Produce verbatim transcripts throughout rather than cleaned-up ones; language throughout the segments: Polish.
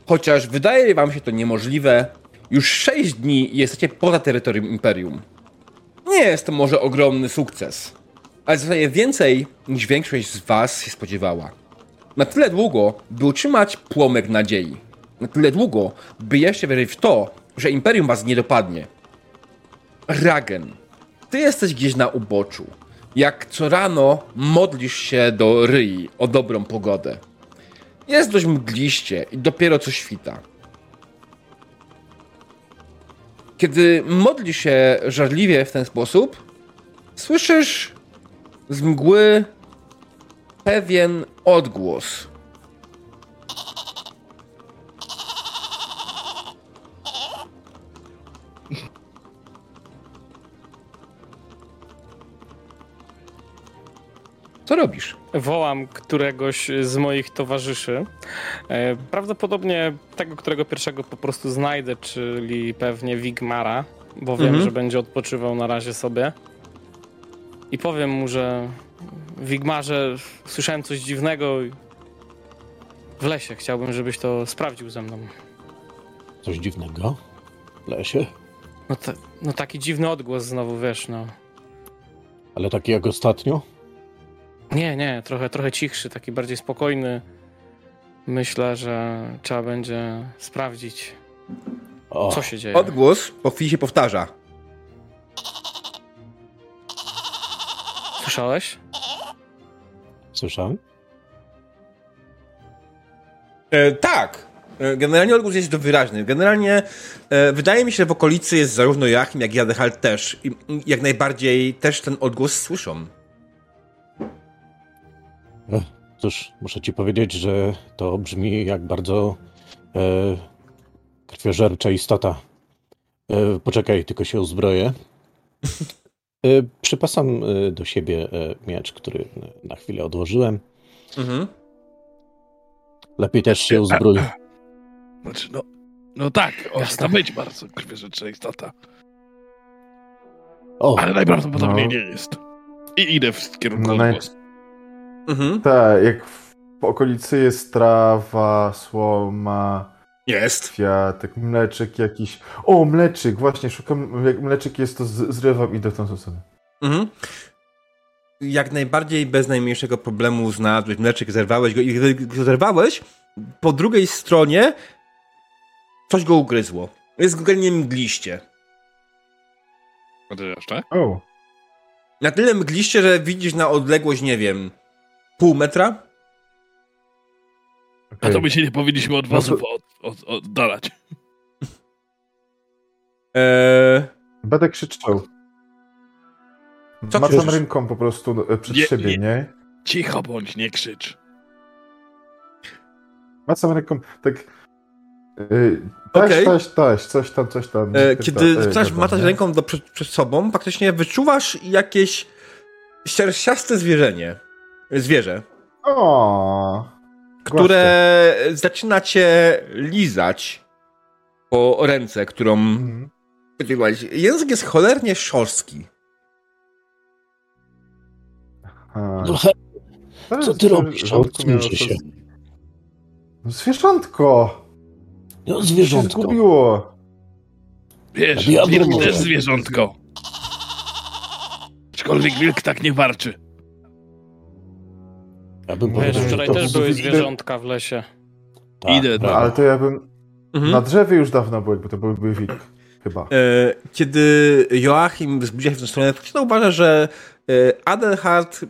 chociaż wydaje wam się to niemożliwe, już sześć dni jesteście poza terytorium Imperium. Nie jest to może ogromny sukces, ale zostaje więcej niż większość z was się spodziewała. Na tyle długo, by utrzymać płomyk nadziei. Na tyle długo, by jeszcze wierzyć w to, że Imperium was nie dopadnie. Ragen, ty jesteś gdzieś na uboczu. Jak co rano modlisz się do Ryi o dobrą pogodę. Jest dość mgliście i dopiero co świta. Kiedy modlisz się żarliwie w ten sposób, słyszysz z mgły pewien odgłos. Co robisz? Wołam któregoś z moich towarzyszy. E, prawdopodobnie tego, którego pierwszego po prostu znajdę, czyli pewnie Wigmara, bo wiem, mhm. że będzie odpoczywał na razie sobie. I powiem mu, że Wigmarze, słyszałem coś dziwnego w lesie. Chciałbym, żebyś to sprawdził ze mną. Coś dziwnego? W lesie? No, te, no taki dziwny odgłos znowu, wiesz, no. Ale taki jak ostatnio? Nie, nie, trochę, trochę cichszy, taki bardziej spokojny. Myślę, że trzeba będzie sprawdzić, o. co się dzieje. Odgłos po chwili się powtarza. Słyszałeś? Słyszałem? E, tak. E, generalnie odgłos jest dość wyraźny. Generalnie e, wydaje mi się, że w okolicy jest zarówno Joachim, jak i Adehal też. I jak najbardziej też ten odgłos słyszą. Cóż, muszę ci powiedzieć, że to brzmi jak bardzo e, krwiożercza istota. E, poczekaj, tylko się uzbroję. E, przypasam e, do siebie e, miecz, który na chwilę odłożyłem. Mhm. Lepiej też się uzbrój. Znaczy, no, no tak, można być bardzo krwiożercza istota. O, ale najprawdopodobniej no. nie jest. I idę w kierunku no, odgłosu. Mhm. Tak, jak w okolicy jest trawa, słoma, jest kwiatek, mleczek jakiś. O, mleczyk, właśnie, szukam, jak mleczyk jest, to z- zrywam i idę w tą stronę. Mhm. Jak najbardziej bez najmniejszego problemu znalazłeś mleczyk, zerwałeś go i gdy go zerwałeś, po drugiej stronie coś go ugryzło. Jest generalnie mgliście. Jeszcze? O. Na tyle mgliście, że widzisz na odległość, nie wiem, pół metra? Okay. A to my się nie powinniśmy od was no to... od, od, oddalać. Eee... Będę krzyczał. Co Macam krzyczysz? Ręką po prostu przed nie, siebie, nie, nie? Cicho bądź, nie krzycz. Macam ręką, tak... Yy, taś, okay. taś, taś, coś tam, coś tam. E, kiedy zaczynasz macać ręką do, przed, przed sobą, faktycznie wyczuwasz jakieś sierściaste zwierzenie. Zwierzę. O, które właśnie. zaczyna cię lizać po ręce, którą mhm. Język jest cholernie szorstki. No, co ty robisz? Odsuńcie się. Zwierzątko! No, zwierzątko. Się zgubiło. Wiesz, ja wilk też zwierzątko. Aczkolwiek wilk tak nie warczy. Ja bym Wiesz, powiedział, wczoraj też były zwierzątka w lesie. Tak, Idę. No, ale to ja bym... Mhm. Na drzewie już dawno byłem, bo to byłby wilk. Chyba. E, kiedy Joachim zbliża się w tę stronę, to uważa, że e, Adelhard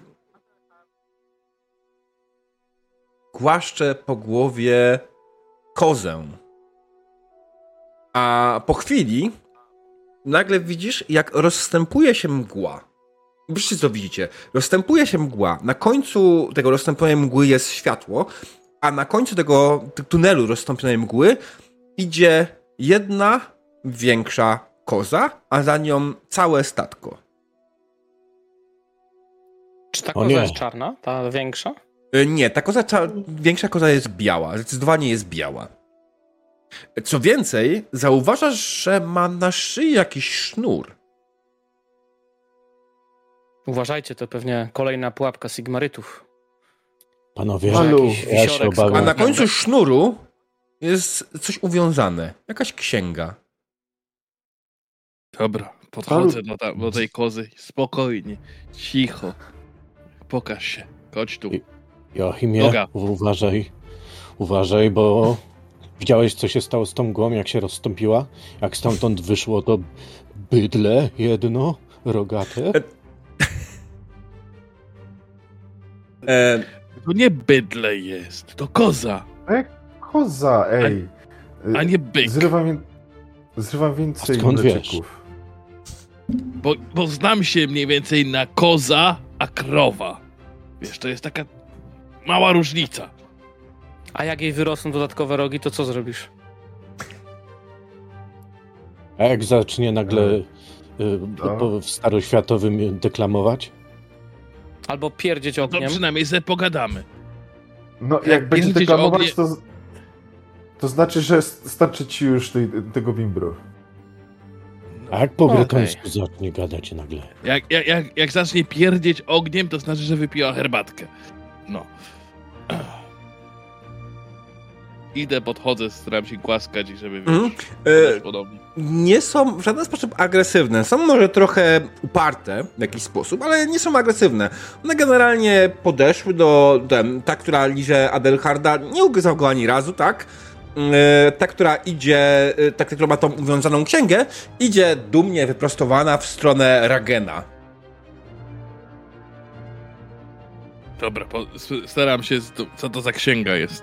głaszcze po głowie kozę. A po chwili nagle widzisz, jak rozstępuje się mgła. Widzicie, co widzicie? Rozstępuje się mgła. Na końcu tego rozstęponej mgły jest światło, a na końcu tego tunelu rozstąpionej mgły idzie jedna większa koza, a za nią całe statko. Czy ta koza jest czarna? Ta większa? Nie, ta koza, ta większa koza jest biała. Zdecydowanie jest biała. Co więcej, zauważasz, że ma na szyi jakiś sznur. Uważajcie, to pewnie kolejna pułapka Sigmarytów. Panowie, Malu, ja się obawiam. A na końcu sznuru jest coś uwiązane. Jakaś księga. Dobra, podchodzę do, ta, do tej kozy. Spokojnie, cicho. Pokaż się, chodź tu. Joachimie, Noga. uważaj, uważaj, bo widziałeś, co się stało z tą mgłą, jak się rozstąpiła? Jak stamtąd wyszło to bydle jedno, rogate? E, To nie bydle jest, to koza, E, koza, ej. a nie byk. Zrywam, zrywam więcej A skąd mleczyków. Bo, bo znam się mniej więcej na koza, a krowa. Wiesz, to jest taka mała różnica. A jak jej wyrosną dodatkowe rogi, to co zrobisz? A jak zacznie nagle y, No. po- w staroświatowym deklamować? Albo pierdzieć To ogniem? przynajmniej sobie pogadamy. No, Jak jak będzie widzieć deklamować, ognie- to, to znaczy, że starczy ci już tej, tego bimbru. A jak po Okej. bretońsku zacznie gadać nagle? Jak, jak, jak, jak zacznie pierdzieć ogniem, to znaczy, że wypiła herbatkę. No. Idę, podchodzę, staram się głaskać i żeby wiesz, Mhm. było E, podobnie. nie są w żaden sposób agresywne. Są może trochę uparte w jakiś sposób, ale nie są agresywne. One generalnie podeszły do tem, ta, która liże Adelharda, nie ugryzał go ani razu, tak? E, ta, która idzie, e, ta, która ma tą uwiązaną księgę, idzie dumnie wyprostowana w stronę Ragena. Dobra, po, s- staram się, z- co to za księga jest.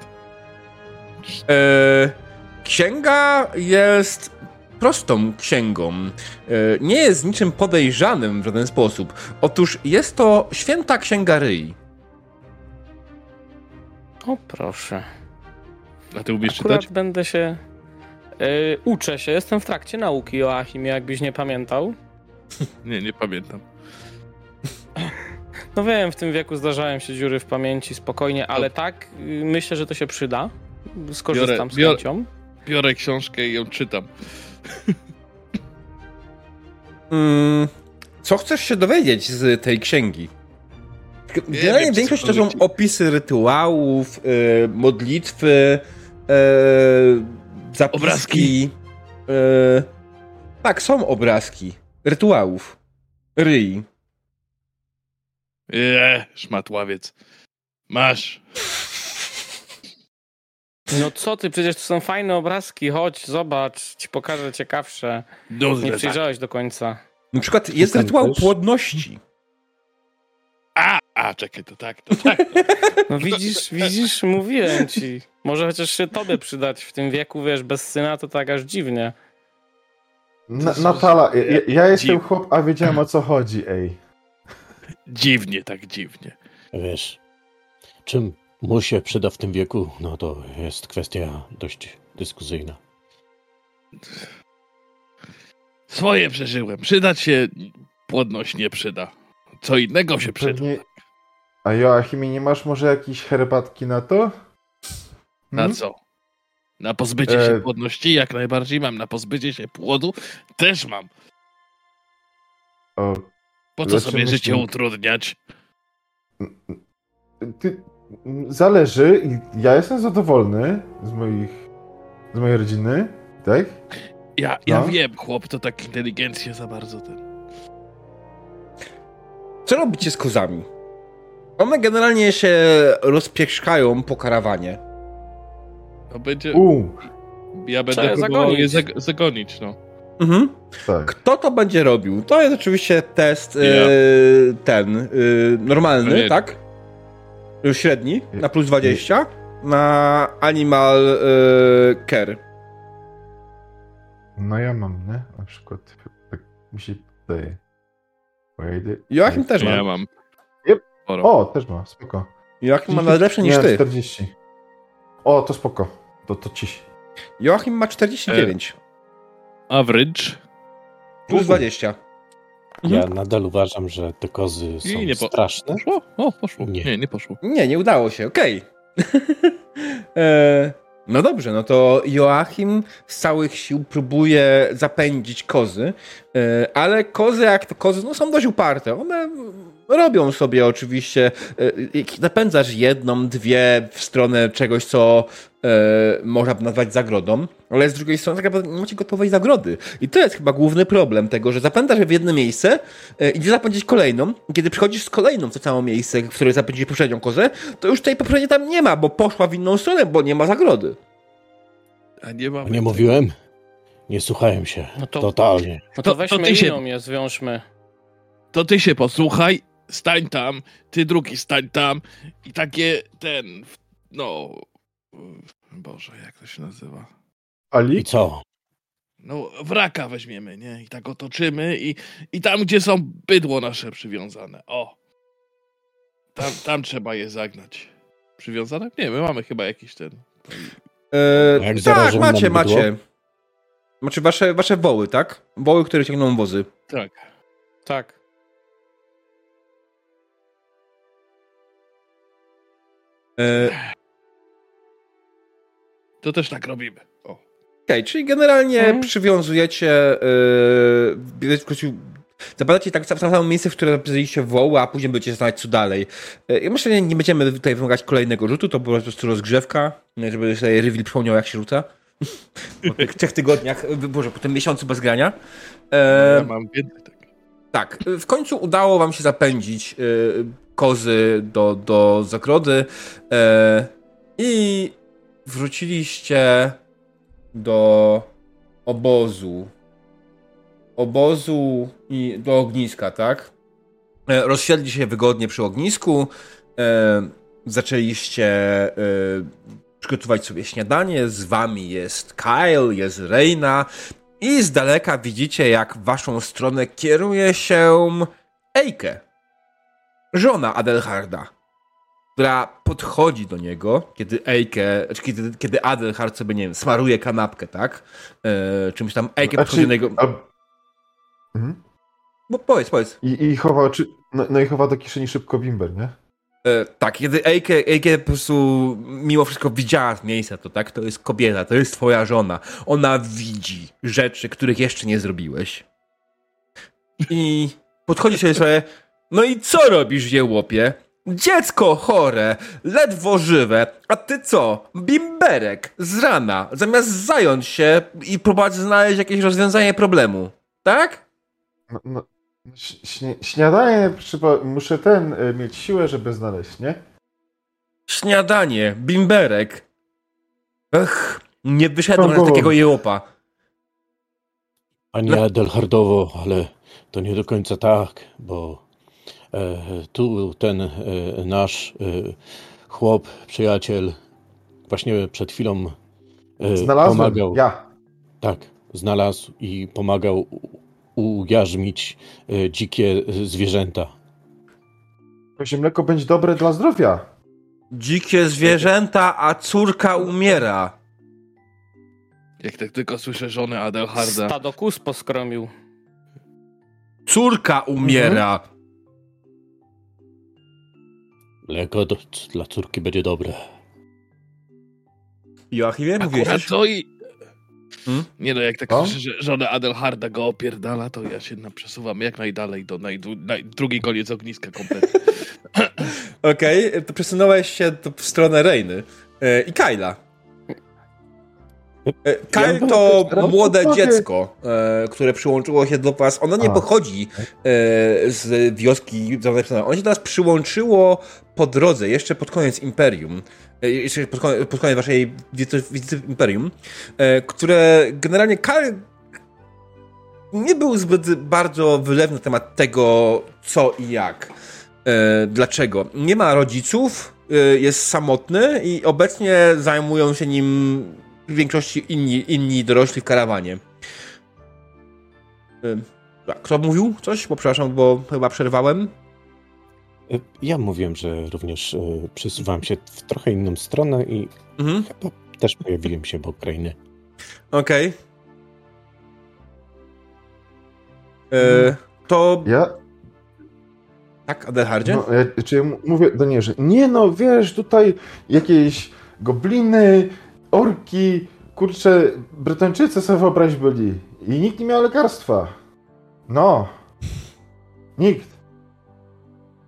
E, księga jest prostą księgą. E, nie jest niczym podejrzanym w żaden sposób. Otóż jest to święta księga Ryi. O proszę. A ty umiesz Akurat czytać? będę się... Yy, uczę się, jestem w trakcie nauki, Joachimie, jakbyś nie pamiętał. Nie, nie pamiętam. No wiem, w tym wieku zdarzają się dziury w pamięci, spokojnie, ale tak, yy, myślę, że to się przyda. Skorzystam Biorę- z biorę- chęcią. Biorę książkę i ją czytam. Mm, co chcesz się dowiedzieć z tej księgi? Generalnie wiem, większość to są cokolwiek. opisy rytuałów, y, modlitwy, y, zapiski. Obrazki. Y, tak, są obrazki rytuałów. Ryi. Eee, szmatławiec. Masz. No co ty, przecież to są fajne obrazki, chodź, zobacz, ci pokażę ciekawsze. Dobrze, Nie tak. przyjrzałeś do końca. Na przykład jest Szukam rytuał też. płodności. A, a, czekaj, to tak, to tak. No widzisz, widzisz, mówiłem ci. Może chociaż się tobie przydać w tym wieku, wiesz, bez syna to tak aż dziwnie. Na, To- Natala, ja, ja jestem dziw- chłop, a wiedziałem o co chodzi, ej. Dziwnie, tak dziwnie. Wiesz, czym mu się przyda w tym wieku, no to jest kwestia dość dyskusyjna. Swoje przeżyłem. Przydać się płodność nie przyda. Co innego się przyda. Pewnie... A Joachimie, nie masz może jakiejś herbatki na to? Na Hmm? co? Na pozbycie się E- płodności jak najbardziej mam. Na pozbycie się płodu też mam. O, Po co Lecz sobie myślę- życie utrudniać? ty... Zależy. Ja jestem zadowolny z moich... z mojej rodziny, tak? Ja, ja No. wiem, chłop to tak inteligencję za bardzo ten. Co robicie z kozami? One generalnie się rozpieszkają po karawanie. To będzie. U, Ja będę Trzeba je próbował je zagonić. zag- zagonić, no. Mhm. tak. Kto to będzie robił? To jest oczywiście test Ja. y, ten, y, normalny, Średni. tak? Y, Średni, na plus dwadzieścia. Na Animal y, Care. No ja mam, nie? Na przykład, tak mi się wydaje. Wait, Joachim też ma. Ja mam. Yep. Sporo. O, też ma, spoko. Joachim ma nawet lepsze niż Nie, ty. czterdzieści. O, to spoko. To, to ciś. Joachim ma czterdzieści dziewięć. Average. Plus dwadzieścia. Ja Mhm. nadal uważam, że te kozy są I nie po- straszne. Poszło? O, poszło. Nie. Nie, nie, poszło. Nie, nie udało się, okej. E, no dobrze, no to Joachim z całych sił próbuje zapędzić kozy, e, ale kozy jak to kozy, no są dość uparte. One robią sobie oczywiście, e, napędzasz jedną, dwie w stronę czegoś, co e, można nazwać zagrodą, ale z drugiej strony tak naprawdę nie macie gotowej zagrody. I to jest chyba główny problem tego, że zapędzasz w jedno miejsce, e, idziesz zapędzić kolejną, i kiedy przychodzisz z kolejną w to samo miejsce, w której zapędziłeś poprzednią kozę, to już tej poprzedniej tam nie ma, bo poszła w inną stronę, bo nie ma zagrody. A nie mamy... Nie mówiłem? Nie słuchałem się. No to- Totalnie. No to To- weźmy to ty się- inną je, zwiążmy. To ty się posłuchaj, stań tam, ty drugi stań tam i takie ten, no, Boże, jak to się nazywa? I Ali? co? No, wraka weźmiemy, nie? I tak otoczymy i, i tam, gdzie są bydło nasze przywiązane, o. Tam, tam trzeba je zagnać. Przywiązane? Nie, my mamy chyba jakiś ten... E, Jak tak, zarażą nam macie, bydło? macie. Znaczy wasze, wasze woły, tak? Woły, które ciągną wozy. Tak. Tak. E, To też tak robimy. O. Okej, okay, czyli generalnie Mhm. przywiązujecie, yy, zapadacie tak w samo miejsce, w które zapisaliście woły, a później będziecie znać co dalej. Yy, ja myślę, że nie będziemy tutaj wymagać kolejnego rzutu, to po prostu rozgrzewka, żeby sobie Reveal przypomniał, jak się rzuca. Po tych trzech tygodniach, boże, po tym miesiącu bez grania. Yy, Ja mam więcej tak. tak, w końcu udało wam się zapędzić yy, kozy do, do zagrody yy, i wróciliście do obozu. Obozu i do ogniska, tak? E, rozsiedli się wygodnie przy ognisku. E, zaczęliście e, przygotować sobie śniadanie. Z wami jest Kyle, jest Reina i z daleka widzicie, jak w waszą stronę kieruje się Eike, żona Adelharda, która podchodzi do niego, kiedy Eike, czy kiedy, kiedy Adelhard sobie, nie wiem, smaruje kanapkę, tak? E, czymś tam Eike podchodzi do niego. A... Mhm. Bo powiedz, powiedz. I, i chowa, czy... no, no i chowa do kieszeni szybko bimber, nie? E, tak, kiedy Eike, Eike po prostu mimo wszystko widziała z miejsca to, tak? To jest kobieta, to jest twoja żona. Ona widzi rzeczy, których jeszcze nie zrobiłeś. I podchodzi sobie sobie, no i co robisz, jełopie? Dziecko chore, ledwo żywe, a ty co? Bimberek z rana, zamiast zająć się i próbować znaleźć jakieś rozwiązanie problemu, tak? No, no, śnie, śniadanie trzeba, muszę ten y, mieć siłę, żeby znaleźć, nie? Śniadanie, bimberek. Ech, nie wyszedłem Kogo? na takiego jełopa. Panie No. Adelhardowo, ale to nie do końca tak, bo e, tu ten e, nasz e, chłop, przyjaciel, właśnie przed chwilą e, Znalazłem, pomagał. ja. Tak, znalazł i pomagał u- ujarzmić e, dzikie e, zwierzęta. Kozie mleko będzie dobre dla zdrowia. Dzikie zwierzęta, a córka umiera. Jak tak tylko słyszę żonę Adelharda. Stado kus poskromił. Córka umiera. Mleko do, dla córki będzie dobre. Joachimie, mówiłeś Akurat coś? to i... Hmm? Nie no, jak tak O? słyszę, że żona Adelharda go opierdala, to ja się na- przesuwam jak najdalej do naj- naj- drugi koniec ogniska kompletnie. Okej, to przesunąłeś się do, w stronę Reiny e, i Kyla. E, Kyle Ja to bym- młode Robię- dziecko, e, które przyłączyło się do was. Ono nie A. pochodzi e, z wioski. Ono się do nas przyłączyło po drodze, jeszcze pod koniec Imperium. E, jeszcze pod koniec, pod koniec waszej wizyty, wizyty w Imperium, e, które generalnie Kyle nie był zbyt bardzo wylewny na temat tego, co i jak. E, dlaczego? Nie ma rodziców, e, jest samotny i obecnie zajmują się nim w większości inni, inni dorośli w karawanie. E, tak, kto mówił coś? Bo przepraszam, bo chyba przerwałem. E, Ja mówiłem, że również e, przesuwam się w trochę inną stronę i Mhm. chyba też pojawiłem się w Ukrainie. Okej. E, To... Ja? Tak, Adelhardzie? No, ja, czy ja m- mówię do niej, że nie no, wiesz, tutaj jakieś gobliny, orki, kurczę, Brytończycy sobie wyobraź byli i nikt nie miał lekarstwa. No. Nikt.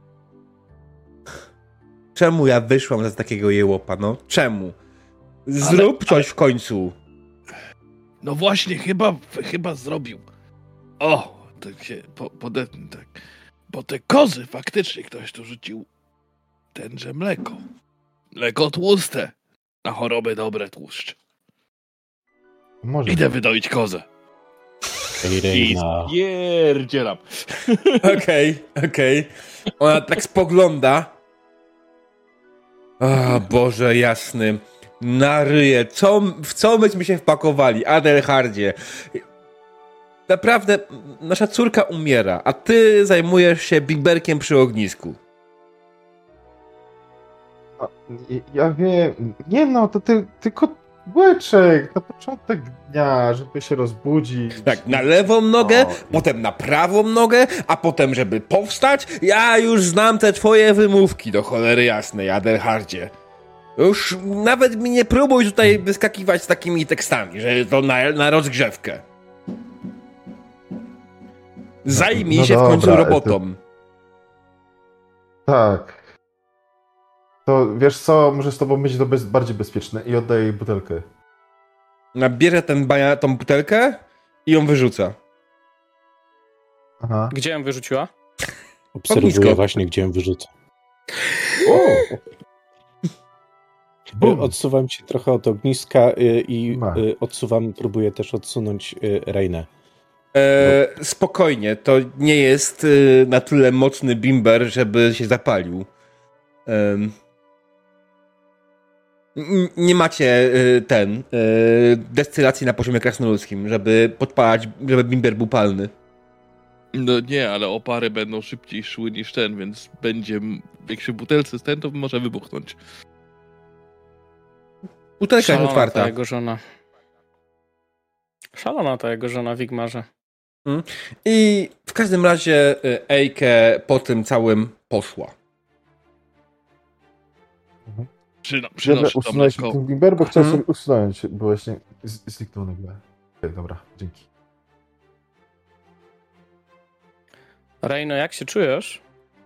czemu ja wyszłam za takiego jełopa, no? Czemu? Zrób ale, coś w końcu. No właśnie, chyba, chyba zrobił. O, tak się po, podetnę, tak. Bo te kozy faktycznie ktoś tu rzucił tenże mleko. Mleko tłuste. Na choroby dobre tłuszcz. Może. Idę wydoić kozę. Ej, I Reina. spierdzielam. Okej, okej. Ona tak spogląda. O Boże jasny. Na ryję. Co, w co myśmy się wpakowali? Adelhardzie. Naprawdę, nasza córka umiera, a ty zajmujesz się bimberkiem przy ognisku. A, ja wiem. Nie no, to ty, tylko łyczek na początek dnia, żeby się rozbudzić. Tak, na lewą nogę, O, i- potem na prawą nogę, a potem, żeby powstać. Ja już znam te twoje wymówki, do cholery jasnej, Adelhardzie. Już nawet mi nie próbuj tutaj wyskakiwać z takimi tekstami, że to na, na rozgrzewkę. Zajmij no się w końcu dobra, robotą. Tak. To wiesz co, może z tobą będzie to bez, bardziej bezpieczne i oddaję jej butelkę. Ona bierze ten baja, tą butelkę i ją wyrzuca. Aha. Gdzie ją wyrzuciła? Obserwuję Ognisko. właśnie, gdzie ją wyrzucę. O! Y, Bum. Odsuwam się trochę od ogniska y, i Ma. y, odsuwam, próbuję też odsunąć y, Reinę. E, spokojnie, to nie jest y, na tyle mocny bimber, żeby się zapalił. Em, n- nie macie y, ten y, destylacji na poziomie krasnoludzkim, żeby podpalać, żeby bimber był palny. No nie, ale opary będą szybciej szły niż ten, więc będzie, m- jak się w butelce z ten, to może wybuchnąć. Butelka jest Szalona otwarta. ta jego żona. Szalona ta jego żona w Wigmarze. I w każdym razie y, Ejke po tym całym poszła. Przyno, Żeby przynoszę to usunąć mleko. ten bimber, bo chciałem Mhm. sobie usunąć, bo właśnie z- zniknął nagle. Okej, dobra, dzięki. Reino, jak się czujesz?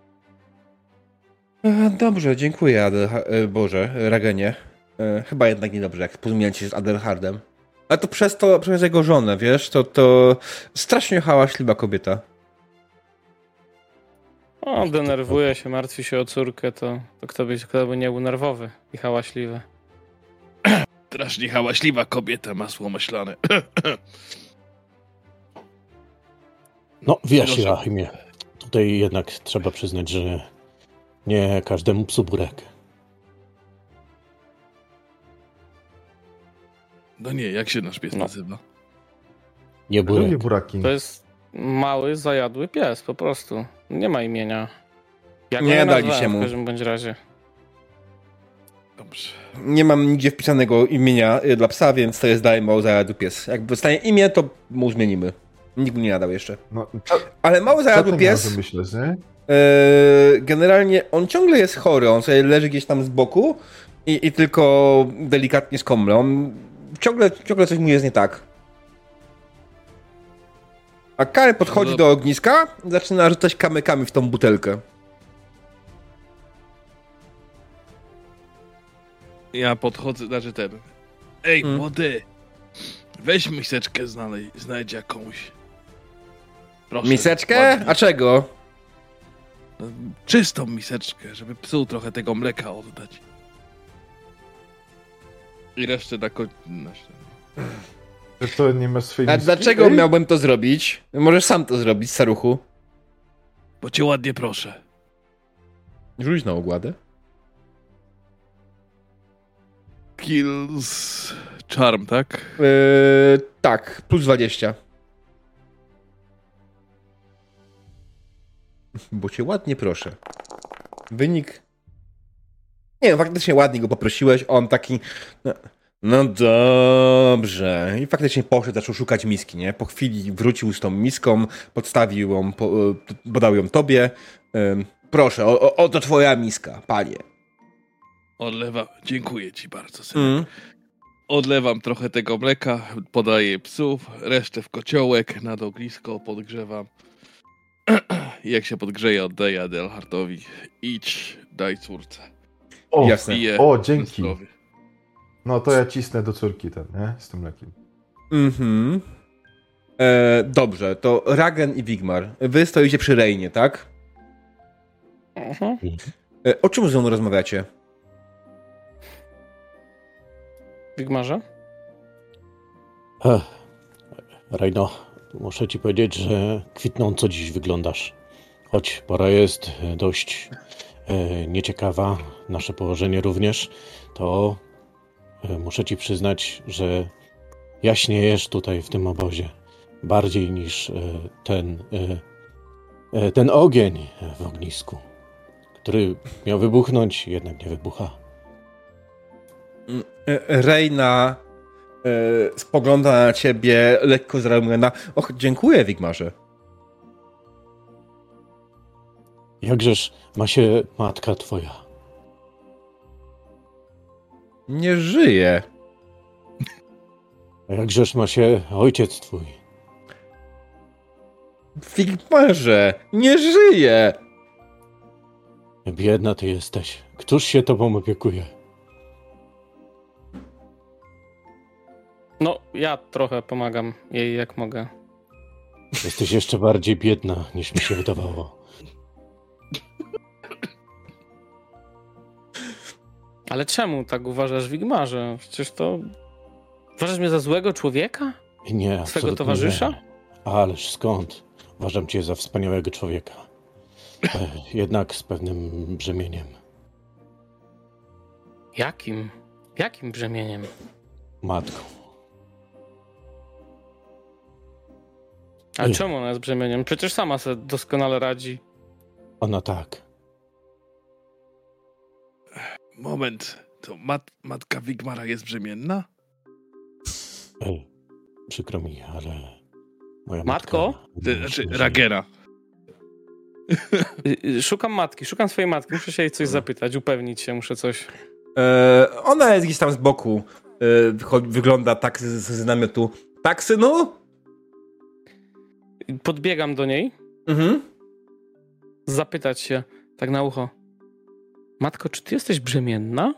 E, Dobrze, dziękuję, Adel, e, Boże, Ragenie. E, Chyba jednak niedobrze, jak pozmieniać się z Adelhardem. Ale to przez to, przez jego żonę, wiesz, to, to strasznie hałaśliwa kobieta. O, denerwuje się, martwi się o córkę, to, to kto, by, kto by nie był nerwowy i hałaśliwy. Strasznie hałaśliwa kobieta, masło maślane. No wiesz, Proszę. Joachimie, tutaj jednak trzeba przyznać, że nie każdemu psu burek. No nie, jak się nasz pies No. nazywa? Nie Ja lubię burek. buraki. To jest mały, zajadły pies, po prostu. Nie ma imienia. Ja go Nie nie dali nazwałem się mu. w każdym bądź razie. Dobrze. Nie mam nigdzie wpisanego imienia e, dla psa, więc to jest dalej mało zajadły pies. Jak dostanie imię, to mu zmienimy. Nikt mu nie nadał jeszcze. No, co, Ale mały co zajadły ty pies, miałeś myśleć, nie? e, generalnie on ciągle jest chory, on sobie leży gdzieś tam z boku i, i tylko delikatnie skomle. On ciągle, ciągle coś mu jest nie tak. A Kary podchodzi No. do ogniska i zaczyna rzucać kamykami w tą butelkę. Ja podchodzę, znaczy ten. Ej, Hmm. młody! Weź miseczkę, znalej, znajdź jakąś. Proszę. Miseczkę? ładnie. A czego? No, czystą miseczkę, żeby psu trochę tego mleka oddać. I resztę na końcu. Że to nie ma swojej A miski? dlaczego Ej, miałbym to zrobić? Możesz sam to zrobić, staruchu. Bo cię ładnie proszę. Rzuć na ogładę. Kills Charm, tak? Yy, tak, plus dwadzieścia. Bo cię ładnie proszę. Wynik... Nie wiem, faktycznie ładnie go poprosiłeś, on taki... No, no dobrze. I faktycznie poszedł, zaczął szukać miski, nie? Po chwili wrócił z tą miską, podstawił ją, po, podał ją tobie. Ym, proszę, o, o, oto twoja miska, panie. Odlewam. Dziękuję ci bardzo, synek. Mm. Odlewam trochę tego mleka, podaję psów, resztę w kociołek, nad ognisko podgrzewam. I jak się podgrzeje, oddaję Adelhardowi. Idź, daj córce. O, Jasne. Piję o, na dzięki. zdrowie. No to ja cisnę do córki ten, nie? Z tym mlekiem. Mhm. E, dobrze, to Ragen i Wigmar. Wy stoicie przy Reinie, tak? Mhm. E, o czym ze mną rozmawiacie? Wigmarze? Ech, Rejno, muszę ci powiedzieć, że kwitnąco dziś wyglądasz. Choć pora jest dość e, nieciekawa, nasze położenie również, to e, muszę ci przyznać, że jaśniejesz tutaj w tym obozie. Bardziej niż e, ten, e, e, ten ogień w ognisku, który miał wybuchnąć, jednak nie wybucha. E, Reina e, spogląda na ciebie lekko zramiona. Och, dziękuję, Wigmarze. Jakżeż ma się matka twoja? Nie żyje. A jakżeż ma się ojciec twój? Wigmarze, nie żyje. Biedna ty jesteś. Któż się tobą opiekuje? No, ja trochę pomagam jej jak mogę. Jesteś jeszcze bardziej biedna, niż mi się wydawało. Ale czemu tak uważasz, Wigmarze? Przecież to... Uważasz mnie za złego człowieka? Nie, Swego absolutnie towarzysza? nie. Ależ skąd? Uważam cię za wspaniałego człowieka. E, Jednak z pewnym brzemieniem. Jakim? Jakim brzemieniem? Matką. Ale Nie. czemu ona jest brzemieniem? Przecież sama sobie doskonale radzi. Ona tak. Moment, to mat, matka Wigmara jest brzemienna? Ej, przykro mi, ale moja Matko? matka... Ty, znaczy, Ragena. Y, y, Szukam matki, szukam swojej matki. Muszę się jej coś zapytać, upewnić się, muszę coś. E, ona jest gdzieś tam z boku. E, wycho- wygląda tak z, z namiotu. Tak, synu? Podbiegam do niej, Mhm. zapytać się tak na ucho. Matko, czy ty jesteś brzemienna?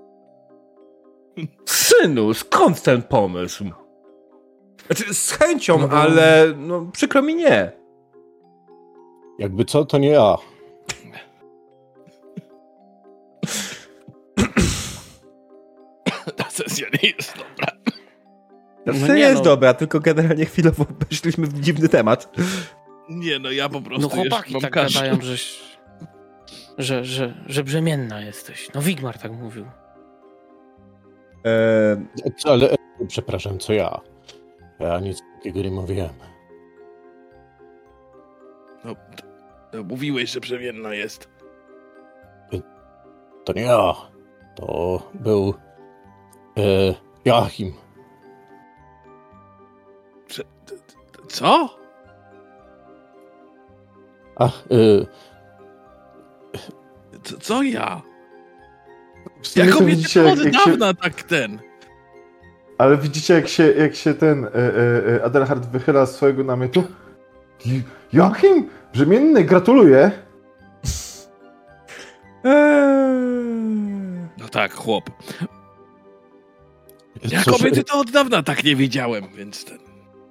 Synu, skąd ten pomysł? Znaczy, z chęcią, No bo- ale no, przykro mi nie. Jakby co, to nie ja. Ta sesja nie jest dobra. To No nie nie, jest no. dobra, tylko generalnie chwilowo weszliśmy w dziwny temat. Nie no, ja po prostu No chłopaki jeszcze mam tak kaszel. gadają, że, że, że, że brzemienna jesteś. No Wigmar tak mówił. E, Co, ale e, przepraszam, co ja? Ja nic takiego nie mówiłem. No, to, to mówiłeś, że brzemienna jest. To nie ja. To był e, Joachim. Prze- t- t- Co? Ach, e, Co, co ja? W sumie Ja to kobiety widzicie, to jak, od jak się, dawna tak ten. ale widzicie, jak się, jak się ten e, e, Adelhard wychyla z swojego namiotu? J- Joachim? Brzemienny, gratuluję. Eee... No tak, chłop. Ja cóż, kobiety to od dawna tak nie widziałem, więc ten...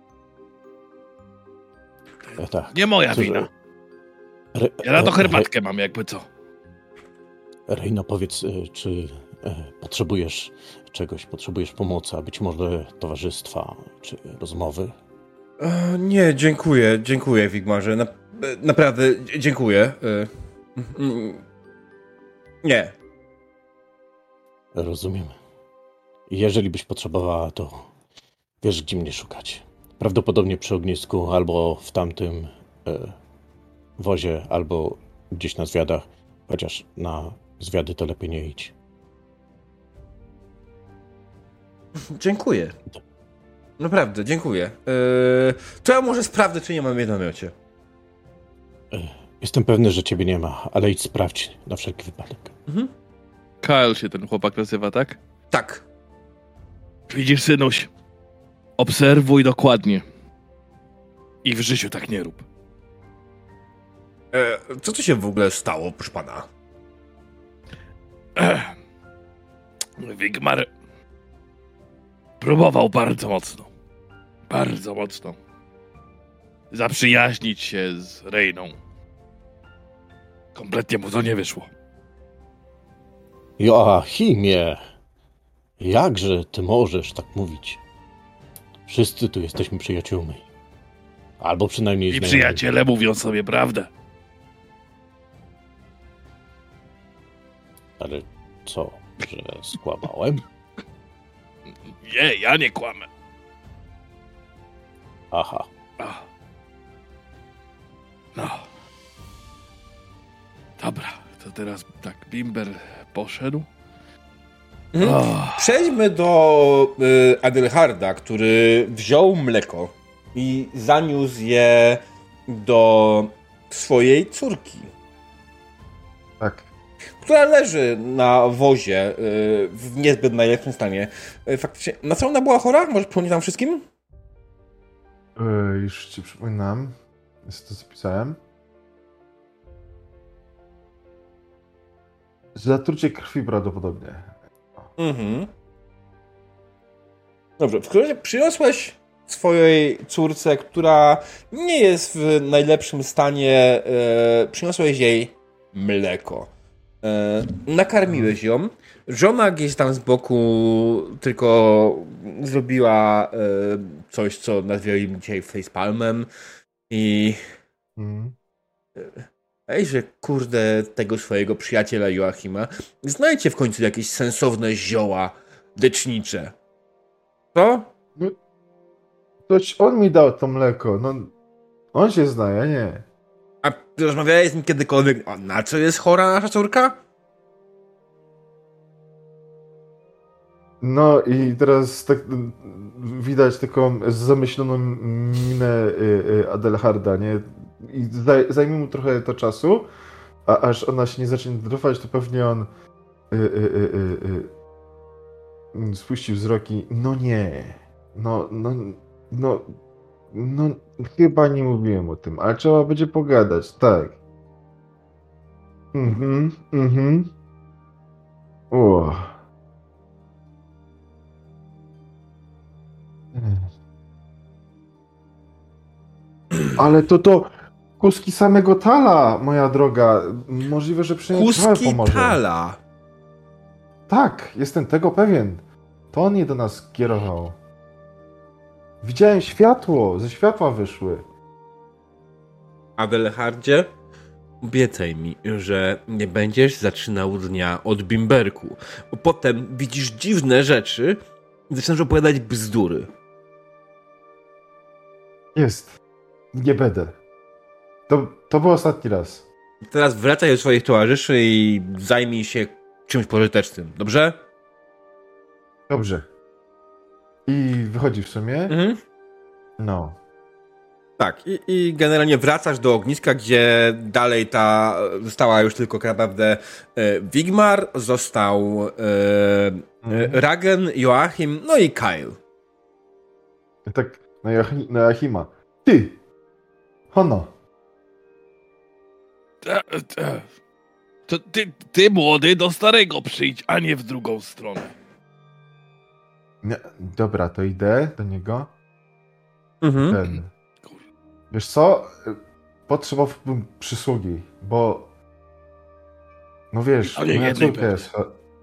e, tak. Nie moja Cóż, wina. Re, Ja na to Re- herbatkę mam, jakby co. Rejno, powiedz, e, czy e, potrzebujesz czegoś, potrzebujesz pomocy, a być może towarzystwa, czy rozmowy? E, nie, dziękuję, dziękuję, Wigmarze. Na, e, naprawdę, dzie- dziękuję. E, mm, nie. Rozumiem. Jeżeli byś potrzebowała, to wiesz, gdzie mnie szukać. Prawdopodobnie przy ognisku, albo w tamtym e, wozie, albo gdzieś na zwiadach. Chociaż na zwiady to lepiej nie idź. Dziękuję. Naprawdę, dziękuję. E, to ja może sprawdzę, czy nie mam jej w namiocie. E, jestem pewny, że ciebie nie ma, ale idź sprawdź na wszelki wypadek. Mhm. Kyle się ten chłopak nazywa, tak? Tak. Widzisz, synuś? Obserwuj dokładnie. I w życiu tak nie rób. E, co tu się w ogóle stało, proszę pana? Ech. Wigmar próbował bardzo mocno, bardzo mocno zaprzyjaźnić się z Reyną. Kompletnie mu to nie wyszło. Joachimie, jakże ty możesz tak mówić? Wszyscy tu jesteśmy przyjaciółmi. Albo przynajmniej I znajomymi. przyjaciele mówią sobie prawdę. Ale co, że skłamałem? Nie, ja nie kłamę. Aha. Ach. No. Dobra, to teraz tak, Bimber poszedł. Mhm. Oh. Przejdźmy do y, Adelharda, który wziął mleko i zaniósł je do swojej córki, Tak. która leży na wozie y, w niezbyt najlepszym stanie. Y, faktycznie, na co ona była chora? Może przypomnieć nam wszystkim? Yy, już ci przypominam. Jest to zapisałem. Zatrucie krwi prawdopodobnie. Mhm. Dobrze, w każdym razie przyniosłeś swojej córce, która nie jest w najlepszym stanie, e, przyniosłeś jej mleko. E, nakarmiłeś ją. Żona gdzieś tam z boku tylko zrobiła e, coś, co nazwijmy dzisiaj facepalmem i Mhm. ej, że kurde tego swojego przyjaciela Joachima, znajdźcie w końcu jakieś sensowne zioła lecznicze. Co? Toć on mi dał to mleko. No, on się zna, ja nie. A rozmawiałeś z nim kiedykolwiek, a na co jest chora nasza córka? No i teraz tak mm, widać taką zamyśloną minę y, y, Adelharda, nie? I zaj, zajmie mu trochę to czasu, a aż ona się nie zacznie denerwować, to pewnie on y, y, y, y, y, spuści wzroki. No nie. No, no, no, no, chyba nie mówiłem o tym, ale trzeba będzie pogadać, tak. Mhm, mhm. O. Ale to to kuski samego Tala, moja droga. Możliwe, że przynajmniej trochę Kuski pomoże. Tala. Tak, jestem tego pewien. To on je do nas kierował. Widziałem światło, ze światła wyszły. Adelhardzie, obiecaj mi, że nie będziesz zaczynał dnia od bimberku, bo potem widzisz dziwne rzeczy i zaczynasz opowiadać bzdury. Jest. Nie będę. To, to był ostatni raz. Teraz wracaj do swoich towarzyszy i zajmij się czymś pożytecznym, dobrze? Dobrze. I wychodzi w sumie. Mhm. No. Tak, i, i generalnie wracasz do ogniska, gdzie dalej ta została już tylko tak naprawdę e, Wigmar, został e, Mhm. e, Ragen, Joachim, no i Kyle. I tak na, Joachim, na Joachima. Ty! Hono. Ta, ta. To ty, ty, młody, do starego przyjdź, a nie w drugą stronę. Nie, dobra, to idę do niego. Mhm. Ten. Wiesz co? Potrzebowałbym przysługi, bo... No wiesz, A nie moja jednej córka pewnie. jest...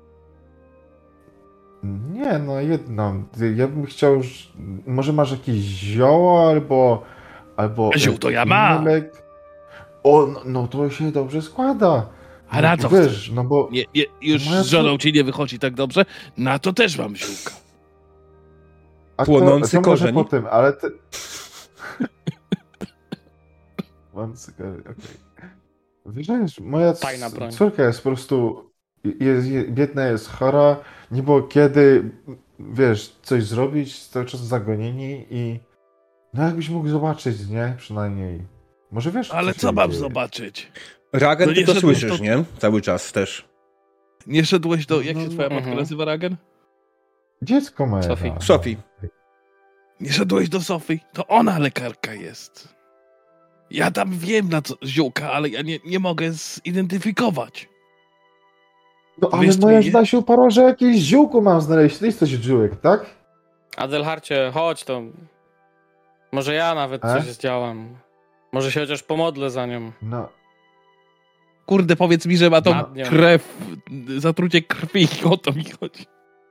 Nie, no jedną. Ja bym chciał już... Może masz jakieś zioło, albo... albo A ziół to ja inny mam. lek? O, no, no to się dobrze składa. A na No, co wiesz, chcesz? no bo... Nie, nie, już Moja z żoną cór- ci nie wychodzi tak dobrze? Na to też mam ziółka. A Płonący to, to może korzeń. po tym, ale ty... Płonący korzeń, okej. Wiesz, moja c- Tajna broń. córka jest po prostu... Jest, jest, biedna jest chora, nie było kiedy, wiesz, coś zrobić, cały czas zagonieni i... No jakbyś mógł zobaczyć, nie? Przynajmniej. Może wiesz, Ale się co mam dzieje. zobaczyć? Ragen, No ty nie to szedłeś słyszysz, do- nie? Cały czas też. Nie szedłeś do... Jak No, się no, twoja matka mhm. nazywa, Ragen? Dziecko moje. Sofii. no. Sofii. Nie szedłeś do Sofii? To ona lekarka jest. Ja tam wiem na co ziółka, ale ja nie, nie mogę zidentyfikować. No ale Wiesz, co moja je- żona się uparła, że jakieś ziółko mam znaleźć. To jest coś żyłek, tak? Adelharcie, chodź to. Może ja nawet E? coś zdziałam. Może się chociaż pomodlę za nią. No. Kurde, powiedz mi, że ma tą Nad nią. krew, zatrucie krwi, o to mi chodzi.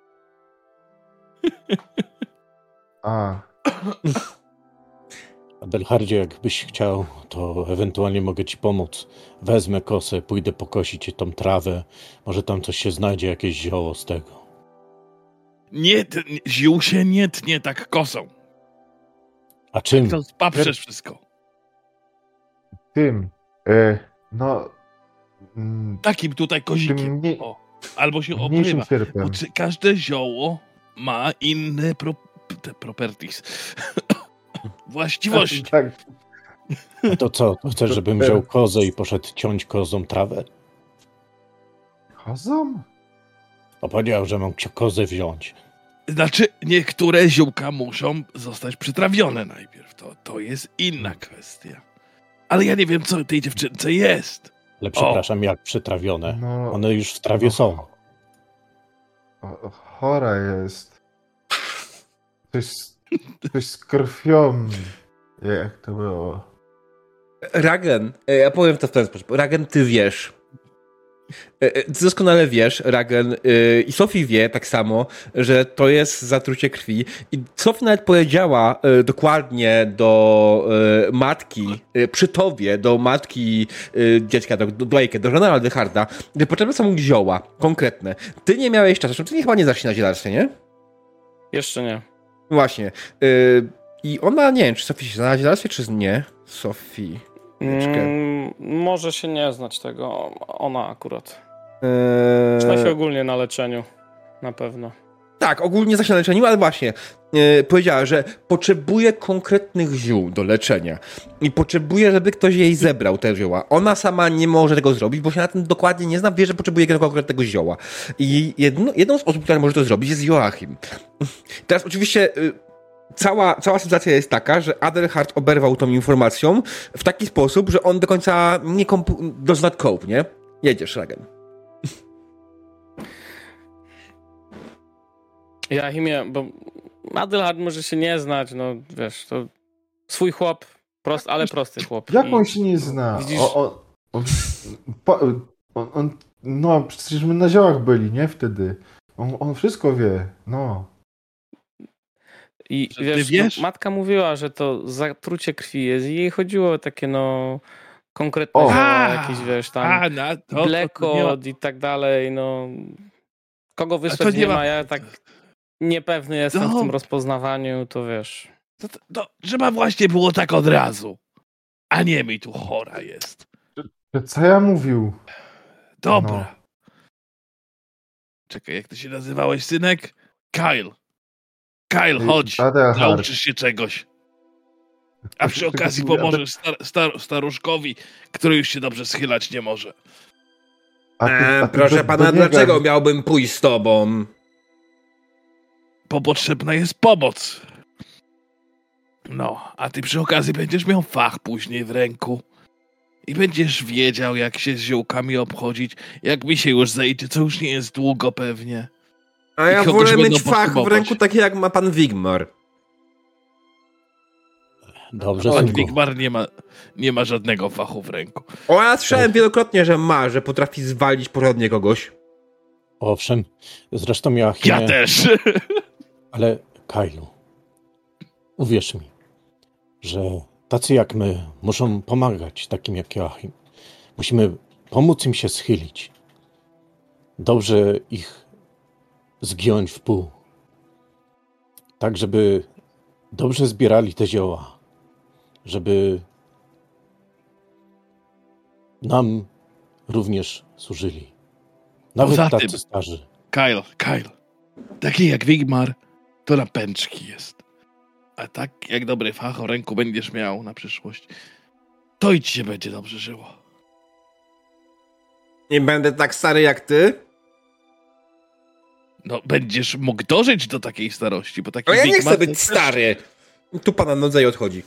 A. Adelhardzie, jakbyś chciał, to ewentualnie mogę ci pomóc. Wezmę kosę, pójdę pokosić tą trawę. Może tam coś się znajdzie, jakieś zioło z tego. Nie, t- ziół się nie tnie tak kosą. A czym? To spaprzesz wszystko. Tym. E, no. Mm, Takim tutaj kozikiem. tym mniej, O, albo się mniejszym obrywa. sierpem. Bo czy każde zioło ma inne pro, te properties. Właściwości. Tak. A to co? To chcesz, żebym wziął kozę i poszedł ciąć kozą trawę? Kozą? A powiedział, że mam kozę wziąć. Znaczy, niektóre ziółka muszą zostać przytrawione najpierw. To, to jest inna kwestia. Ale ja nie wiem, co tej dziewczynce jest. Ale przepraszam, jak przytrawione? No. One już w trawie są. O, o, chora jest. Coś, z- coś z krwią. Jak to było? Ragen, e, ja powiem to w ten sposób. Ragen, ty wiesz. E, e, Ty doskonale wiesz, Ragen, e, i Sophie wie tak samo, że to jest zatrucie krwi. I Sophie nawet powiedziała e, dokładnie do e, matki, e, przy tobie, do matki e, dziecka, do, do Dwayke, do żony Adelharda, że potrzebne są zioła konkretne. Ty nie miałeś czasu, zresztą ty nie chyba nie znasz się na zielarstwie, nie? Jeszcze nie. Właśnie. Y, I ona, nie wiem, czy Sophie się zna na zielarstwie, czy nie? Sophie. Chwileczkę. Mm, może się nie znać tego. Ona akurat. Eee, Zna się ogólnie na leczeniu. Na pewno. tak, ogólnie zna się na leczeniu, ale właśnie e, powiedziała, że potrzebuje konkretnych ziół do leczenia i potrzebuje, żeby ktoś jej zebrał te zioła. Ona sama nie może tego zrobić, bo się na tym dokładnie nie zna, wie, że potrzebuje tego konkretnego zioła. I jedno, jedną z osób, która może to zrobić, jest Joachim. Teraz oczywiście y, cała, cała sytuacja jest taka, że Adelhard oberwał tą informacją w taki sposób, że on do końca nie kompu- does not cope, nie? Jedziesz, Ragen. Joachimie, bo Adelhard może się nie znać, no wiesz, to swój chłop, prost, ale prosty chłop. Jak I on się nie zna? widzisz- O, o, on, po, on, on, no, przecież my na ziołach byli, nie? Wtedy. On, on wszystko wie, no. I Że ty wiesz, wiesz? No, matka mówiła, że to zatrucie krwi jest i jej chodziło o takie no konkretne O. zioła, A, jakieś wiesz tam A, na to, to, to nie ma, blekot i tak dalej, no kogo wysłać nie nie ma- ma, ja tak niepewny jestem w No. tym rozpoznawaniu, to wiesz. to, to, to trzeba właśnie było tak od razu. A nie mi tu chora jest. Co ja mówił? Dobra. No. Czekaj, jak ty się nazywałeś, synek? Kyle. Kyle, chodź. Adelhard. Nauczysz się czegoś. A przy okazji pomożesz star, star, staruszkowi, który już się dobrze schylać nie może. A ty- E, a ty proszę do- pana, do niego- dlaczego miałbym pójść z tobą? Bo potrzebna jest pomoc. No, a ty przy okazji będziesz miał fach później w ręku. I będziesz wiedział, jak się z ziółkami obchodzić. Jak mi się już zejdzie, co już nie jest długo pewnie. A ja I kogoś wolę będą mieć fach w potrzebować. ręku taki jak ma pan Wigmar. Dobrze, Pan synku. Wigmar nie ma, nie ma żadnego fachu w ręku. O, ja słyszałem wielokrotnie, że ma, że potrafi zwalić porządnie kogoś. Owszem. Zresztą Joachimie, Ja też. ale Kailu, uwierz mi, że tacy jak my muszą pomagać takim jak Joachim. Musimy pomóc im się schylić. Dobrze ich zgiąć w pół. Tak, żeby dobrze zbierali te zioła. Żeby nam również służyli. Nawet Poza tacy tym- starzy. Kyle, Kyle. Taki jak Wigmar, to na pęczki jest. A tak jak dobry fach o ręku będziesz miał na przyszłość, to i ci się będzie dobrze żyło. Nie będę tak stary jak ty. No, będziesz mógł dożyć do takiej starości, bo taki O, ja nie Wigmar chcę to być też- stary. Tu pana nodze i odchodzi.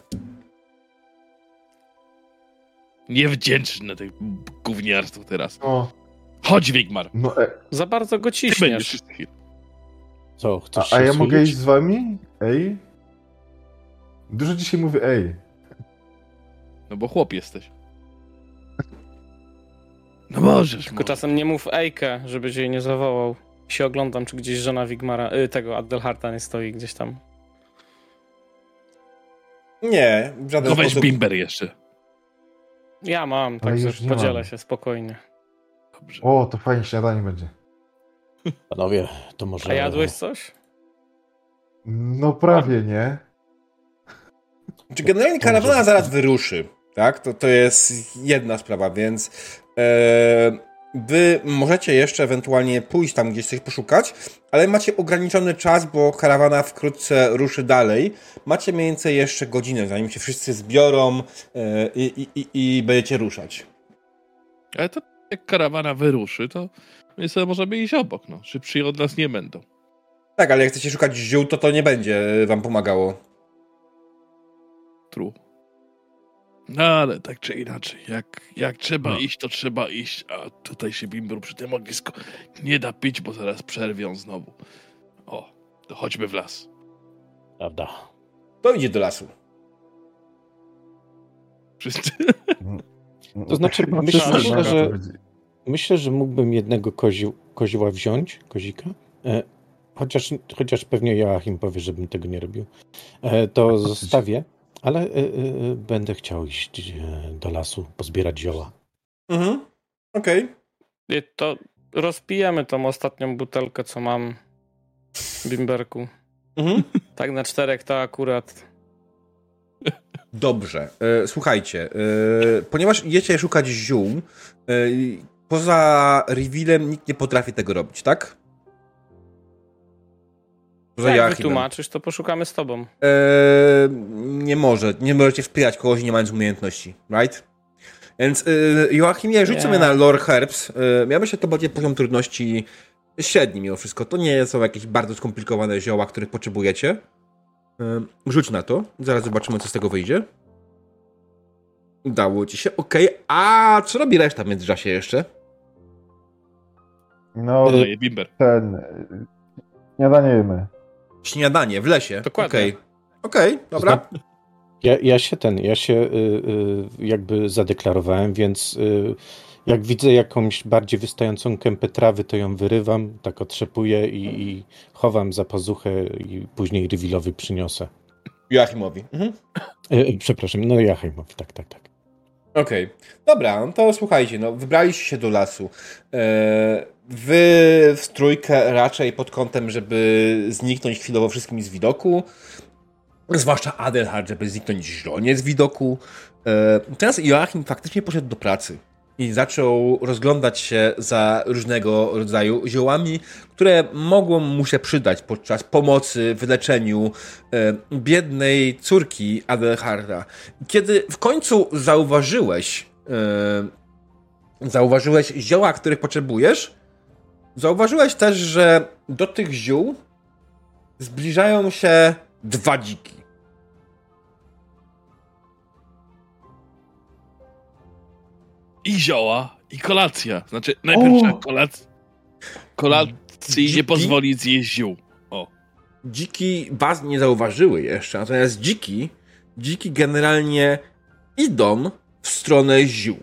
Niewdzięczne to gówniarstwo teraz. O, Chodź, Wigmar. No, e, Za bardzo go Ty ciśniesz. będziesz. Co, chcesz a, a się ja mogę schylić? iść z wami? Ej? Dużo dzisiaj mówię ej. No bo chłop jesteś. No możesz, Tylko możesz. czasem nie mów Ejkę, żeby cię jej nie zawołał. Się oglądam, czy gdzieś żona Wigmara, y, tego Adelharda nie stoi gdzieś tam. Nie, w żaden No weź sposób. bimber jeszcze. Ja mam, Ale także już nie podzielę mam. się spokojnie. Dobrze. O, to fajnie śniadanie będzie. Panowie, to może... A jadłeś coś? No prawie, nie? Czy generalnie karawana zaraz wyruszy, tak? To, to jest jedna sprawa, więc e, wy możecie jeszcze ewentualnie pójść tam gdzieś coś poszukać, ale macie ograniczony czas, bo karawana wkrótce ruszy dalej. Macie mniej więcej jeszcze godzinę, zanim się wszyscy zbiorą e, i, i, i będziecie ruszać. Ale to jak karawana wyruszy, to my sobie możemy iść obok, no. Szybciej od nas nie będą. Tak, ale jak chcecie szukać ziół, to to nie będzie wam pomagało. True. No ale tak czy inaczej, jak, jak trzeba No. iść, to trzeba iść, a tutaj się bimber przy tym ognisku nie da pić, bo zaraz przerwią znowu. O, to chodźmy w las. Prawda. To idzie do lasu. Wszyscy. To znaczy, Chyba myślę, wszyscy że- na to że- chodzi. Myślę, że mógłbym jednego koziu, kozioła wziąć, kozika, e, chociaż, chociaż pewnie Joachim powie, żebym tego nie robił. E, to zostawię, ale e, e, będę chciał iść e, do lasu, pozbierać zioła. Mhm, okej. I to rozpijemy tą ostatnią butelkę, co mam w bimberku. Mhm. Tak na czterech to akurat. Dobrze. E, słuchajcie, e, ponieważ idziecie szukać ziół, e, poza revealem nikt nie potrafi tego robić, tak? Poza Jak Joachimem. wytłumaczysz, to poszukamy z tobą. E, nie może. Nie możecie wspierać kogoś nie mając umiejętności, right? Więc e, Joachimie, rzuć Nie. sobie na Lore Herbs. E, ja myślę, że to będzie poziom trudności średni mimo wszystko. To nie są jakieś bardzo skomplikowane zioła, których potrzebujecie. E, rzuć na to. Zaraz zobaczymy, co z tego wyjdzie. Udało ci się. Okej. A co robi reszta w międzyczasie jeszcze? No, No je bimber. ten... y, Śniadanie jemy. Śniadanie w lesie. Dokładnie. Okej, Okej, dobra. Ja, ja się ten, ja się y, y, jakby zadeklarowałem, więc y, jak widzę jakąś bardziej wystającą kępę trawy, to ją wyrywam, tak otrzepuję i, i chowam za pazuchę i później revealowi przyniosę. Joachimowi. Mhm. Y, przepraszam, no Joachimowi, tak, tak, tak. Okej. Dobra, no to słuchajcie, no wybraliście się do lasu. E, wy w trójkę raczej pod kątem, żeby zniknąć chwilowo wszystkim z widoku. Zwłaszcza Adelhard, żeby zniknąć zielonie z widoku. E, teraz Joachim faktycznie poszedł do pracy i zaczął rozglądać się za różnego rodzaju ziołami, które mogą mu się przydać podczas pomocy w leczeniu e, biednej córki Adelharda. Kiedy w końcu zauważyłeś e, zauważyłeś zioła, których potrzebujesz, zauważyłeś też, że do tych ziół zbliżają się dwa dziki. I zioła, i kolacja. Znaczy, najpierw O! trzeba kolac... kolacji Dziki? nie pozwolić zjeść ziół. O. Dziki was nie zauważyły jeszcze, natomiast dziki, dziki generalnie idą w stronę ziół.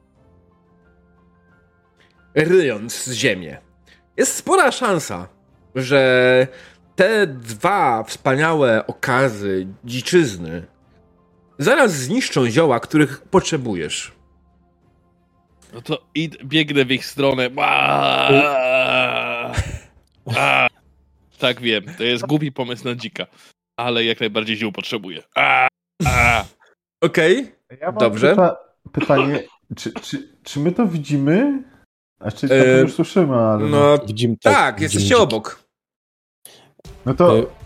Ryjąc ziemię. Jest spora szansa, że te dwa wspaniałe okazy dziczyzny zaraz zniszczą zioła, których potrzebujesz. No to id, biegnę w ich stronę. Aaaa! A, tak wiem, to jest głupi pomysł na dzika. Ale jak najbardziej ziół potrzebuję. A, a. Okej? Ja mam Dobrze. Pyta pytanie, czy, czy, czy my to widzimy? A czy to E, już słyszymy, ale... No Widzimy, tak, widzimy jesteście dziki. obok. No to E,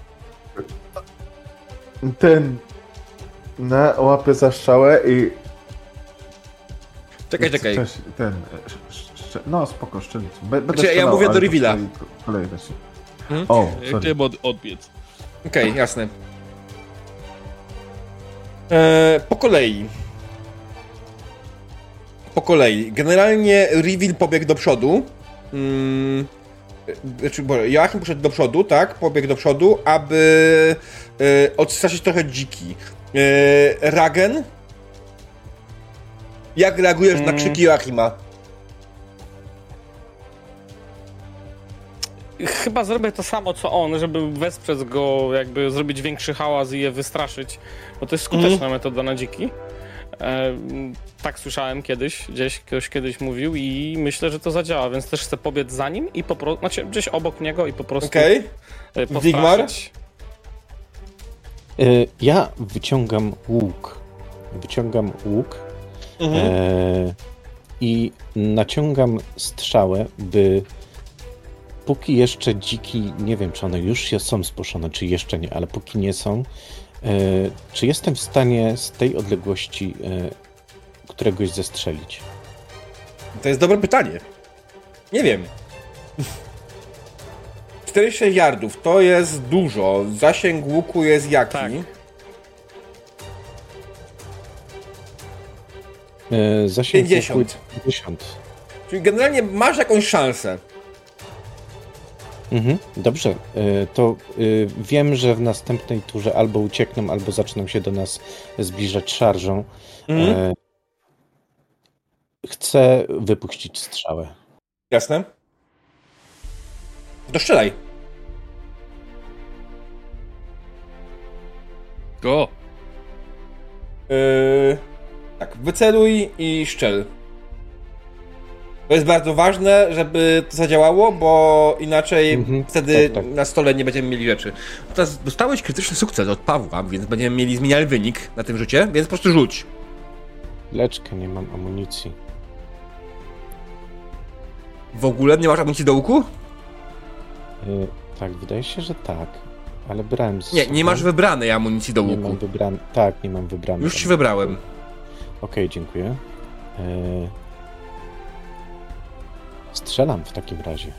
ten na łapę za strzałę i... Czekaj, czekaj. Coś, ten... sz- sz- No spoko, szczelić. Be- Będę Znaczy, ja strzelał, mówię do ale to reveala. kolej- kolej leci. Hmm? O, Jak sorry. chciałem od, odbiec. Okej, jasne. Eee, po kolei. po kolei. Generalnie Reveal pobiegł do przodu. Hmm, znaczy, Joachim poszedł do przodu, tak? Pobiegł do przodu, aby y, odstraszyć trochę dziki. Y, Ragen? Jak reagujesz hmm. na krzyki Joachima? Chyba zrobię to samo co on, żeby wesprzeć go, jakby zrobić większy hałas i je wystraszyć, bo to jest skuteczna mm. metoda na dziki. E, tak słyszałem kiedyś, gdzieś ktoś kiedyś mówił i myślę, że to zadziała, więc też chcę pobiec za nim i po prostu, znaczy gdzieś obok niego i po prostu okay. postraszyć. Wigmar? Ja wyciągam łuk. Wyciągam łuk mhm. e, i naciągam strzałę, by póki jeszcze dziki, nie wiem czy one już są spuszczone, czy jeszcze nie, ale póki nie są, e, czy jestem w stanie z tej odległości e, któregoś zestrzelić? To jest dobre pytanie. Nie wiem. czterdzieści sześć yardów, to jest dużo. Zasięg łuku jest jaki? Tak. E, zasięg pięćdziesiąt. łuku pięćdziesiąt. Czyli generalnie masz jakąś szansę. Mhm, dobrze, to wiem, że w następnej turze albo uciekną, albo zaczną się do nas zbliżać szarżą. Mhm. Chcę wypuścić strzałę. Jasne. To strzelaj. Go. Yy, tak, wyceluj i strzel. To jest bardzo ważne, żeby to zadziałało, bo inaczej mm-hmm, wtedy tak, tak. na stole nie będziemy mieli rzeczy. Teraz dostałeś krytyczny sukces od Pawła, więc będziemy mieli zmienialny wynik na tym rzucie, więc po prostu rzuć. Leczkę, nie mam amunicji. W ogóle nie masz amunicji do łuku? Yy, tak, wydaje się, że tak, ale brałem z Nie, nie masz wybranej amunicji do łuku. Nie mam wybran... Tak, nie mam wybranej. Już ci wybrałem. Okej, okay, dziękuję. Yy... Strzelam w takim razie.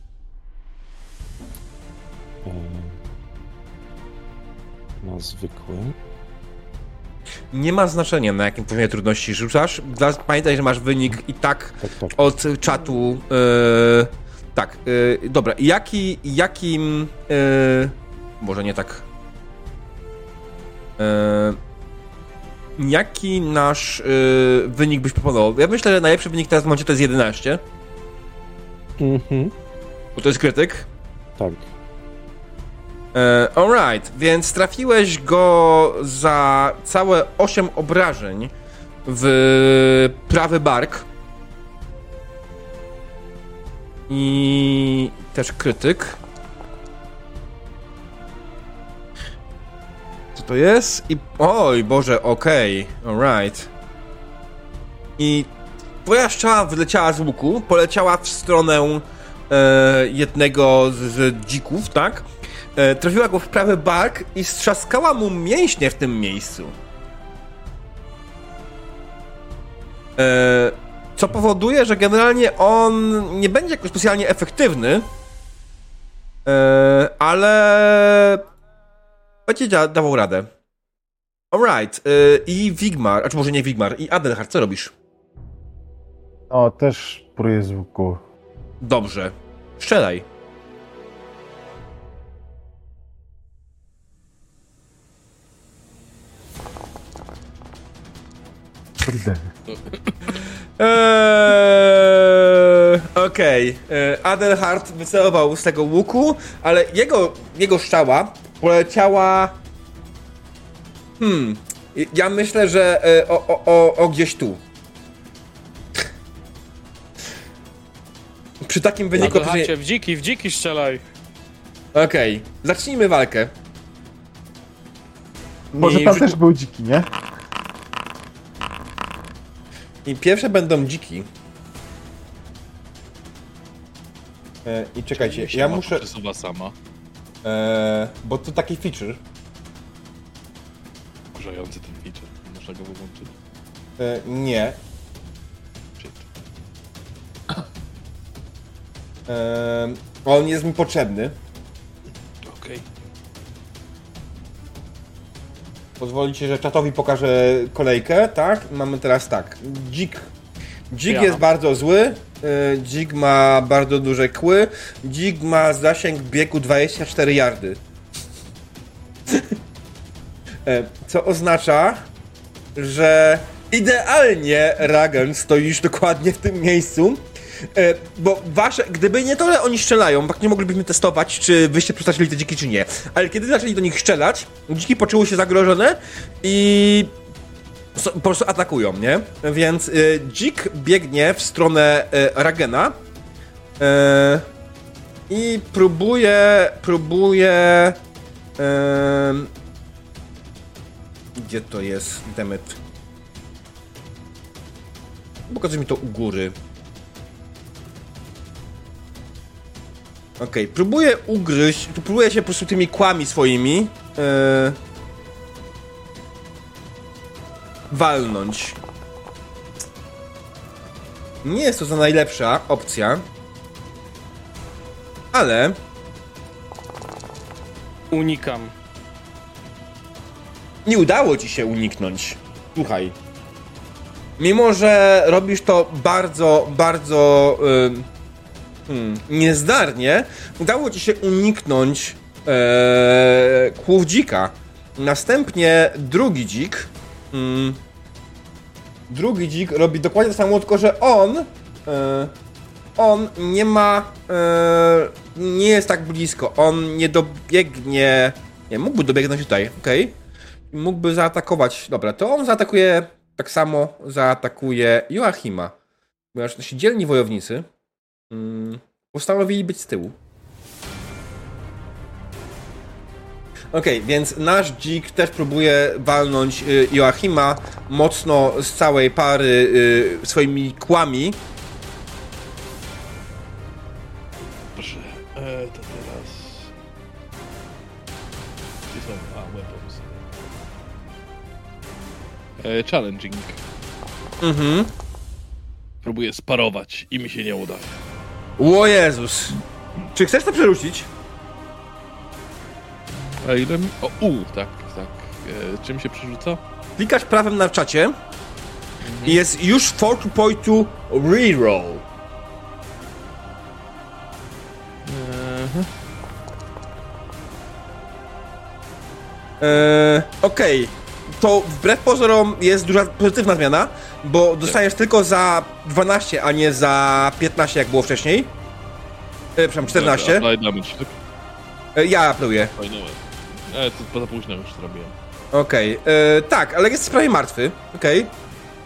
Na zwykłym. Nie ma znaczenia, na jakim poziomie trudności rzucasz. Pamiętaj, że masz wynik i tak, tak, tak. od czatu. Yy, tak, yy, dobra. Jaki, jakim... Yy, może nie tak... Yy, jaki nasz yy, wynik byś proponował? Ja myślę, że najlepszy wynik teraz w momencie to jest jedenaście. Mhm. Bo to jest krytyk? Tak. E, alright, więc trafiłeś go za całe osiem obrażeń w prawy bark. I też krytyk. Co to jest? I... Oj, Boże, okej. Okay. Alright. I twoja strzała wyleciała z łuku, poleciała w stronę e, jednego z, z dzików, tak? E, trafiła go w prawy bark i strzaskała mu mięśnie w tym miejscu. E, co powoduje, że generalnie on nie będzie jakoś specjalnie efektywny, e, ale będzie da, dawał radę. Alright. E, I Wigmar, a czy może nie Wigmar, i Adelhard, co robisz? O, też próję z łuku. Dobrze. Strzelaj. Kurde. Eee, Okej. Okay. Adelhard wycelował z tego łuku, ale jego, jego strzała poleciała... Hmm. Ja myślę, że o, o, o, o gdzieś tu. Przy takim wyniku... Adelhardzie, w dziki, w dziki strzelaj. Okej. Okay. Zacznijmy walkę. Może tam też był dziki, nie? I pierwsze będą dziki. E, I czekajcie, ja muszę... przesuwa sama. E, bo to taki feature. Kurzający ten feature. Można go wyłączyć. E, nie. E, on jest mi potrzebny. Okej. Okay. Pozwolicie, że czatowi pokażę kolejkę, tak? Mamy teraz tak. Dzik Dzik Ja. jest bardzo zły, y, dzik ma bardzo duże kły, dzik ma zasięg biegu dwadzieścia cztery yardy. E, Co oznacza, że idealnie, Ragen, stoisz dokładnie w tym miejscu, e, bo wasze, gdyby nie to, że oni strzelają, tak nie moglibyśmy testować, czy wyście przestraszyli te dziki, czy nie. Ale kiedy zaczęli do nich strzelać, dziki poczuły się zagrożone i so, po prostu atakują, nie? Więc y, dzik biegnie w stronę y, Ragena y, i próbuje, próbuje... Y, Gdzie to jest? Demet. Pokazuj mi to u góry. Okej, okay. Próbuję ugryźć, tu próbuję się po prostu tymi kłami swoimi yy, walnąć. Nie jest to za najlepsza opcja, ale Unikam. nie udało ci się uniknąć. Słuchaj. Mimo, że robisz to bardzo, bardzo yy, hmm, niezdarnie, udało ci się uniknąć yy, kłów dzika. Następnie drugi dzik. Yy, drugi dzik robi dokładnie to samo, tylko że on. Yy, on nie ma. Yy, nie jest tak blisko. On nie dobiegnie. Nie, mógłby dobiegnąć tutaj, okej. Okay. Mógłby zaatakować. Dobra, to on zaatakuje. Tak samo zaatakuje Joachima. Ponieważ nasi dzielni wojownicy mm, postanowili być z tyłu. Okej, okay, więc nasz dzik też próbuje walnąć y, Joachima mocno z całej pary y, swoimi kłami. Proszę, e, to teraz... Gdzie są? A, weapons. E, challenging. Mhm. Próbuję sparować i mi się nie uda. O Jezus! Czy chcesz to przerzucić? A ile mi... O, u, tak, tak. E, czym się przerzuca? Klikasz prawem na czacie mhm. i jest już fortune pointu reroll. Mhm. Eee, Okej, okay. To wbrew pozorom jest duża pozytywna zmiana, bo dostajesz tylko za dwanaście, a nie za piętnaście, jak było wcześniej. Eee, przepraszam, czternaście. Apply damage, tak? Eee, ja apeluję. E, to za późno już zrobiłem. Okej, okay. eee, tak, ale jest prawie martwy. Okej. Okay.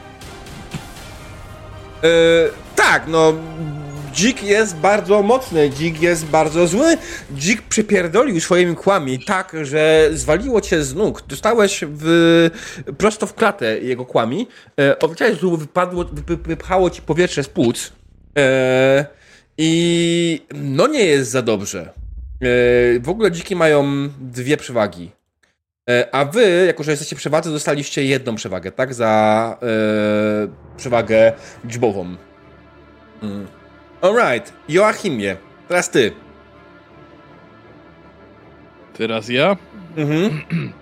Eee, tak, no... Dzik jest bardzo mocny, dzik jest bardzo zły. Dzik przypierdolił swoimi kłami tak, że zwaliło cię z nóg. Dostałeś w, prosto w klatę jego kłami. E, Odleciałeś, że wypadło, wy, wypchało ci powietrze z płuc. E, I no nie jest za dobrze. E, w ogóle dziki mają dwie przewagi. E, a wy, jako że jesteście przewadzy, dostaliście jedną przewagę, tak? Za e, przewagę liczbową. Mm. Alright, Joachimie, teraz ty. Teraz ja? Mhm.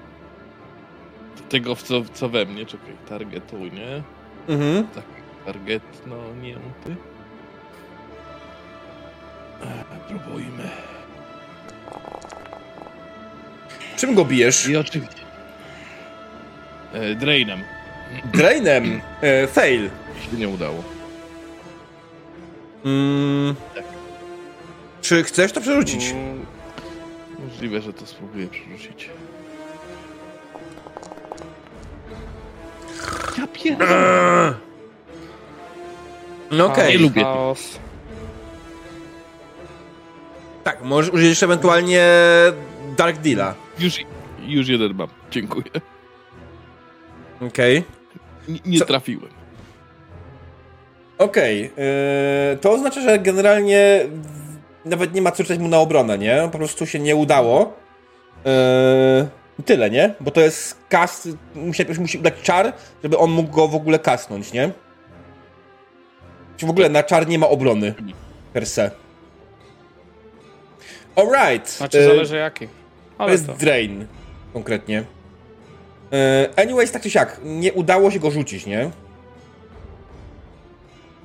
Tego, co, co we mnie, czekaj, targetuj, nie? Mhm. Tak, target, no nie ty. Próbujmy. Czym go bijesz? I oczywiście. E, drainem. Drainem. E, fail. Się nie udało. Mm. Tak. Czy chcesz to przerzucić? Mm, możliwe, że to spróbuję przerzucić. Ja pierdolę. No okej. Nie Okay. lubię Chaos. Tak, możesz użyć jeszcze ewentualnie Dark Deala. Już, już jeden mam. Dziękuję. Okej. Okay. Nie Co? trafiłem. Okej. Okay. Yy, to oznacza, że generalnie nawet nie ma co czytać mu na obronę, nie? Po prostu się nie udało. Yy, tyle, nie? Bo to jest cast... Musi, musi udać czar, żeby on mógł go w ogóle kasnąć, nie? Czy w ogóle na czar nie ma obrony per se. Alright. Znaczy yy, zależy jaki. Ale to jest to. drain. Konkretnie. Yy, anyways, tak czy siak. Nie udało się go rzucić, nie?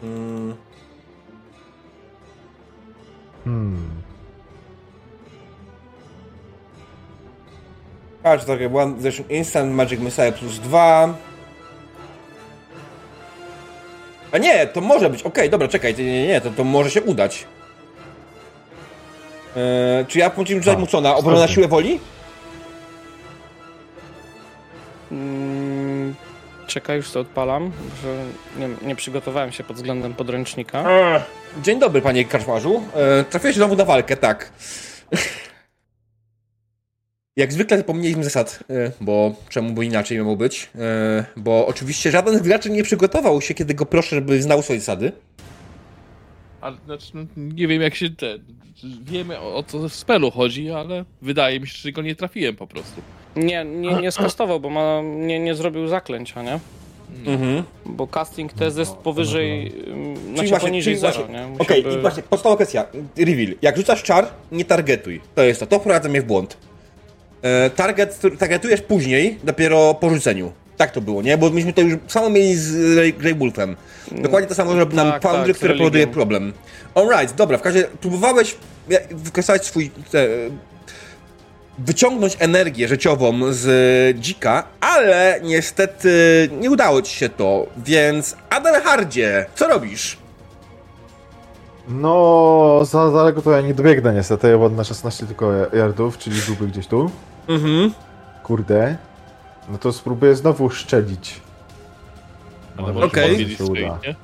Mm. Hmm. Patrz, takie one, zresztą Instant Magic Missile plus dwa. A nie, to może być. Okej, okay, dobra, czekaj, nie, nie, nie, to, to może się udać. Eee, czy ja powinien rzucać mu co, na obronę na siłę woli? Mm, czekaj, już to odpalam, że nie, nie przygotowałem się pod względem podręcznika. Eee, dzień dobry, panie karczmarzu. Eee, trafiłeś znowu na walkę, tak. Jak zwykle zapomnieliśmy zasad, bo czemu by inaczej miało być, bo oczywiście żaden z graczy nie przygotował się, kiedy go proszę, żeby znał swoje zasady. Ale znaczy, no, nie wiem jak się te... Wiemy o, o co w spelu chodzi, ale wydaje mi się, że go nie trafiłem po prostu. Nie, nie, nie skastował, bo ma, nie, nie zrobił zaklęcia, nie? Mhm. Bo casting test jest powyżej, Czyli znaczy właśnie, poniżej czyli zero, właśnie, nie? Okej, Musiałby... i właśnie, podstawowa kwestia, reveal. Jak rzucasz czar, nie targetuj. To jest to, to wprowadza mnie w błąd. Target, targetujesz później, dopiero po rzuceniu. Tak to było, nie? Bo myśmy to już samo mieli z Grey Wolfem. Dokładnie to samo robi nam tak, Foundry, tak, które powoduje problem. Alright, dobra, w każdym razie próbowałeś wykorzystać swój... Te, wyciągnąć energię życiową z dzika, ale niestety nie udało ci się to, więc Adelhardzie, co robisz? No, za daleko to ja nie dobiegnę niestety, ja ładne szesnaście tylko yardów, czyli byłby gdzieś tu. Mhm. Kurde. No to spróbuję znowu szczelić. Ale Okej. może się uda. nie?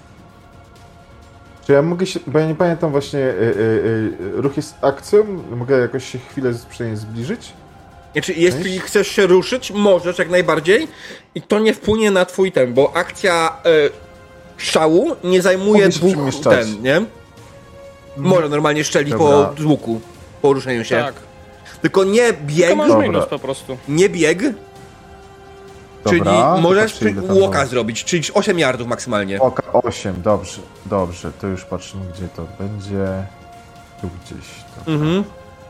Czy ja mogę się, bo ja nie pamiętam właśnie, y, y, y, ruch jest akcją? Mogę jakoś się chwilę przynajmniej zbliżyć? Znaczy, jeśli chcesz się ruszyć, możesz jak najbardziej i to nie wpłynie na twój ten, bo akcja y, szału nie zajmuje Mogę się dwóch przemieszczać. ten, nie? Może normalnie strzelić po Dobra. z łuku, po ruszeniu się. Tak, Tylko nie bieg, tylko masz Dobra. minus po prostu. nie bieg, czyli Dobra, to możesz patrzę, ile tam łoka było. zrobić, czyli osiem yardów maksymalnie. Oka osiem, dobrze, dobrze, to już patrzymy gdzie to będzie. Tu gdzieś. To. Mhm.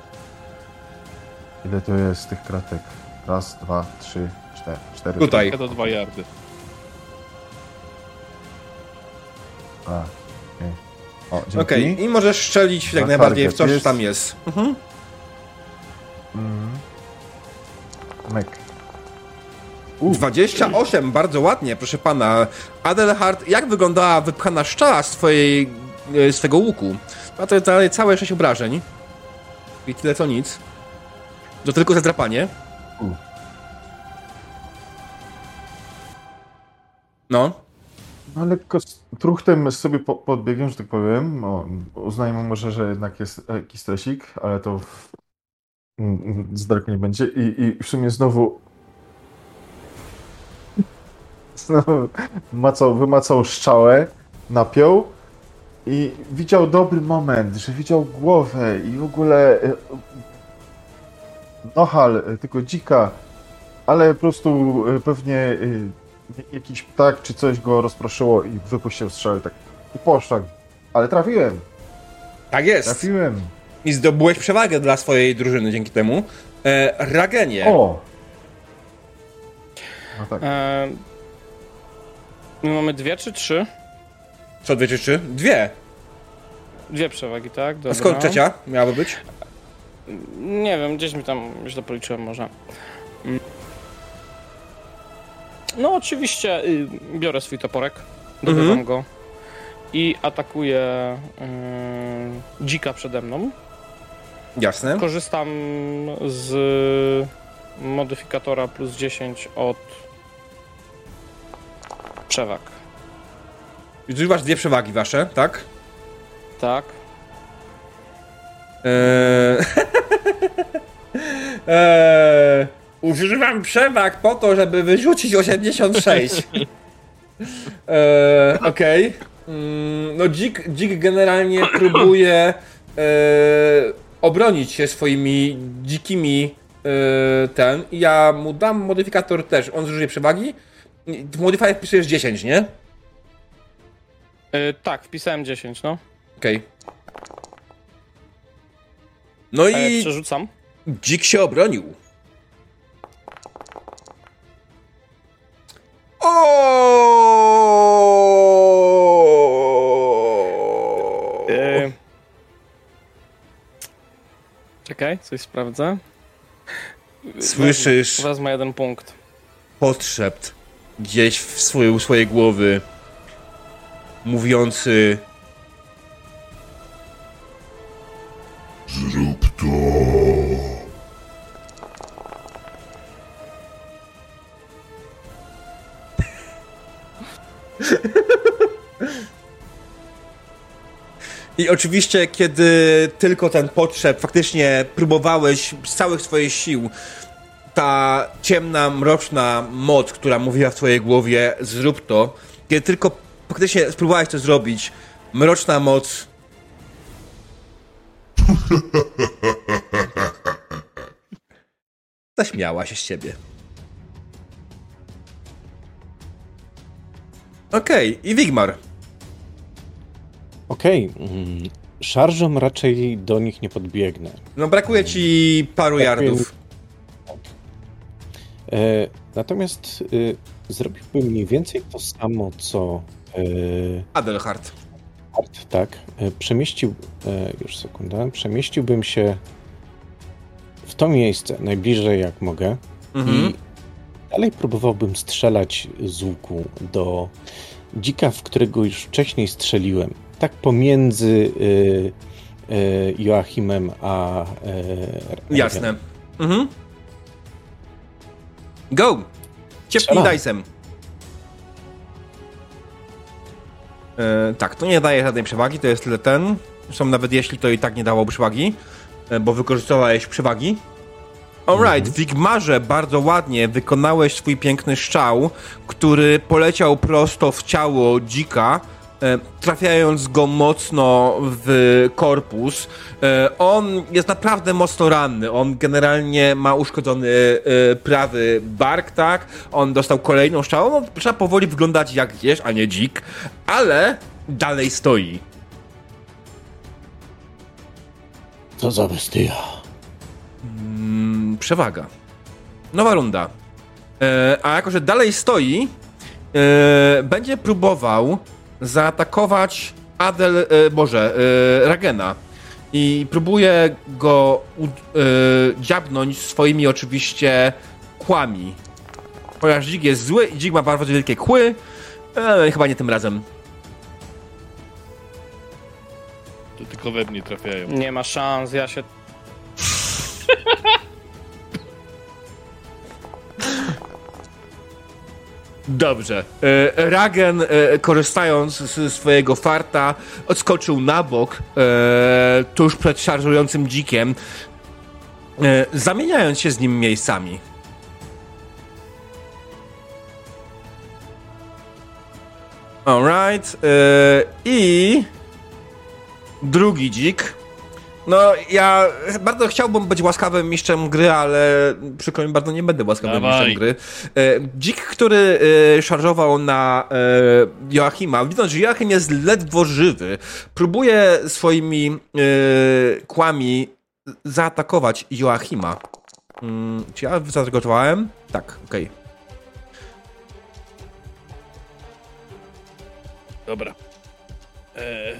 Ile to jest tych kratek? Raz, dwa, trzy, cztery. cztery Tutaj. To dwa yardy. A, okej. O, dzięki. Okej, i możesz strzelić jak Na najbardziej w target coś, jest. co tam jest. Mhm. Mhm. Mek. dwadzieścia osiem, bardzo ładnie, proszę pana. Adelhard, jak wyglądała wypchana szczała z twojej, e, swego łuku? Ma to dalej całe sześć obrażeń. I tyle co nic. To tylko zadrapanie. U. No. No lekko z truchtem sobie po, podbiegiem, że tak powiem. O, uznajmy może, że jednak jest jakiś stresik, ale to w, mm, z daleko nie będzie. I, I w sumie znowu znowu macał, wymacał szczałę, napiął i widział dobry moment, że widział głowę i w ogóle e, nohal, e, tylko dzika, ale po prostu e, pewnie e, jakiś ptak czy coś go rozproszyło i wypuścił strzał tak i poszedł. Ale trafiłem, Tak jest. trafiłem. I zdobyłeś przewagę dla swojej drużyny dzięki temu. E, Ragenie. O! No tak. E, my mamy dwie czy trzy? Co, dwie czy trzy? Dwie. Dwie przewagi, tak? Dobra. A skąd trzecia miałaby być? Nie wiem, gdzieś mi tam źle policzyłem może. Mm. No oczywiście y, biorę swój toporek, dobywam Mhm. go i atakuję y, dzika przede mną. Jasne. Korzystam z modyfikatora plus dziesięć od przewag. I tu masz dwie przewagi wasze, tak? Tak. Eee... eee... Używam przewag po to, żeby wyrzucić osiemdziesiąt sześć. eee, Okej. Okay. Mm, no dzik, dzik generalnie próbuje eee, obronić się swoimi dzikimi eee, ten. I ja mu dam modyfikator też. On zużyje przewagi. W modyfikator wpisujesz dziesięć, nie? Y, tak, wpisałem dziesięć, no. Okej. Okay. No E, i przerzucam. dzik się obronił. O! Okej, okay, coś sprawdzę. Słyszysz Wezmę jeden punkt. podszept gdzieś w swojej, swojej głowy mówiący: Zrób to. I oczywiście, kiedy tylko ten potrzeb faktycznie próbowałeś z całych swoich sił, ta ciemna, mroczna moc, która mówiła w twojej głowie, zrób to, kiedy tylko faktycznie spróbowałeś to zrobić, mroczna moc zaśmiała się z ciebie. Okej, okay. I Wigmar. Okej, okay. mm, szarżą raczej do nich nie podbiegnę. No brakuje ci paru brakuje... yardów. E, natomiast e, zrobiłbym mniej więcej to samo, co e, Adelhard. Hard, tak. E, przemieścił, e, już sekundę, przemieściłbym się w to miejsce najbliżej jak mogę mhm. i dalej próbowałbym strzelać z łuku do dzika, w którego już wcześniej strzeliłem. Tak pomiędzy y, y, Joachimem a... Y, Jasne. Mhm. Go! Ciepnij dajsem. E, tak, to nie daje żadnej przewagi, to jest tyle ten. Zresztą nawet jeśli to i tak nie dało przewagi, e, bo wykorzystałeś przewagi. Alright, mhm. w Wigmarze bardzo ładnie wykonałeś swój piękny strzał, który poleciał prosto w ciało dzika, e, trafiając go mocno w korpus. E, on jest naprawdę mocno ranny. On generalnie ma uszkodzony e, prawy bark, tak? On dostał kolejną strzałę. No, trzeba powoli wyglądać jak jeż, a nie dzik, ale dalej stoi. Co za bestia. Hmm, przewaga. Nowa runda. E, a jako, że dalej stoi, e, będzie próbował zaatakować Adel, e, Boże, e, Ragena. I próbuje go u, e, dziabnąć swoimi oczywiście kłami. Ponieważ dzik jest zły i dzik ma bardzo wielkie kły, e, chyba nie tym razem. To tylko we mnie trafiają. Nie ma szans, ja się... Dobrze. E, Ragen, e, korzystając z swojego farta, odskoczył na bok e, tuż przed szarżującym dzikiem, e, zamieniając się z nim miejscami. Alright. E, I drugi dzik. No, ja bardzo chciałbym być łaskawym mistrzem gry, ale przykro mi, bardzo nie będę łaskawym Dawaj. mistrzem gry. E, dzik, który e, szarżował na e, Joachima, widząc, że Joachim jest ledwo żywy, próbuje swoimi e, kłami zaatakować Joachima. Hmm, czy ja zaatackowałem? Tak, okej. Okay. Dobra. Eee...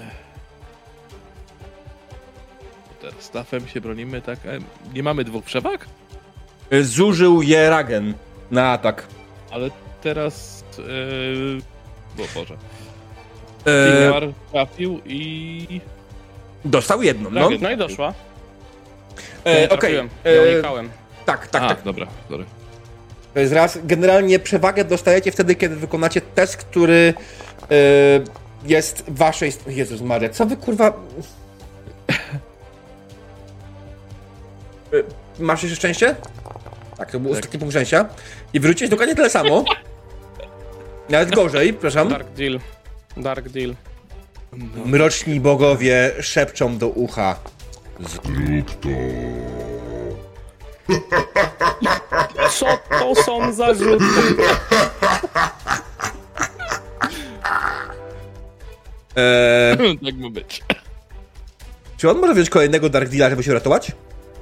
Teraz stafem się bronimy, tak? E, nie mamy dwóch przewag? Zużył je Ragen na atak. Ale teraz... Eee... Bo Boże. Eee... Wigmar trafił i... Dostał jedną, no. No i doszła. E, Okej. Okay. Ja unikałem. Tak, tak, A, tak. dobra, sorry. To jest raz. Generalnie przewagę dostajecie wtedy, kiedy wykonacie test, który yy, jest waszej... Jezus Maria, co wy kurwa... yy, masz jeszcze szczęście? Tak, to był tak. Ostatni punkt szczęścia. I wróciłeś dokładnie tyle samo. Nawet gorzej, przepraszam. Dark deal. Dark deal. No. Mroczni bogowie szepczą do ucha. Zrób to. Co to są za rzuty? Eee, Tak ma być. czy on może wziąć kolejnego Dark Deala, żeby się uratować?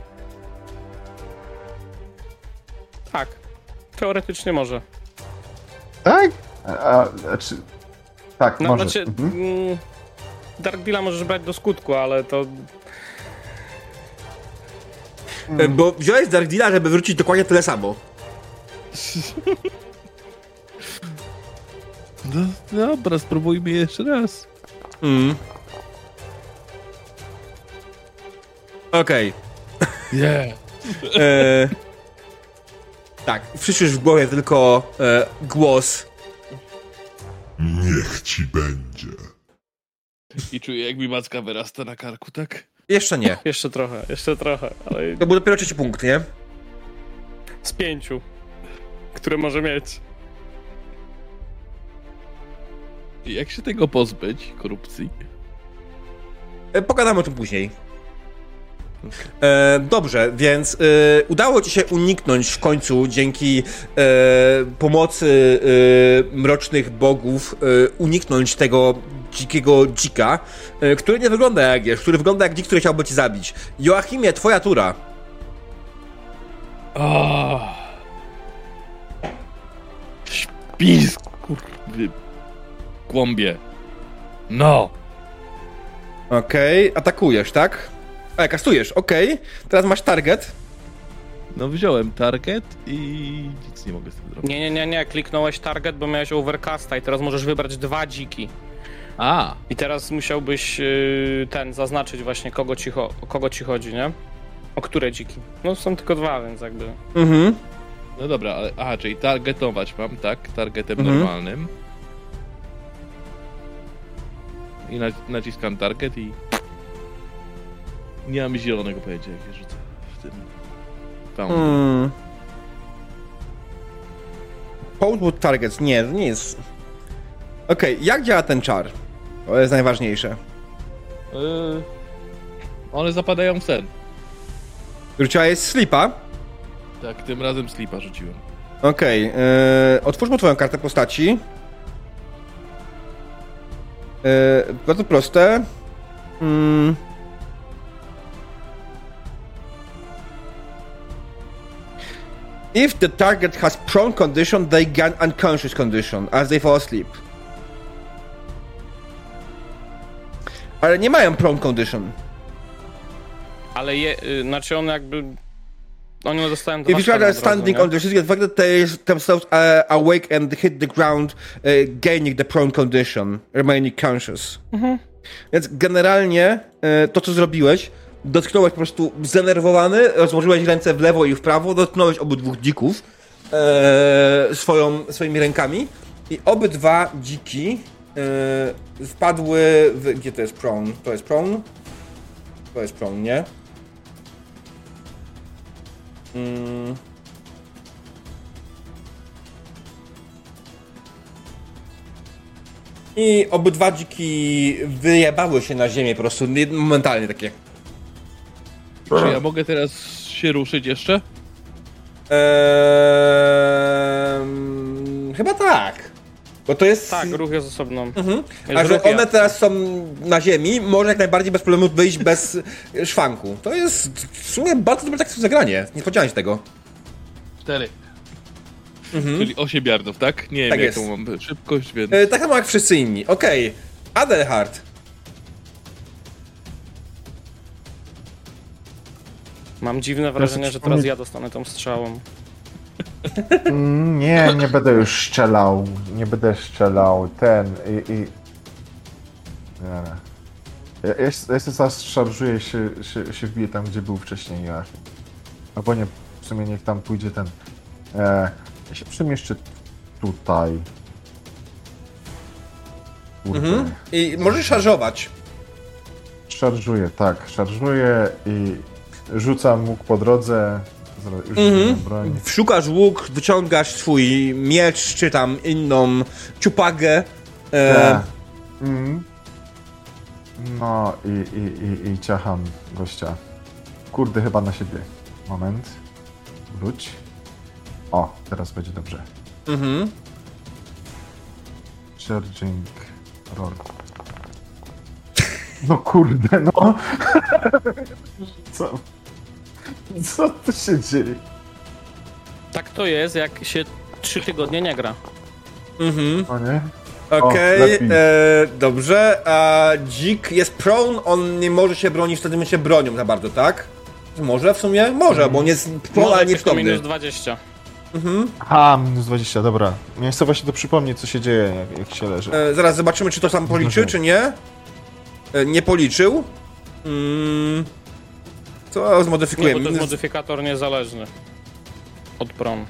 Tak. Teoretycznie może. Tak? A, a, a czy... Tak, No, może. znaczy, Mhm. mm, Dark Deala możesz brać do skutku, ale to... Mm. Bo wziąłeś Dark Deala, żeby wrócić dokładnie tyle samo. No dobra, spróbujmy jeszcze raz. Mm. Okej. Nie. Yeah. E, tak, wszyscy już w głowie tylko e, głos. Niech ci będzie. I czuję, jak mi macka wyrasta na karku, tak? Jeszcze nie. Jeszcze trochę, jeszcze trochę, ale To był dopiero trzeci punkt, nie? z pięciu, które może mieć. I jak się tego pozbyć, korupcji? E, pogadamy o tym później. E, dobrze, więc e, udało ci się uniknąć w końcu dzięki e, pomocy e, mrocznych bogów, e, uniknąć tego dzikiego dzika, e, który nie wygląda jak jest, który wygląda jak dzik, który chciałby ci zabić. Joachimie, twoja tura. Oh. Śpis, kurwy. Kłąbie. No. Okej, okay, atakujesz, tak? A, kastujesz, okej. Okay. Teraz masz target. No wziąłem target i nic nie mogę z tym zrobić. Nie, nie, nie, nie, kliknąłeś target, bo miałeś overcasta i teraz możesz wybrać dwa dziki. A. I teraz musiałbyś yy, ten, zaznaczyć właśnie kogo ci, cho- o kogo ci chodzi, nie? O które dziki. No są tylko dwa, więc jakby... Mhm. No dobra, ale aha, czyli targetować mam, tak? Targetem Mhm. normalnym. I nac- naciskam target i... Nie mam zielonego pojęcia, jak je rzucę w tym... Found. Hmm. Output targets, nie, to nie jest... Okej, okay, jak działa ten czar? To jest najważniejsze. Yy... One zapadają w sen. Rzuciłeś slipa? Tak, tym razem slipa rzuciłem. Okej, okay, yy, otwórzmy twoją kartę postaci. Yy, bardzo proste. Mm. If the target has prone condition, they gain unconscious condition as they fall asleep. Ale nie mają prone condition. Ale je, y, znaczy one jakby... Oni dostają dwa If you are standing razu, on the city, the fact that they themselves uh, awake and hit the ground, uh, gaining the prone condition, remaining conscious. Mhm. Więc generalnie uh, to, co zrobiłeś, dotknąłeś po prostu zdenerwowany, rozłożyłeś ręce w lewo i w prawo, dotknąłeś obydwu dzików uh, swoją, swoimi rękami i obydwa dziki uh, wpadły w... Gdzie to jest prone? To jest prone? To jest prone, nie? Mm. I obydwa dziki wyjebały się na ziemię po prostu momentalnie takie. Czy ja mogę teraz się ruszyć jeszcze? Eee, chyba tak. Bo to jest... Tak, ruch jest osobno. Mhm. A że one teraz są na ziemi, może jak najbardziej bez problemu wyjść bez szwanku. To jest w sumie bardzo dobre tak zagranie. Nie spodziewałem się tego. Cztery. Mhm. Czyli osiem yardów, tak? Nie Tak wiem, jest. jaką mam szybkość, więc... E, tak samo jak wszyscy inni. Okej. Okay. Adelhard. Mam dziwne wrażenie, że teraz ja dostanę tą strzałą. Nie, nie będę już strzelał. Nie będę strzelał. Ten i... i... Nie, nie. Ja, ja, ja się zaraz szarżuję, się, się, się wbiję tam, gdzie był wcześniej Joachim. Albo nie, w sumie niech tam pójdzie ten... E, ja się przemieszczę tutaj. Kurde. Mhm. I możesz szarżować. Szarżuję, tak. Szarżuję i rzucam łuk po drodze. Już Mhm. broń. Szukasz łuk, wyciągasz swój miecz, czy tam inną ciupagę. E, Tak. Mhm. No i, i, i, i ciacham gościa. Kurde, chyba na siebie. Moment. Wróć. O, teraz będzie dobrze. mhm. Charging roll. No kurde, no. Co? Co tu się dzieje? Tak to jest, jak się trzy tygodnie nie gra. Mhm. O nie? Okej, lepiej. e, dobrze. A dzik jest prone, on nie może się bronić, wtedy my się bronią za bardzo, tak? Może w sumie? Może, mm. bo on jest pola nieprzytomny. minus dwadzieścia. Mhm. Aha, minus dwadzieścia, dobra. Ja chcę właśnie to przypomnieć, co się dzieje, jak, jak się leży. E, zaraz zobaczymy, czy to sam policzy, czy nie. E, nie policzył. Mm. Co zmodyfikujemy? Nie, bo to jest modyfikator niezależny od prom.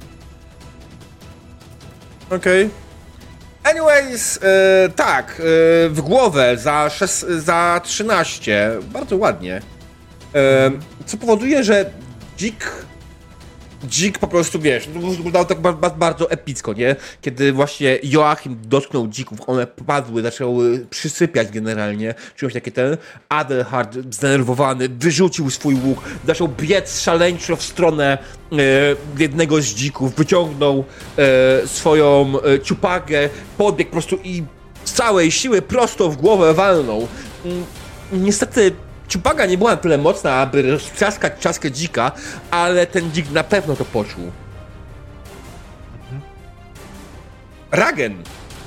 Okej. Okay. Anyways, e, tak, e, w głowę za, szes, za trzynaście. Bardzo ładnie. E, co powoduje, że dzik... Dzik po prostu, wiesz, wyglądało tak bardzo epicko, nie? Kiedy właśnie Joachim dotknął dzików, one padły, zaczęły przysypiać generalnie, czułem się takie ten, Adelhard zdenerwowany, wyrzucił swój łuk, zaczął biec szaleńczo w stronę e, jednego z dzików, wyciągnął e, swoją e, ciupagę, podbiegł po prostu i z całej siły prosto w głowę walnął. Mm, niestety ciupaga nie była na tyle mocna, aby roztrzaskać czaskę dzika, ale ten dzik na pewno to poczuł. Mhm. Ragen!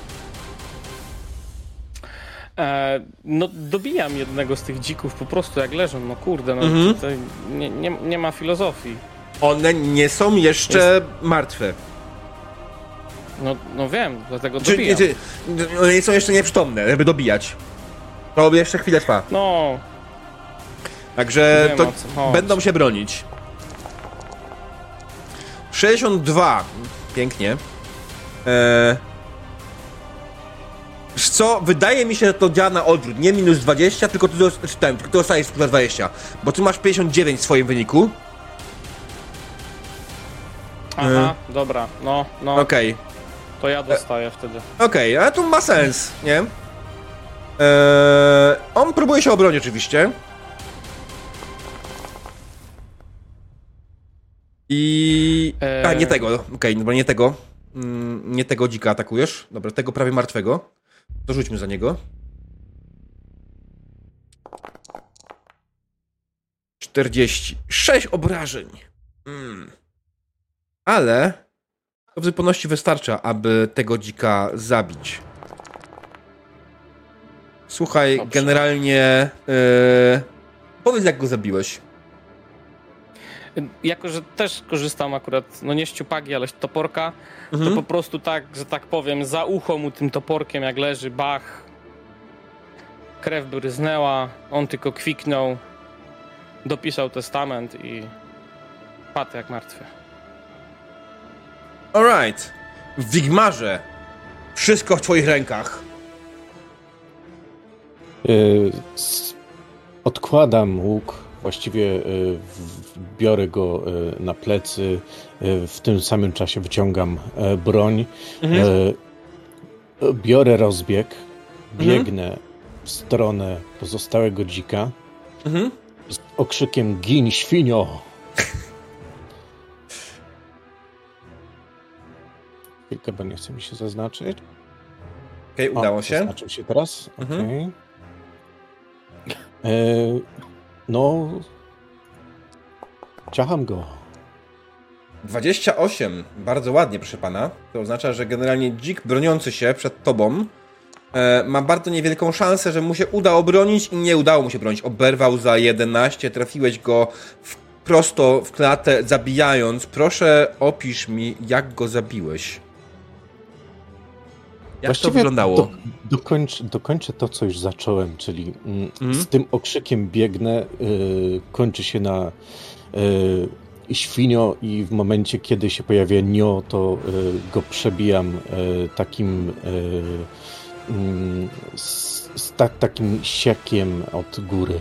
E, no dobijam jednego z tych dzików po prostu jak leżą, no kurde, no mhm. to, to nie, nie, nie ma filozofii. One nie są jeszcze Jest... martwe. No, no wiem, dlatego czy, dobijam. Czy, one nie są jeszcze nieprzytomne, żeby dobijać. To jeszcze chwilę trwa. No... Także to będą się bronić. sześćdziesiąt dwa. Pięknie. Eee... Co? Wydaje mi się, że to działa na odwrót. Nie minus dwadzieścia, tylko ty, dostałem, tylko ty dostajesz plus dwadzieścia. Bo ty masz pięćdziesiąt dziewięć w swoim wyniku. Aha, eee... dobra. No, no. Okej. Okay. To ja dostaję e... wtedy. Okej, okay, ale to ma sens, nie? Eee... On próbuje się obronić oczywiście. I... Eee... A, nie tego, okej, okay, dobra, nie tego. Mm, nie tego dzika atakujesz. Dobra, tego prawie martwego. To rzućmy za niego. czterdzieści. sześć obrażeń. Mm. Ale... to w zupełności wystarcza, aby tego dzika zabić. Słuchaj, Dobrze. generalnie... Yy... Powiedz, jak go zabiłeś. Jako, że też korzystam akurat, no nie z ciupagi, ale z toporka, mhm. to po prostu tak, że tak powiem, za ucho mu tym toporkiem jak leży, bach, krew bryznęła, on tylko kwiknął, dopisał testament i padł jak martwy. Alright. Wigmarze, wszystko w twoich rękach. Yy, odkładam łuk. Właściwie y, biorę go y, na plecy, y, w tym samym czasie wyciągam y, broń, mhm. y, biorę rozbieg, biegnę mhm. w stronę pozostałego dzika mhm. z okrzykiem "Gin, świnio!". Chwilkę, bo nie chce mi się zaznaczyć. Okej, okay, udało o, się. Zaznaczył się teraz, mhm. okej. Okay. Y, No, ciacham go. dwadzieścia osiem. Bardzo ładnie, proszę pana. To oznacza, że generalnie dzik broniący się przed tobą e, ma bardzo niewielką szansę, że mu się uda obronić i nie udało mu się bronić. Oberwał za jedenaście, trafiłeś go w, prosto w klatę, zabijając. Proszę, opisz mi, jak go zabiłeś. Jak Właściwie to wyglądało? Do, dokończ, dokończę to, co już zacząłem, czyli mm, mm. z tym okrzykiem biegnę, y, kończy się na y, świnio i w momencie, kiedy się pojawia nio, to y, go przebijam y, takim y, y, z, z ta, takim siekiem od góry.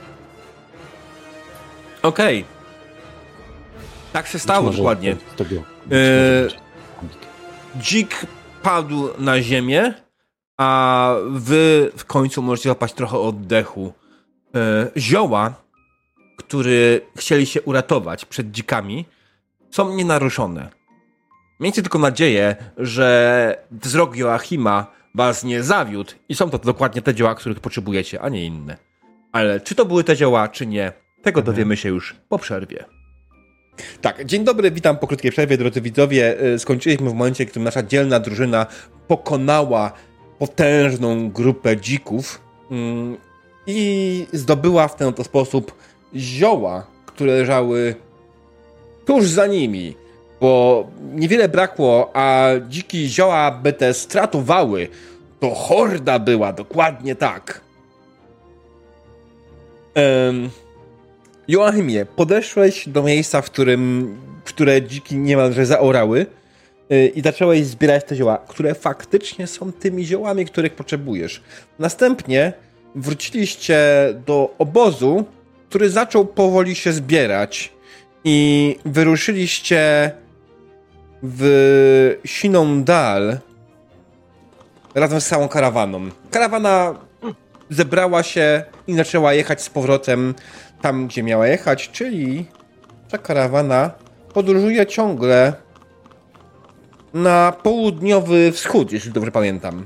Okej. Okay. Tak się stało dokładnie. Tego, e... Dzik padł na ziemię, a wy w końcu możecie złapać trochę oddechu. E, zioła, które chcieli się uratować przed dzikami, są nienaruszone. Miejcie tylko nadzieję, że wzrok Joachima was nie zawiódł i są to dokładnie te dzieła, których potrzebujecie, a nie inne. Ale czy to były te dzieła, czy nie, tego mhm. dowiemy się już po przerwie. Tak, dzień dobry, witam po krótkiej przerwie, drodzy widzowie. Skończyliśmy w momencie, w którym nasza dzielna drużyna pokonała potężną grupę dzików i zdobyła w ten oto sposób zioła, które leżały tuż za nimi, bo niewiele brakło, a dziki zioła by te stratowały. To horda była, dokładnie tak. Um, Joachimie, podeszłeś do miejsca, w którym, w które dziki niemalże zaorały yy, i zacząłeś zbierać te zioła, które faktycznie są tymi ziołami, których potrzebujesz. Następnie wróciliście do obozu, który zaczął powoli się zbierać i wyruszyliście w siną dal razem z całą karawaną. Karawana zebrała się i zaczęła jechać z powrotem tam, gdzie miała jechać, czyli ta karawana podróżuje ciągle na południowy wschód, jeśli dobrze pamiętam.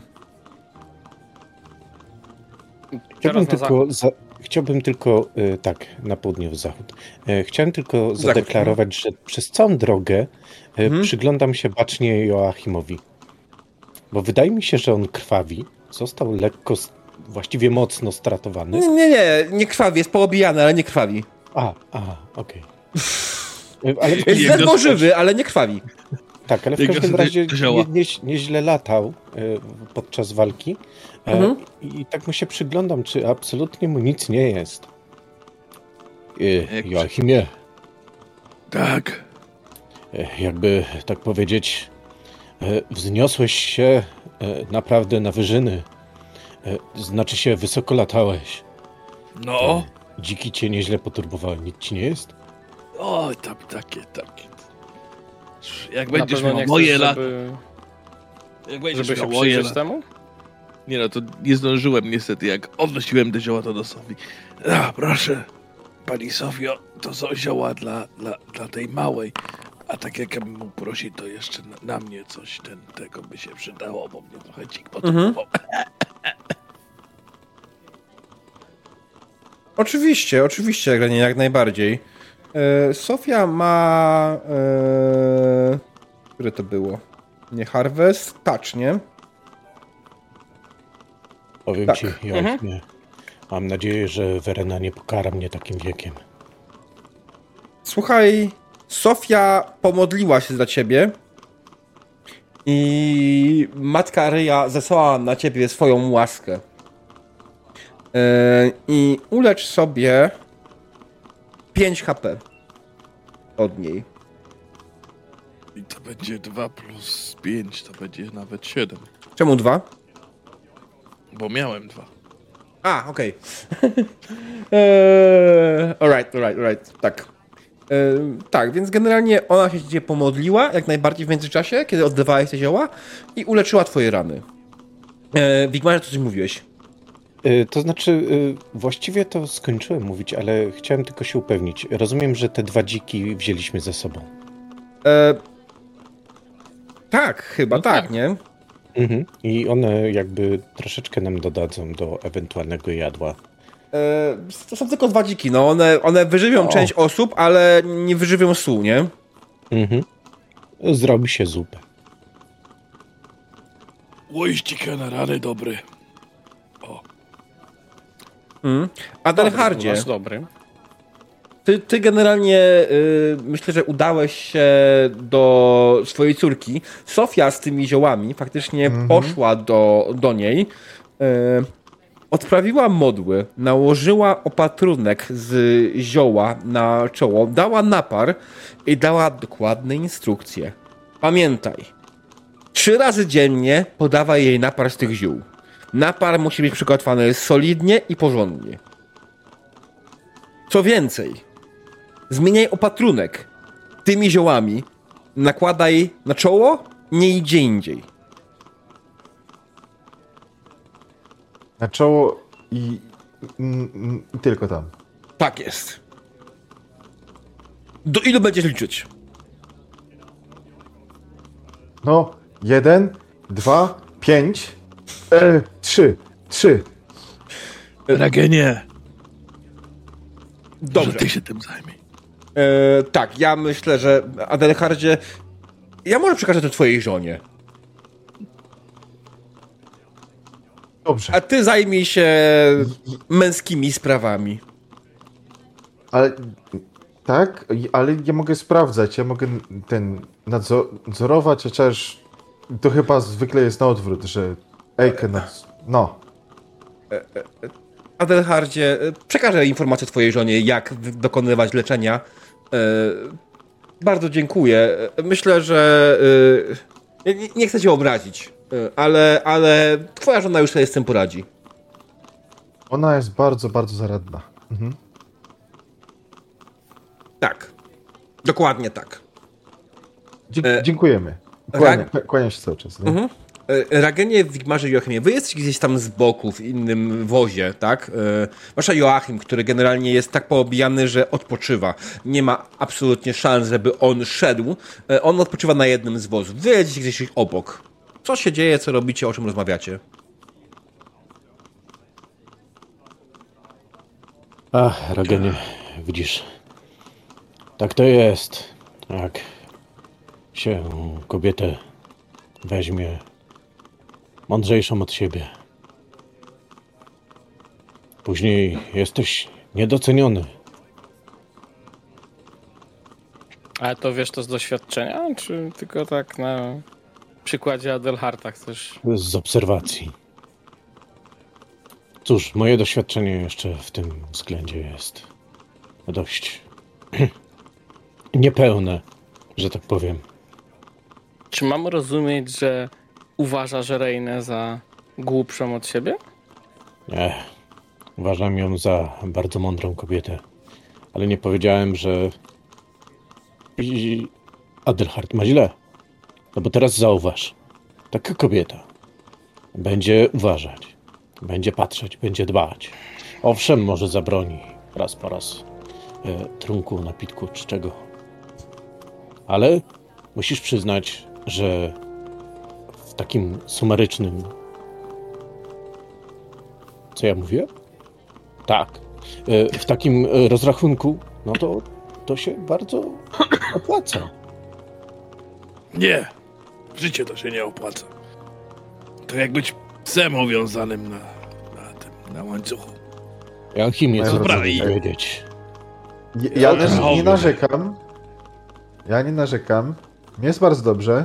Chciałbym tylko, za, chciałbym tylko y, tak, na południowy zachód. Y, chciałem tylko Zachód. zadeklarować, że przez całą drogę y, mhm. przyglądam się bacznie Joachimowi. Bo wydaje mi się, że on krwawi. Został lekko, właściwie mocno stratowany. Nie, nie, nie, nie krwawi, jest poobijany, ale nie krwawi. A, a, okej. Okay. Ale jest ledwo żywy, ale nie krwawi. Tak, ale w każdym razie nie, nie, nieźle latał y, podczas walki. Mhm. E, I tak mu się przyglądam, czy absolutnie mu nic nie jest. Y, Joachimie. Tak. Y, jakby tak powiedzieć, y, wzniosłeś się y, naprawdę na wyżyny. Y, znaczy się, wysoko latałeś. No. Y, dziki cię nieźle poturbowały. Nic ci nie jest? O, tam takie, takie. Jak na będziesz miał moje lata... Jak będziesz żeby miał się moje przyjrzeć lata... temu? Nie no, to nie zdążyłem niestety, jak odnosiłem te zioła to do Sofii. A, proszę, pani Sofio, to są zioła dla, dla, dla tej małej. A tak jak ja bym mógł prosić, to jeszcze na, na mnie coś ten, tego by się przydało, bo mnie trochę dzik potrzebował. Mhm. Oczywiście, oczywiście, Granie, jak najbardziej. E, Sofia ma... E, które to było? Nie Harvest? Touch, nie? Powiem tak. ci, Joachimie, mhm. mam nadzieję, że Verena nie pokara mnie takim wiekiem. Słuchaj, Sofia pomodliła się za ciebie i matka Ryja zesłała na ciebie swoją łaskę. Yy, I ulecz sobie pięć H P od niej. I to będzie dwa plus pięć, to będzie nawet siedem. Czemu dwa? Bo miałem dwa. A, okej. Okay. eee, alright, alright, alright. Tak. Eee, tak, więc generalnie ona się cię pomodliła jak najbardziej w międzyczasie, kiedy oddawałeś te zioła i uleczyła twoje rany. Eee, Wigmarze, to coś mówiłeś? Yy, to znaczy, yy, właściwie to skończyłem mówić, ale chciałem tylko się upewnić. Rozumiem, że te dwa dziki wzięliśmy ze sobą. Eee, tak, chyba no tak, tak, nie? Mhm. I one jakby troszeczkę nam dodadzą do ewentualnego jadła. Eee, to są tylko dwa dziki, no. One, one wyżywią o. część osób, ale nie wyżywią sół, nie? Mhm. Zrobi się zupę. Łoździka na rany dobry. O. Mm. Adelhardzie. Dobry, dobry. Ty, ty generalnie y, myślę, że udałeś się do swojej córki. Sofia z tymi ziołami faktycznie mm-hmm. poszła do, do niej. Y, odprawiła modły, nałożyła opatrunek z zioła na czoło, dała napar i dała dokładne instrukcje. Pamiętaj, trzy razy dziennie podawaj jej napar z tych ziół. Napar musi być przygotowany solidnie i porządnie. Co więcej, zmieniaj opatrunek tymi ziołami, nakładaj na czoło, nie gdzie indziej. Na czoło i, i, i tylko tam. Tak jest. Do ilu będziesz liczyć? No, jeden, dwa, pięć, e, trzy, trzy. Ragenie. Dobrze. Może ty się tym zajmij. E, tak, ja myślę, że Adelhardzie, ja może przekażę to twojej żonie. Dobrze. A ty zajmij się męskimi sprawami. Ale Tak, i- ale ja mogę sprawdzać, ja mogę ten nadzor- nadzorować, chociaż to chyba zwykle jest na odwrót, że Ejken, nad- no. Adelhardzie, e, przekażę informację twojej żonie, jak w- dokonywać leczenia. E, bardzo dziękuję. E, Myślę, że e, nie, nie chcę cię obrazić, e, ale, ale twoja żona już sobie z tym poradzi. Ona jest bardzo, bardzo zaradna. Mhm. Tak. Dokładnie tak. Dzie- E, dziękujemy. Kłania, Rag- kłaniam się cały czas. Nie? Mhm. E, Ragenie, Wigmarze, Joachimie, wy jesteście gdzieś tam z boku, w innym wozie, tak? E, Zwłaszcza Joachim, który generalnie jest tak poobijany, że odpoczywa. Nie ma absolutnie szans, żeby on szedł. E, On odpoczywa na jednym z wozów. Wy jedziecie gdzieś obok. Co się dzieje, co robicie, o czym rozmawiacie? Ach, Ragenie, widzisz, tak to jest, jak się kobietę weźmie mądrzejszą od siebie. Później jesteś niedoceniony. Ale to wiesz to z doświadczenia, czy tylko tak na przykładzie Adelharta chcesz? Z obserwacji. Cóż, moje doświadczenie jeszcze w tym względzie jest dość niepełne, że tak powiem. Czy mam rozumieć, że uważasz Reinę za głupszą od siebie? Nie, uważam ją za bardzo mądrą kobietę, ale nie powiedziałem, że i Adelhard ma źle. No bo teraz zauważ, taka kobieta będzie uważać, będzie patrzeć, będzie dbać. Owszem, może zabroni raz po raz e, trunku, napitku czy czego. Ale musisz przyznać, że w takim sumarycznym... Co ja mówię? Tak. E, w takim e, rozrachunku, no to to się bardzo opłaca. Nie, w życiu to się nie opłaca. To jak być psem uwiązanym na, na tym, na łańcuchu. Joachimie, co Dobra, chcesz i- powiedzieć? Ja, ja Ale też nie znowu. narzekam. Ja nie narzekam. Mnie jest bardzo dobrze.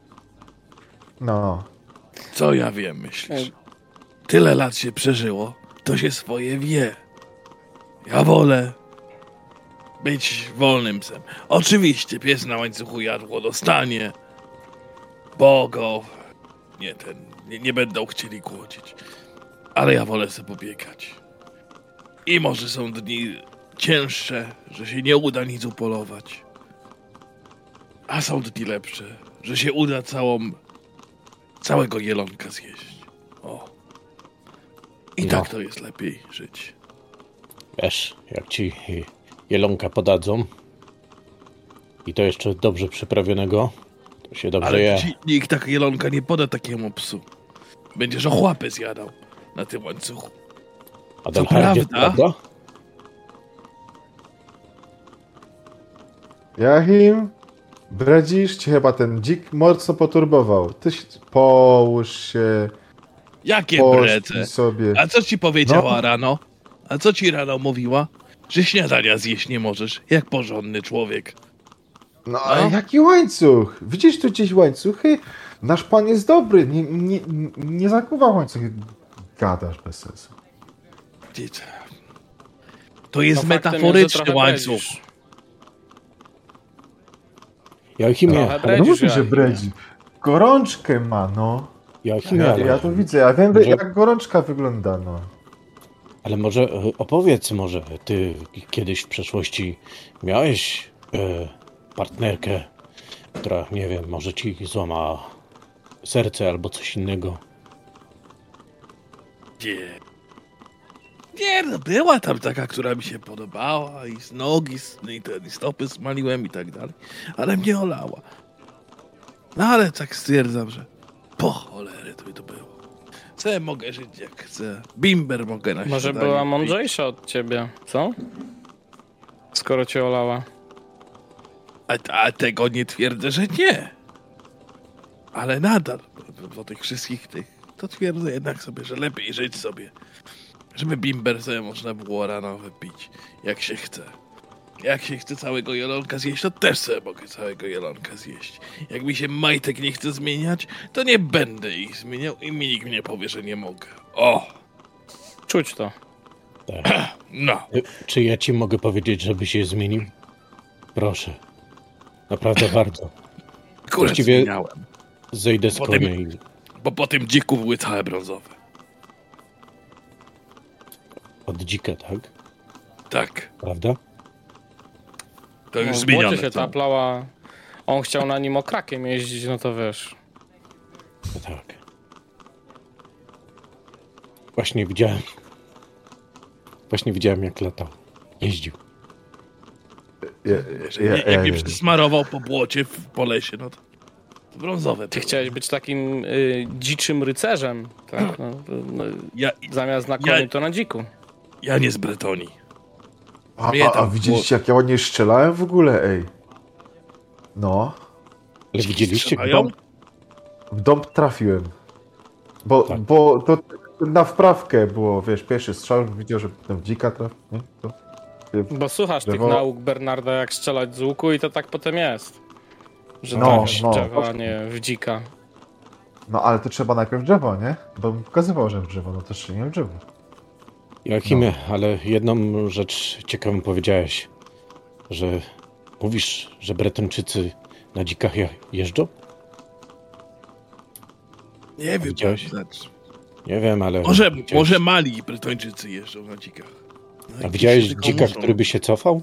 No. Co ja wiem, myślisz? Tyle lat się przeżyło, to się swoje wie. Ja wolę być wolnym psem. Oczywiście pies na łańcuchu jadło dostanie, bo go nie, ten, nie, nie będą chcieli głodzić. Ale ja wolę sobie pobiegać. I może są dni cięższe, że się nie uda nic upolować. A są dni lepsze, że się uda całą, całego jelonka zjeść. O. I No. tak to jest lepiej żyć. Wiesz, jak ci jelonka podadzą i to jeszcze dobrze przyprawionego, to się dobrze Ale je. ci, nikt tak jelonka nie poda takiemu psu. Będziesz ochłapy zjadał na tym łańcuchu. Adelhardzie, prawda. prawda? Joachim, bredzisz? Cię chyba ten dzik mocno poturbował. Ty się, połóż się, Jakie pośpij brece? sobie. A co ci powiedziała No. rano? A co ci rano mówiła? Że śniadania zjeść nie możesz, jak porządny człowiek. No ale No. jaki łańcuch? Widzisz tu gdzieś łańcuchy? Nasz pan jest dobry, nie, nie, nie zakuwa łańcuchy. Gadasz bez sensu. Wiecie, to jest No, faktem metaforyczny jest, że trochę łańcuch. bredzisz. Joachimie, Trochę Ale no bredzisz, mówi, że Joachimie. bredzi. Gorączkę ma, no. Joachimie, Ja, ale, ja to widzę, ja wiem Może- jak gorączka wygląda, no. ale może e, opowiedz, może ty kiedyś w przeszłości miałeś e, partnerkę, która, nie wiem, może ci złamała serce albo coś innego. Nie. Nie, no była tam taka, która mi się podobała i z nogi, z- i, te, i stopy smaliłem i tak dalej, ale mnie olała. No ale tak stwierdzam, że po cholery to by to było. Co mogę żyć jak chcę. Bimber mogę na Może śniadanie była pić. mądrzejsza od ciebie, co? Skoro cię olała. A, a tego nie twierdzę, że nie. Ale nadal, po, po tych wszystkich tych, to twierdzę jednak sobie, że lepiej żyć sobie. Żeby bimber sobie można było rano wypić, jak się chce. Jak się chce całego jelonka zjeść, to też sobie mogę całego jelonka zjeść. Jak mi się majtek nie chce zmieniać, to nie będę ich zmieniał i mi nikt nie powie, że nie mogę. O! Czuć to. Tak. No. Czy ja ci mogę powiedzieć, żebyś je zmienił? Proszę. Naprawdę bardzo. Akurat Właściwie- zmieniałem, Zejdę z Potem- konia i... bo po tym dziku były całe brązowe. Od dzika, tak? Tak, Prawda? to już No, w zmienione. błocie się są. taplał, a on chciał na nim okrakiem jeździć, no to wiesz. No tak. Właśnie widziałem... Właśnie widziałem, jak latał. Jeździł. Ja, Że ja, nie, ja, jak mi ja, przesmarował po błocie, w, po lesie, no to, to brązowe. Ty były. chciałeś być takim y, dziczym rycerzem, tak? No, no, Ja, zamiast na Ja- koniu, to na dziku. ja nie z Bretonii. a, Mnie a, a tam widzieliście, jak ja ładnie strzelałem w ogóle, ej? No, Ale widzieliście Strzelają? go? w dąb trafiłem. Bo, Tak. bo to na wprawkę było, wiesz, pierwszy strzał, widział, że tam dzika trafił, nie? To, Bo słuchasz tych Drzewo- nauk Bernarda, jak strzelać z łuku i to tak potem jest. Że No, trafisz no. w drzewo, a nie w dzika. no ale to trzeba najpierw drzewo, nie? Bo mi pokazywał, że w drzewo, no to strzeliłem w drzewo. Joachimie, ale jedną rzecz ciekawą powiedziałeś, że mówisz, że Bretończycy na dzikach je- jeżdżą? Nie wiem, Widziałeś? znaczy. Nie wiem, ale... Może, widziałeś- może mali Bretończycy jeżdżą na dzikach. No, A jakieś widziałeś tylko dzika, muszą. który by się cofał?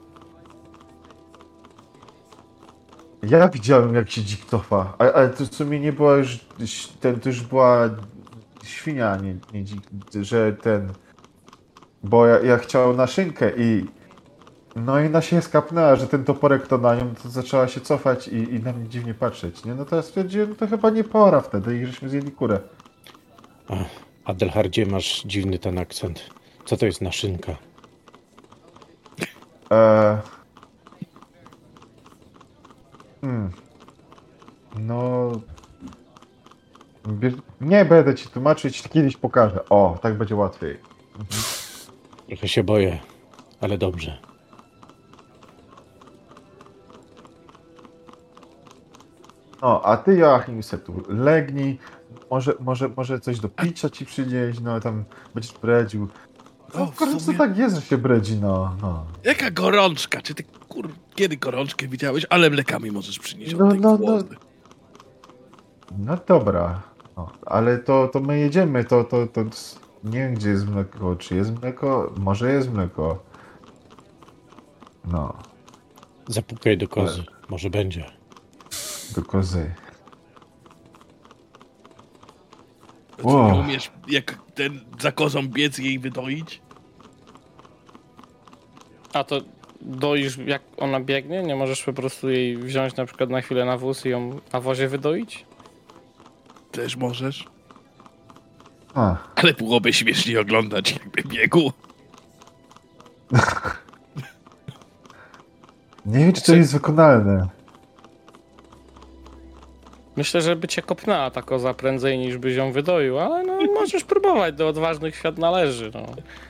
Ja widziałem, jak się dzik cofa, ale, ale to w sumie nie była już, ten, to już była świnia, a nie, nie dzik, że ten, bo ja, ja chciałem na szynkę i no i ona się skapnęła, że ten toporek to na nią, to zaczęła się cofać i, i na mnie dziwnie patrzeć, nie? No to ja stwierdziłem, no to chyba nie pora wtedy i żeśmy zjedli kurę. Adelhardzie, masz dziwny ten akcent. Co to jest naszynka? Eee... Hmm. No... Bierz- Nie będę ci tłumaczyć, kiedyś pokażę. O, tak będzie łatwiej. Trochę się boję, ale dobrze. No, a ty, Joachim, se tu legnij. Może, może, może coś do picia ci przynieść, no tam będziesz bredził. No, O, w w końcu sumie- tak jest, że się bredzi, no, no. Jaka gorączka? Czy ty kur... kiedy gorączkę widziałeś? Ale mlekami możesz przynieść No, od tej no, no. głowy. No dobra, no, ale to, to my jedziemy, to, to, to nie wiem, gdzie jest mleko, czy jest mleko, może jest mleko. No, Zapukaj do kozy, może będzie. do kozy. To co, Wow. nie umiesz jak ten za kozą biec i jej wydoić? A to doisz, jak ona biegnie? Nie możesz po prostu jej wziąć na przykład na chwilę na wóz i ją na wozie wydoić? Też możesz. A, Ale byłoby śmiesznie oglądać, jakby biegł. nie wiem, czy to Czy- jest wykonalne. Myślę, że by cię kopnęła ta koza prędzej niż byś ją wydoił, ale no możesz próbować, do odważnych świat należy. No.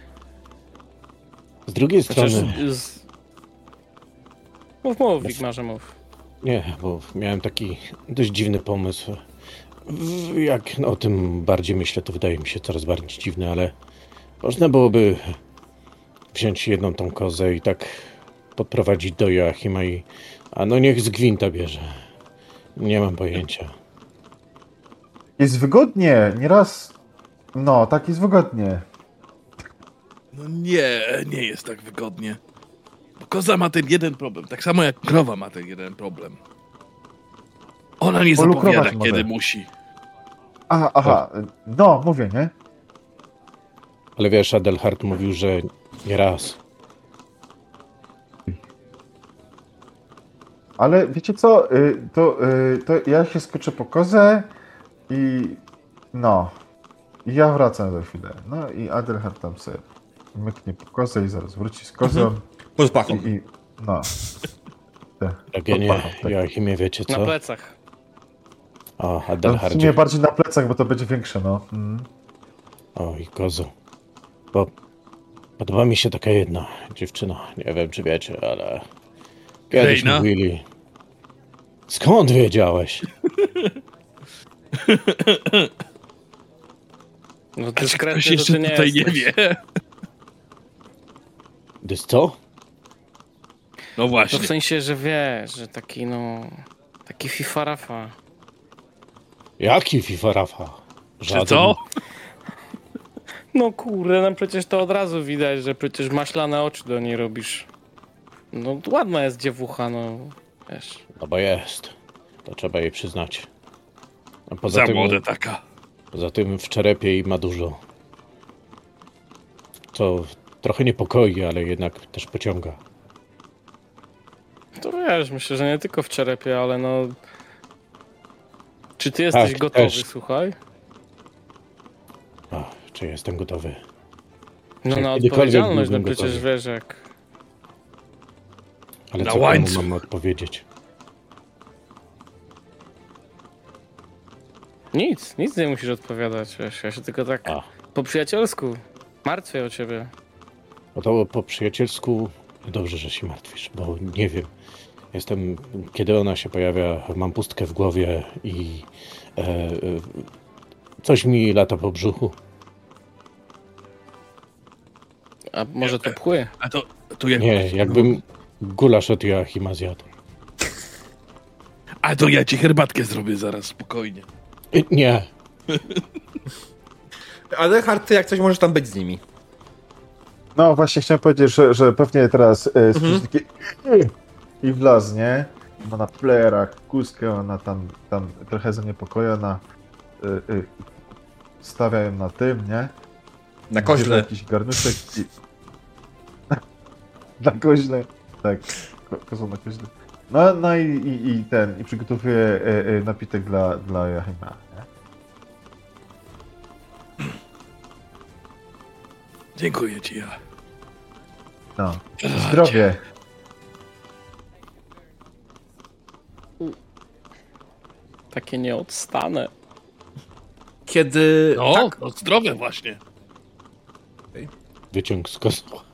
Z drugiej Chociaż strony, z... Mów, mów, Wigmarze, mów. nie, bo miałem taki dość dziwny pomysł. W- Jak o tym bardziej myślę, to wydaje mi się coraz bardziej dziwne, ale można byłoby wziąć jedną tą kozę i tak podprowadzić do Joachima i... A no niech z gwinta bierze. Nie mam pojęcia. Jest wygodnie, nieraz. No, tak jest wygodnie. No nie, nie jest tak wygodnie. Bo koza ma ten jeden problem, tak samo jak krowa ma ten jeden problem. Ona nie Polukrować zapowiada, może. kiedy musi. Aha, aha, no, mówię, nie? Ale wiesz, Adelhard mówił, że nie raz. Ale wiecie co, y, to, y, to ja się skoczę po kozę i no, i ja wracam za chwilę. No i Adelhard tam sobie myknie po kozę i zaraz wróci z kozą Pod pachą. i, i no. Te, Dragienie, pod pachą, tak. Joachimie, wiecie Na co? plecach. O, No, w Adelhardzie. sumie bardziej na plecach, bo to będzie większe, no. Mm. O, i kozu. Bo Podoba mi się taka jedna dziewczyna. Nie wiem, czy wiecie, ale kiedyś Reina? mówili... Skąd wiedziałeś? No Ktoś dyskretnie to jeszcze ty nie tutaj nie jesteś. wie. Dys co? No No właśnie. w sensie, że wiesz, że taki no... Taki fifarafa. Jaki FIFA Rafa? Czy co? No kurde, no przecież to od razu widać, że przecież maślane oczy do niej robisz. No ładna jest dziewucha, no wiesz. No bo jest. To trzeba jej przyznać. A poza Za tym, młoda taka. poza tym w czerepie jej ma dużo. Co trochę niepokoi, ale jednak też pociąga. To wiesz, myślę, że nie tylko w czerepie, ale no... Czy ty jesteś Tak, gotowy, też. słuchaj? Ach, czy jestem gotowy? No Czy na kiedykolwiek odpowiedzialność, no byłbym przecież gotowy? wiesz jak... Ale Na co komu łańcuch. mam odpowiedzieć? Nic, nic nie musisz odpowiadać, wiesz, ja się tylko tak A. po przyjacielsku martwię o ciebie. No to po przyjacielsku dobrze, że się martwisz, bo nie wiem. Jestem, kiedy ona się pojawia, mam pustkę w głowie i e, e, coś mi lata po brzuchu. A może to pchły? A to, to jak... Nie, jakbym gulasz od Joachima zjadł. A to ja ci herbatkę zrobię zaraz, spokojnie. E, Nie, Ale Harty, jak coś, możesz tam być z nimi. No właśnie chciałem powiedzieć, że, że pewnie teraz e, Mhm. taki i wlazł, nie? Ma na playerach kuskę, ona tam, tam trochę zaniepokojona. E, e, stawia ją na tym, nie? Na Bierze koźle. jakiś garnuszek i... na koźle. Tak, ko kozą na koźle. No, no i, i, i ten, i przygotowuje e, e, napitek dla, dla Joachima, nie? Dziękuję ci, ja. No. Zdrowie. Takie nie odstanę. Kiedy... No, Tak, no zdrowie właśnie. wyciąg z kozła.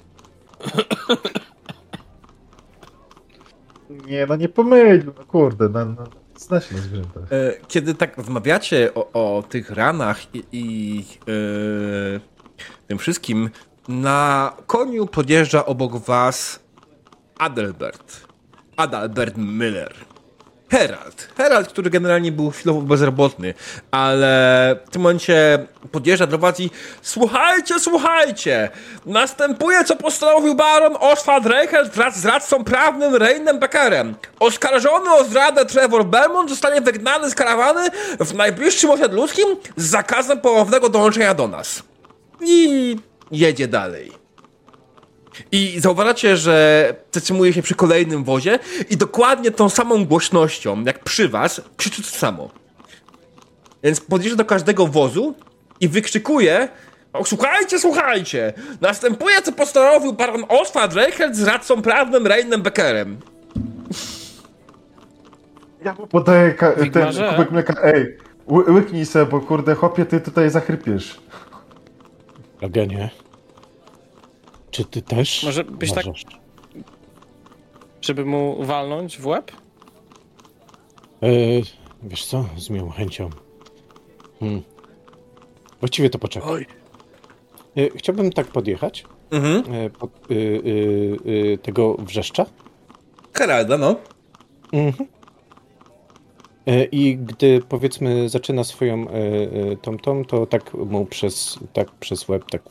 Nie, no nie pomylił, no kurde, no, no zna się na zwierzętach. e, kiedy tak rozmawiacie o, o tych ranach i, i e, tym wszystkim, na koniu podjeżdża obok was Adalbert. Adalbert Miller. Herald. Herald, który generalnie był chwilowo bezrobotny, ale w tym momencie podjeżdża do was i słuchajcie, słuchajcie! Następuje, co postanowił baron Oswald Reichelt wraz z radcą prawnym Reinem Beckerem. Oskarżony o zdradę Trevor Belmont zostanie wygnany z karawany w najbliższym osiedlu ludzkim z zakazem ponownego dołączenia do nas. I jedzie dalej. I zauważacie, że zatrzymuje się przy kolejnym wozie i dokładnie tą samą głośnością, jak przy was, krzyczy to samo. Więc podjeżdża do każdego wozu i wykrzykuje: o, słuchajcie, słuchajcie! Następuje, co postanowił baron Oswald Reichelt z radcą prawnym Reinem Beckerem. Ja mu podaję ka- ten Wigmarze? kubek mleka, ej, ły- łyknij se, bo kurde, chłopie, ty tutaj zachrypiesz. Logenie, czy ty też Może byś tak- uważasz? Żeby mu walnąć w łeb? E, wiesz co, z miłą chęcią. Hmm. Właściwie to poczekaj. Oj, E, chciałbym tak podjechać Mhm. e, pod y, y, y, tego wrzeszcza. Heralda, no. Mhm. E, I gdy powiedzmy zaczyna swoją e, e, tą tą, to tak mu przez, tak przez łeb, tak.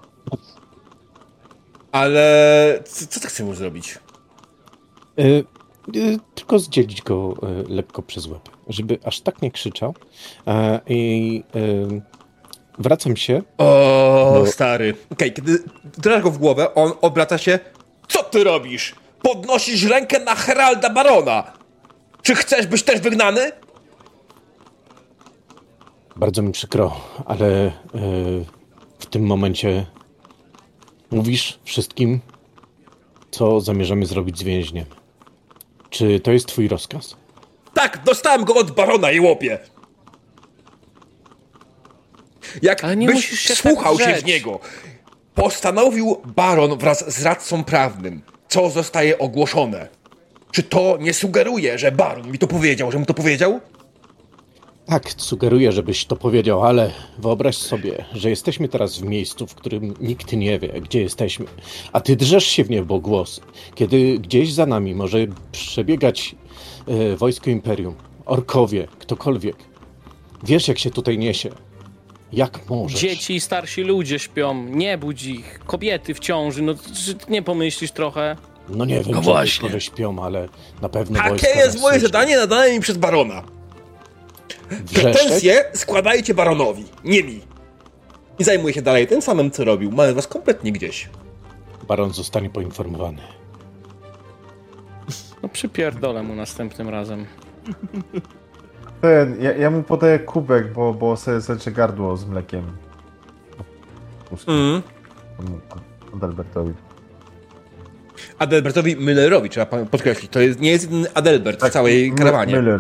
Ale co, co ty chcesz mu zrobić? E, e, tylko zdzielić go e, lekko przez łeb, żeby aż tak nie krzyczał. E, I e, wracam się. O, Bo- stary. Okej, kiedy uderzasz go w głowę, on obraca się. Co ty robisz? Podnosisz rękę na Heralda Barona. Czy chcesz być też wygnany? Bardzo mi przykro, ale e, w tym momencie mówisz wszystkim, co zamierzamy zrobić z więźniem. Czy to jest twój rozkaz? Tak, dostałem go od Barona i łopie. Jak Ale nie byś musisz się wsłuchał tak się drzeć. w niego. Postanowił baron wraz z radcą prawnym, co zostaje ogłoszone. Czy to nie sugeruje, że baron mi to powiedział, że mu to powiedział? Tak, sugeruję, żebyś to powiedział, ale wyobraź sobie, że jesteśmy teraz w miejscu, w którym nikt nie wie, gdzie jesteśmy, a ty drzesz się w niebogłos, kiedy gdzieś za nami może przebiegać e, wojsko Imperium, orkowie, ktokolwiek. Wiesz, jak się tutaj niesie. Jak możesz? Dzieci i starsi ludzie śpią, nie budź ich. Kobiety w ciąży, no czy ty nie pomyślisz trochę? No nie wiem, No czy właśnie. one śpią, ale na pewno wojsko... Takie jest nas moje słyszy. zadanie nadane mi przez barona. Wrzeszczeć? Pretensje składajcie baronowi, nie mi. I zajmuję się dalej tym samym, co robił. Mamy was kompletnie gdzieś. Baron zostanie poinformowany. No przypierdolę mu następnym razem. Ten, ja, ja mu podaję kubek, bo, bo sobie zaczę gardło z mlekiem. Mm. Od Albertowi. Adelbertowi Müllerowi, trzeba pa- podkreślić. To jest, nie jest jedyny Adelbert w całej M- karawanie. Müller.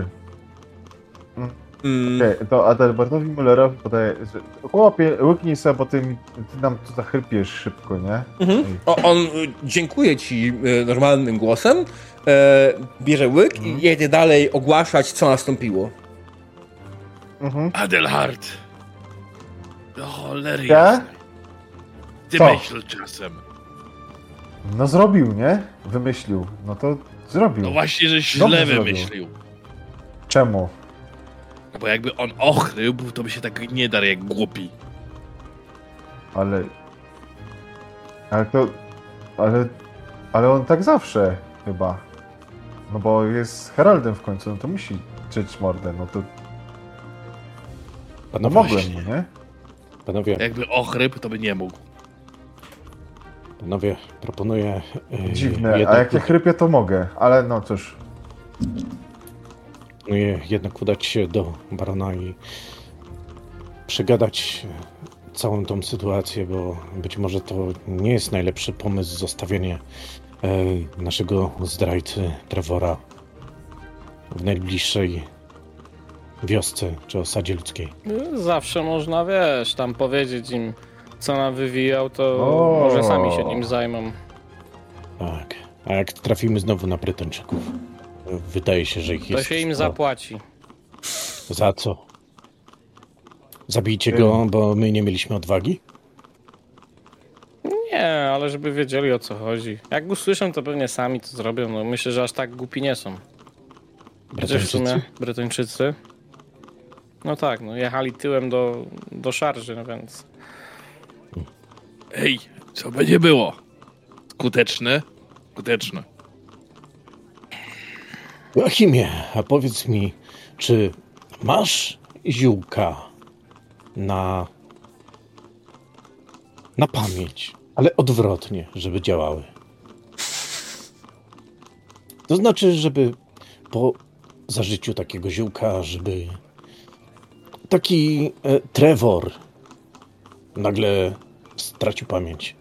Mm. Okej, to Adelbertowi Müllerowi podaję, że chłopie, łyknij sobie, bo ty, mi- ty nam tu zachrypiesz szybko, nie? Mhm. Ej. O, on y, dziękuję ci y, normalnym głosem, e, bierze łyk i jedzie dalej ogłaszać, co nastąpiło. Mhm. Adelhard! Do cholery Ja? jasnej. Ty Co? myśl czasem. No zrobił, nie? Wymyślił. No to zrobił. No właśnie, że źle Dobrze zrobił. wymyślił. Czemu? No bo jakby on ochrył, to by się tak nie darł jak głupi. Ale... Ale to... Ale... Ale on tak zawsze, chyba. No bo jest heraldem w końcu, no to musi drzeć mordę, no to Panowie, pomogłem mu, nie? panowie, Jakby ochryb, to by nie mógł. panowie, proponuję... e, Dziwne, a jednak- jak ja chrypię, to mogę, ale no cóż. Proponuję jednak udać się do barona i przegadać całą tą sytuację, bo być może to nie jest najlepszy pomysł zostawienie e, naszego zdrajcy Trevora w najbliższej wiosce czy osadzie ludzkiej. No, zawsze można, wiesz, tam powiedzieć im, co nam wywijał, to O. może sami się nim zajmą. Tak. A jak trafimy znowu na Brytyjczyków? Wydaje się, że ich To jest... się im no, zapłaci. Za co? Zabijcie go, bo my nie mieliśmy odwagi? Nie, ale żeby wiedzieli, o co chodzi. Jak usłyszą, to pewnie sami to zrobią. No, myślę, że aż tak głupi nie są. Przecież w sumie Brytyjczycy. No tak, no jechali tyłem do, do szarży, no więc... Ej, co będzie było? Skuteczne? Skuteczne. Joachimie, a powiedz mi, czy masz ziółka na... na pamięć, ale odwrotnie, żeby działały? To znaczy, żeby po zażyciu takiego ziółka, żeby taki e, Trevor nagle stracił pamięć.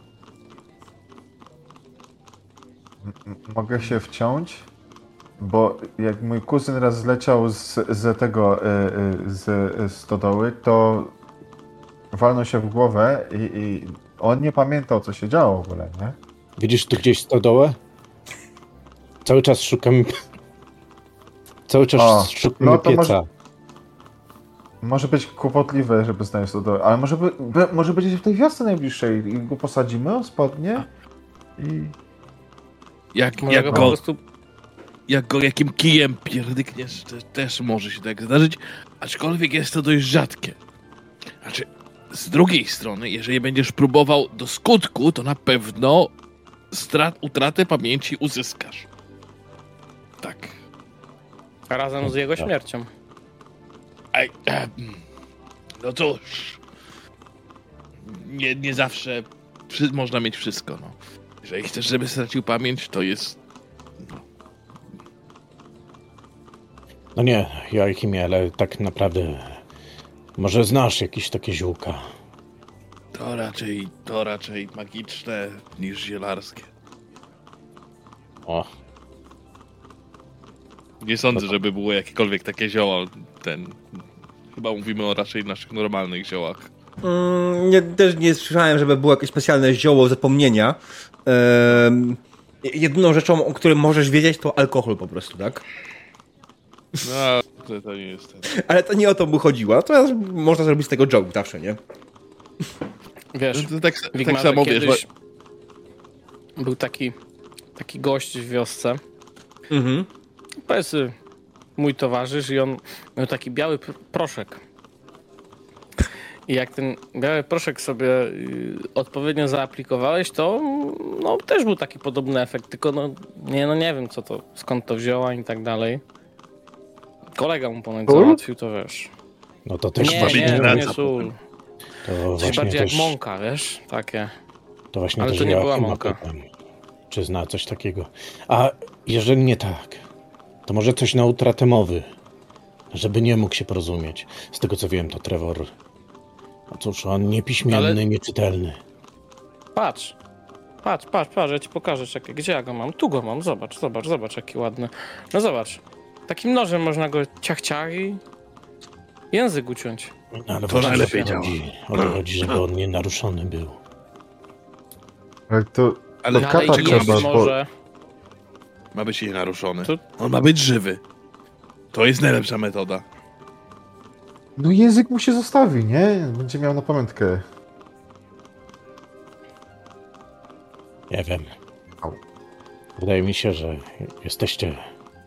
Mogę się wciąć? Bo jak mój kuzyn raz zleciał z, z tego, y, y, z stodoły, to walnął się w głowę i, i on nie pamiętał, co się działo w ogóle, nie? Widzisz tu gdzieś stodołę? Cały czas szukam... Cały czas O, szukamy no to pieca. może- Może być kłopotliwe, żeby znaleźć stodołę, ale może, by, by, może być w tej wiosce najbliższej i go posadzimy, on spadnie i... Jak, Może jak, go po go, prostu... jak go jakim kijem pierdykniesz, to też może się tak zdarzyć, aczkolwiek jest to dość rzadkie. Znaczy, z drugiej strony, jeżeli będziesz próbował do skutku, to na pewno strat, utratę pamięci uzyskasz. Tak. Razem z jego śmiercią. Aj, em, no cóż, nie, nie zawsze wszy- można mieć wszystko, no. Jeżeli chcesz, żeby stracił pamięć, to jest... No nie, Joachimie, ale tak naprawdę może znasz jakieś takie ziółka. To raczej, to raczej magiczne niż zielarskie. O, Nie sądzę, żeby było jakiekolwiek takie zioło, ten... Chyba mówimy o raczej naszych normalnych ziołach. Mm, nie, też nie słyszałem, żeby było jakieś specjalne zioło zapomnienia. Ehm, jedyną rzeczą, o której możesz wiedzieć, to alkohol po prostu, tak? No, to, to nie jest ten. Ale to nie o to mu chodziło. To można zrobić z tego joke zawsze, nie? Wiesz, To tak, tak Wigmarze, samo wiesz. kiedyś był taki, taki gość w wiosce. Mhm. Powiedzmy, mój towarzysz i on miał taki biały pr- proszek. I jak ten biały proszek sobie y, odpowiednio zaaplikowałeś, to no, też był taki podobny efekt, tylko no nie, no nie wiem co to, skąd to wzięła i tak dalej. Kolega mu ponoć Sól? załatwił, to wiesz. No to też Nie, właśnie, nie, to nie wraca sól. to Coś właśnie bardziej też, jak mąka, wiesz, takie. to właśnie Ale też to nie ja była chyba mąka. pytam, czy zna coś takiego. A jeżeli nie tak, to może coś na utratę mowy, żeby nie mógł się porozumieć. Z tego co wiem, to Trevor, no cóż, on niepiśmienny, Ale- nieczytelny. Patrz, patrz, patrz, patrz, ja ci pokażę, czekaj, gdzie ja go mam? Tu go mam, zobacz, zobacz, zobacz, jaki ładny. No zobacz, takim nożem można go ciach, ciach i język uciąć. No, ale To właśnie najlepiej o to chodzi, o to chodzi, żeby on nienaruszony był. Ale to... Ale to Ale kata jeśli trzeba, bo... może, ma być nienaruszony. To- On ma być żywy. To jest najlepsza metoda. No język mu się zostawi, nie? Będzie miał na pamiątkę. Nie wiem. Au. Wydaje mi się, że jesteście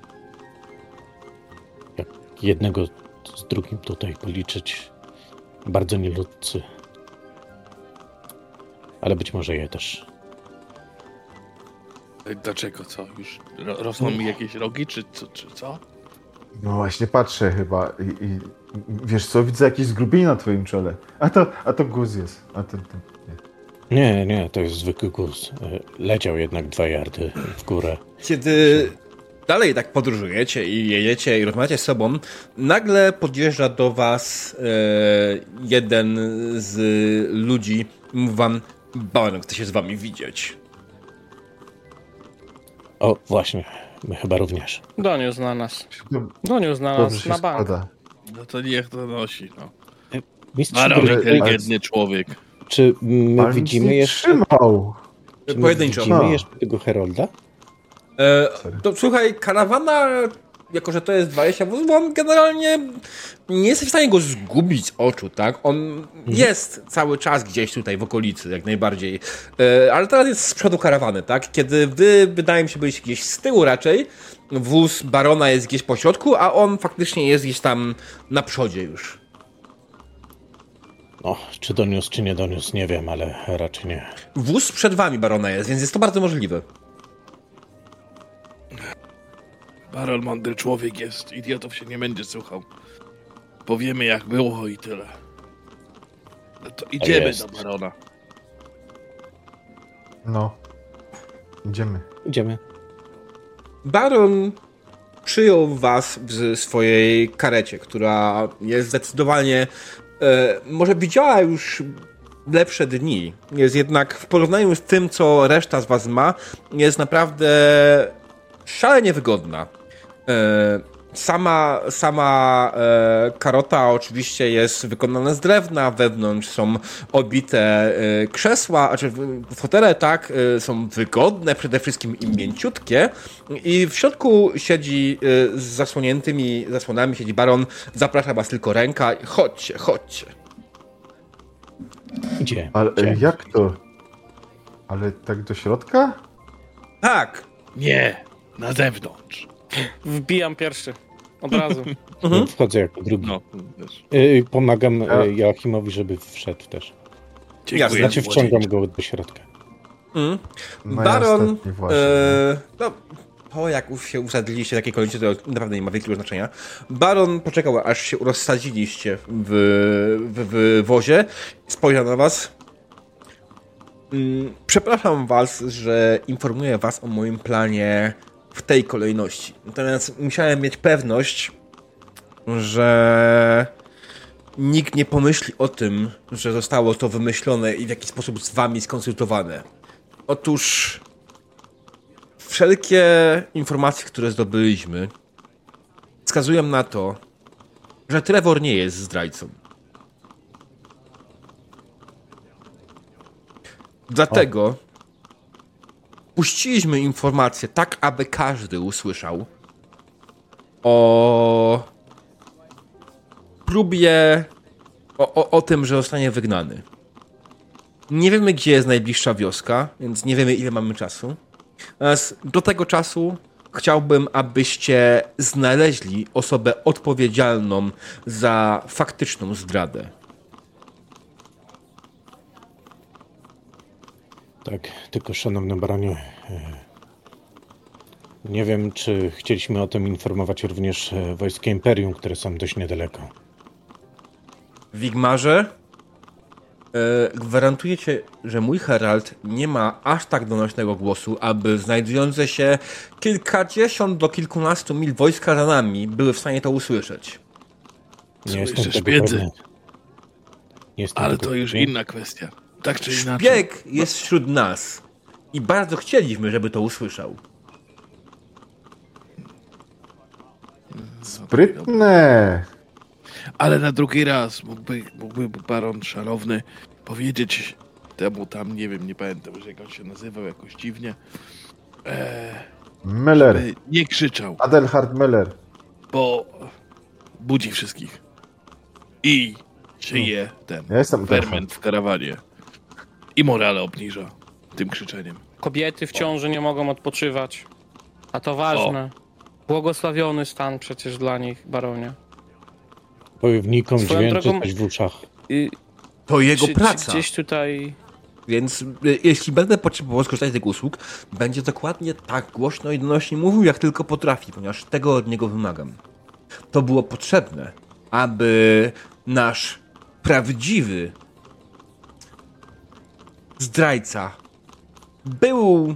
jak jednego z drugim tutaj policzyć bardzo nieludzcy. Ale być może je też. Dlaczego, co? Już ro- rosną mi jakieś rogi, czy, czy, czy co? No właśnie patrzę chyba i, i wiesz co, widzę jakieś zgrubienie na twoim czole. A to, a to guz jest. A to, to nie. Nie, nie, to jest zwykły guz. E, Leciał jednak dwa jardy w górę. Kiedy dalej tak podróżujecie i jedziecie i rozmawiacie z sobą, nagle podjeżdża do was e, jeden z ludzi i mówi wam: Baron chce się z wami widzieć. O, właśnie, my chyba również. doniósł na nas. No, Doniósł na dobrze nas się na bank. składa. No to niech to nosi, no. Mistrz Baron, gry, inteligentny człowiek. czy my Ale nic widzimy nie jeszcze, trzymał. czy my Pojedynczo. widzimy No. jeszcze tego Herolda? E, to słuchaj, karawana, jako że to jest dwadzieścia wózów, on generalnie nie jesteś w stanie go zgubić z oczu, tak? On jest cały czas gdzieś tutaj w okolicy, jak najbardziej. E, ale teraz jest z przodu karawany, tak? Kiedy wy, wydaje mi się, byliście gdzieś z tyłu raczej, wóz barona jest gdzieś po środku, a on faktycznie jest gdzieś tam na przodzie już. No, czy doniósł, czy nie doniósł, nie wiem, ale raczej nie. Wóz przed wami barona jest, więc jest to bardzo możliwe. Baron mądry człowiek jest. Idiotów się nie będzie słuchał. Powiemy jak było i tyle. No to idziemy jest. do barona. No. Idziemy. Idziemy. Baron przyjął was w swojej karecie, która jest zdecydowanie, e, może widziała już lepsze dni. Jest jednak w porównaniu z tym, co reszta z was ma, jest naprawdę szalenie wygodna. E, sama sama e, karota oczywiście jest wykonana z drewna, wewnątrz są obite e, krzesła, znaczy fotele, tak, e, są wygodne, przede wszystkim i mięciutkie i w środku siedzi e, z zasłoniętymi zasłonami siedzi baron, zaprasza was tylko ręka, chodźcie, chodźcie. Idzie. Ale idzie. e, jak to? Ale tak do środka? Tak, Nie, na zewnątrz. Wbijam pierwszy. Od razu. Mhm. Wchodzę jako drugi. No, wiesz. Y, Pomagam Ja- y, Joachimowi, żeby wszedł też. Dziękuję. Znaczy ci, wciągam młodzieńcze. go do środka. mm. No Baron, ja ostatni właśnie. e, no, to jak już się usadziliście w takiej kolejności, to naprawdę nie ma wielkiego znaczenia. Baron poczekał, aż się rozsadziliście w, w, w wozie, spojrzał na was. Mm, Przepraszam was, że informuję was o moim planie w tej kolejności. Natomiast musiałem mieć pewność, że nikt nie pomyśli o tym, że zostało to wymyślone i w jakiś sposób z wami skonsultowane. Otóż wszelkie informacje, które zdobyliśmy, wskazują na to, że Trevor nie jest zdrajcą. Dlatego o. puściliśmy informację tak, aby każdy usłyszał o próbie, o, o, o tym, że zostanie wygnany. Nie wiemy, gdzie jest najbliższa wioska, więc nie wiemy, ile mamy czasu. Natomiast do tego czasu chciałbym, abyście znaleźli osobę odpowiedzialną za faktyczną zdradę. Tak, tylko szanowny baronie, nie wiem, czy chcieliśmy o tym informować również wojska Imperium, które są dość niedaleko. Wigmarze, yy, gwarantuję ci, że mój herald nie ma aż tak donośnego głosu, aby znajdujące się kilkadziesiąt do kilkunastu mil wojska za nami były w stanie to usłyszeć. Nie jestem tego szpiedzy. pewny. Nie jestem Ale tego to już pewny. inna kwestia. Tak czy inaczej. Szpieg jest wśród nas i bardzo chcieliśmy, żeby to usłyszał. Sprytne! Ale na drugi raz mógłby, mógłby baron szanowny powiedzieć temu tam, nie wiem, nie pamiętam, że jak on się nazywał jakoś dziwnie, e, Meller. żeby nie krzyczał, Adelhard Meller. bo budzi wszystkich. I się je ten Ja jestem ferment w karawanie. I morale obniża tym krzyczeniem. Kobiety w ciąży nie mogą odpoczywać. A to ważne. Błogosławiony stan przecież dla nich, baronie. Bojownikom Swoją dźwięczy drogą- coś w uszach. I, To jego czy, praca. Czy gdzieś tutaj... Więc y, jeśli będę potrzebował skorzystać z tych usług, będzie dokładnie tak głośno i donośnie mówił, jak tylko potrafi, ponieważ tego od niego wymagam. To było potrzebne, aby nasz prawdziwy zdrajca był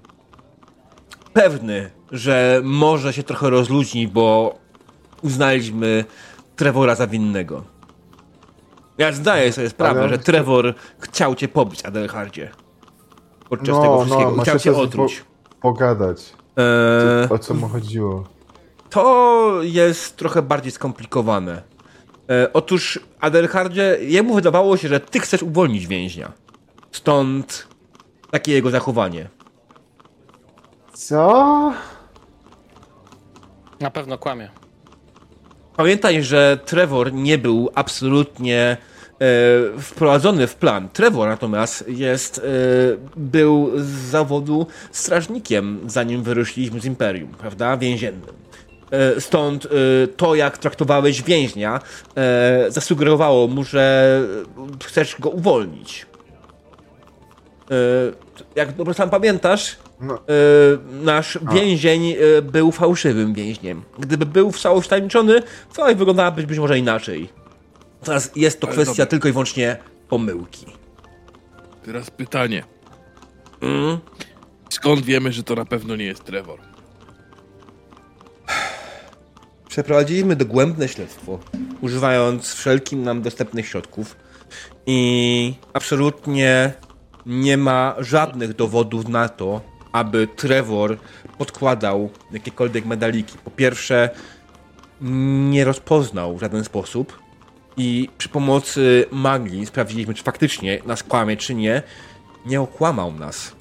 pewny, że może się trochę rozluźni, bo uznaliśmy Trevora za winnego. Ja zdaję sobie sprawę, Ale- że Trevor chciał cię pobić, Adelhardzie. Podczas No, tego no, wszystkiego. masz chciał cię się otruć. po- pogadać. Eee, O co mu chodziło? to jest trochę bardziej skomplikowane. E, otóż, Adelhardzie, jemu wydawało się, że ty chcesz uwolnić więźnia. Stąd takie jego zachowanie. Co? Na pewno kłamie. Pamiętaj, że Trevor nie był absolutnie e, wprowadzony w plan. Trevor natomiast jest, e, był z zawodu strażnikiem, zanim wyruszyliśmy z Imperium, prawda? Więziennym. E, stąd e, to, jak traktowałeś więźnia, e, zasugerowało mu, że chcesz go uwolnić. E, jak dobrze sam pamiętasz, No. e, nasz więzień e, był fałszywym więźniem. Gdyby był wstałowtajemniczony, całość wyglądałaby być może inaczej. Teraz jest to Ale kwestia dobra. tylko i wyłącznie pomyłki. Teraz pytanie. Mm? Skąd wiemy, że to na pewno nie jest Trevor? Przeprowadziliśmy dogłębne śledztwo, używając wszelkich nam dostępnych środków i absolutnie nie ma żadnych dowodów na to, aby Trevor podkładał jakiekolwiek medaliki. Po pierwsze, nie rozpoznał w żaden sposób i przy pomocy magii sprawdziliśmy, czy faktycznie nas kłamie, czy nie. Nie okłamał nas.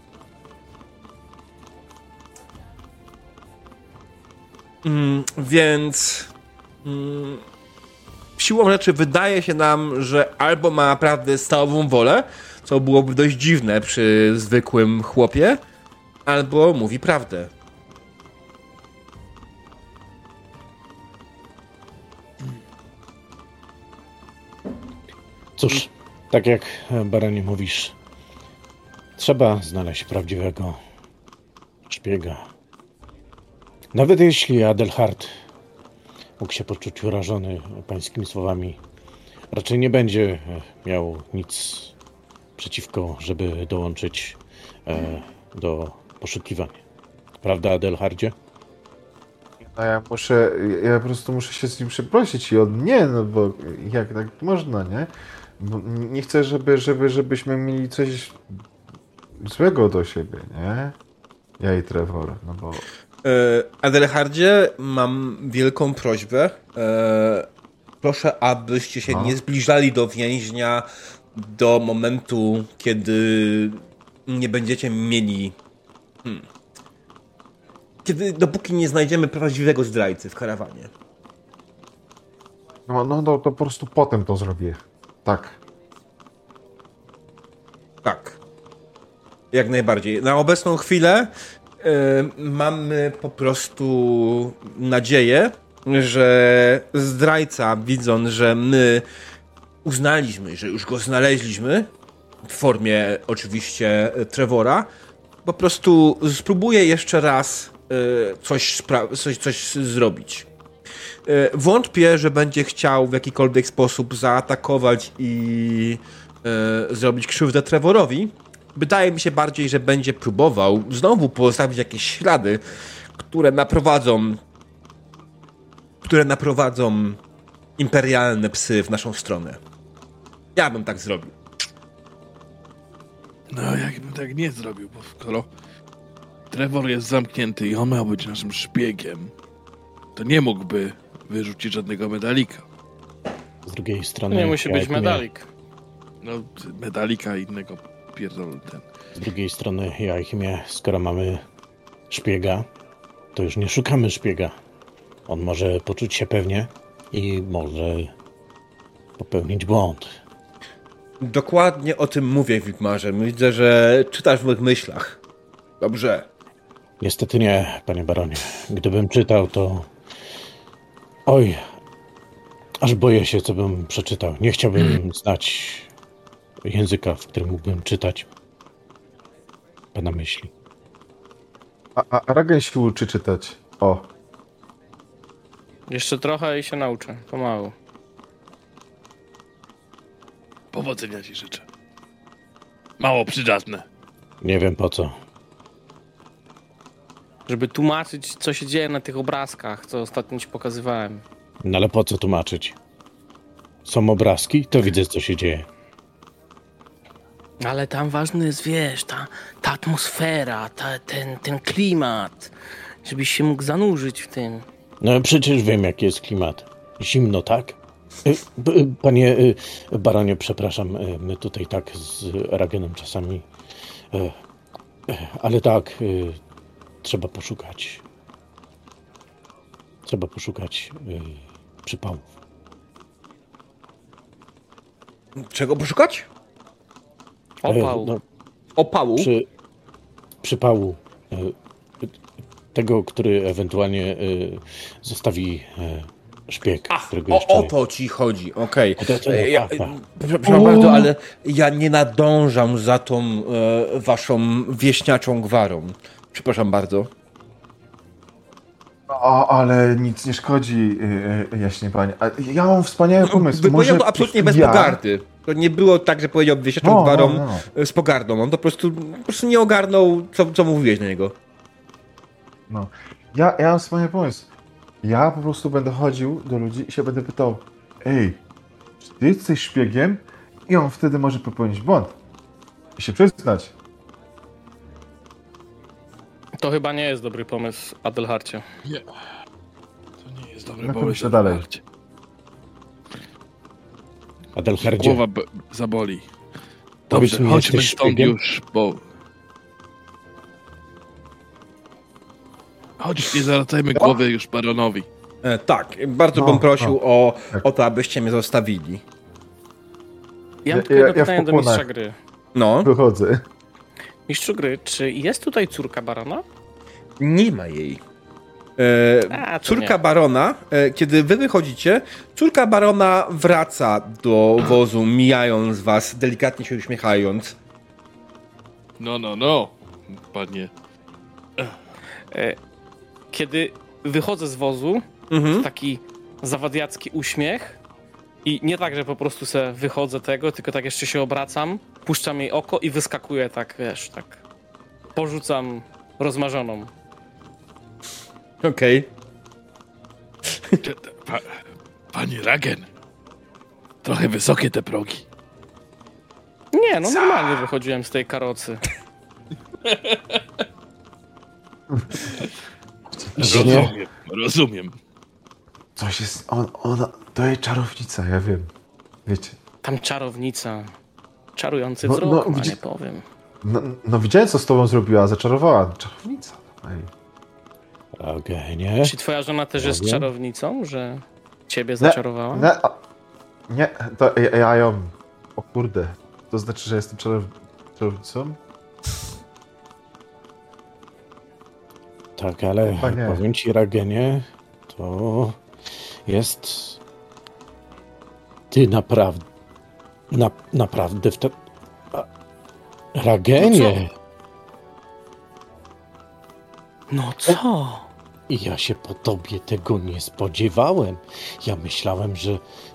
Mm, więc mm, siłą rzeczy wydaje się nam, że albo ma naprawdę stałą wolę, co byłoby dość dziwne przy zwykłym chłopie, albo mówi prawdę. Cóż, tak jak baronie mówisz, trzeba znaleźć prawdziwego szpiega. Nawet jeśli Adelhard mógł się poczuć urażony pańskimi słowami, raczej nie będzie miał nic przeciwko, żeby dołączyć e, do poszukiwań. Prawda, Adelhardzie? No ja muszę, ja po prostu muszę się z nim przeprosić i on nie, no bo jak tak można, nie? Bo nie chcę, żeby, żeby, żebyśmy mieli coś złego do siebie, nie? Ja i Trevor, no bo... E, Adelhardzie, mam wielką prośbę. E, proszę, abyście się No. nie zbliżali do więźnia do momentu, kiedy nie będziecie mieli... Hmm. Kiedy, dopóki nie znajdziemy prawdziwego zdrajcy w karawanie. No, no, no to po prostu potem to zrobię. Tak. Tak. Jak najbardziej. Na obecną chwilę yy, mamy po prostu nadzieję, że zdrajca, widząc, że my uznaliśmy, że już go znaleźliśmy, w formie oczywiście Trevora, po prostu spróbuje jeszcze raz yy, coś, spra- coś, coś zrobić. Yy, wątpię, że będzie chciał w jakikolwiek sposób zaatakować i yy, zrobić krzywdę Trevorowi. Wydaje mi się bardziej, że będzie próbował znowu pozostawić jakieś ślady, które naprowadzą które naprowadzą imperialne psy w naszą stronę. Ja bym tak zrobił. No, jakbym tak nie zrobił, bo skoro Trevor jest zamknięty i on miał być naszym szpiegiem, to nie mógłby wyrzucić żadnego medalika. Z drugiej strony... Nie musi ja być jak mnie- medalik. No, medalika innego pierdolę ten. Z drugiej strony, ja ich imię, skoro mamy szpiega, to już nie szukamy szpiega. On może poczuć się pewnie i może popełnić błąd. Dokładnie o tym mówię, Wigmarze. Widzę, że czytasz w moich myślach. Dobrze. Niestety nie, panie baronie. Gdybym czytał, to... Oj, aż boję się, co bym przeczytał. Nie chciałbym znać języka, w którym mógłbym czytać pana myśli. A, a Ragen się uczy czytać. O. Jeszcze trochę i się nauczę, pomału. Powodzenia ci życzę. Mało przydatne. Nie wiem po co. Żeby tłumaczyć, co się dzieje na tych obrazkach, co ostatnio ci pokazywałem. No ale po co tłumaczyć? Są obrazki, to widzę, co się dzieje. Ale tam ważny jest, wiesz, ta, ta atmosfera, ta, ten, ten klimat, żebyś się mógł zanurzyć w tym. No przecież wiem, jaki jest klimat. Zimno, tak? Y, b- Panie y, baronie, przepraszam, y, my tutaj tak z Ragenem czasami... y, y, Ale tak, y, trzeba poszukać. Trzeba poszukać y, przypałów. Czego poszukać? Opał. Y, no, Opału? przy, przypału. y, y, Tego, który ewentualnie y, zostawi y, szpieg, A, którego o, jeszcze... o to ci chodzi, okej. O to- to- Okay. Ja, tak, tak. przepraszam bardzo, ale ja nie nadążam za tą e, waszą wieśniaczą gwarą. Przepraszam bardzo. O, ale nic nie szkodzi, yy, yy, jaśnie panie. A ja mam wspaniały pomysł. By, Może powiedział to absolutnie bez ja... pogardy. To nie było tak, że powiedział wieśniaczą No, gwarą no, no. z pogardą. On to po prostu, po prostu nie ogarnął, co, co mówiłeś na niego. No. Ja, ja mam wspaniały pomysł. Ja po prostu będę chodził do ludzi i się będę pytał: ej, czy ty jesteś szpiegiem? I on wtedy może popełnić błąd. I się przyznać. To chyba nie jest dobry pomysł, Adelharcie. Nie. To nie jest dobry No, pomysł. kurczę, dalej. Adelhardzie. Adelhardzie, Głowa b- zaboli. Powiedz Dobrze, mi, chodźmy jesteś stąd szpiegiem? już, bo... Chodź, nie zawracajmy głowy już baronowi. E, tak, bardzo No, bym prosił no. o, Tak. o to, abyście mnie zostawili. Ja mam Ja- tylko ja- jedno ja w pytanie do popłonach. mistrza gry. No, Wychodzę. Mistrzu gry, czy jest tutaj córka barona? nie ma jej. E, A, to córka nie. barona, e, kiedy wy wychodzicie, córka barona wraca do wozu, mijając was, delikatnie się uśmiechając. No, no, no, panie. E, Kiedy wychodzę z wozu, Mhm. taki zawadiacki uśmiech i nie tak, że po prostu se wychodzę tego, tylko tak jeszcze się obracam, puszczam jej oko i wyskakuję tak, wiesz, tak porzucam rozmarzoną. Okej. Te- te- Pa, panie Ragen. Trochę wysokie te progi. Nie, no normalnie wychodziłem z tej karocy. Nie. Rozumiem, rozumiem. Coś jest. On, ona. To jest czarownica, ja wiem. Wiecie. Tam czarownica. Czarujący No, wzrok no, ma, gdzie- nie powiem. No, no widziałem, co z tobą zrobiła, zaczarowała. Czarownica. Ej. Ragenie? Czy twoja żona też jest Mogę? czarownicą, że ciebie zaczarowała? Nie, a, nie to ja, ja ją... O kurde. To znaczy, że jestem czarow... czarownicą? Tak, ale Chyba nie. powiem ci, Ragenie, to jest... Ty naprawdę... Na, naprawdę w te... A- Ragenie! No co? I ja się po tobie tego nie spodziewałem. Ja myślałem, że...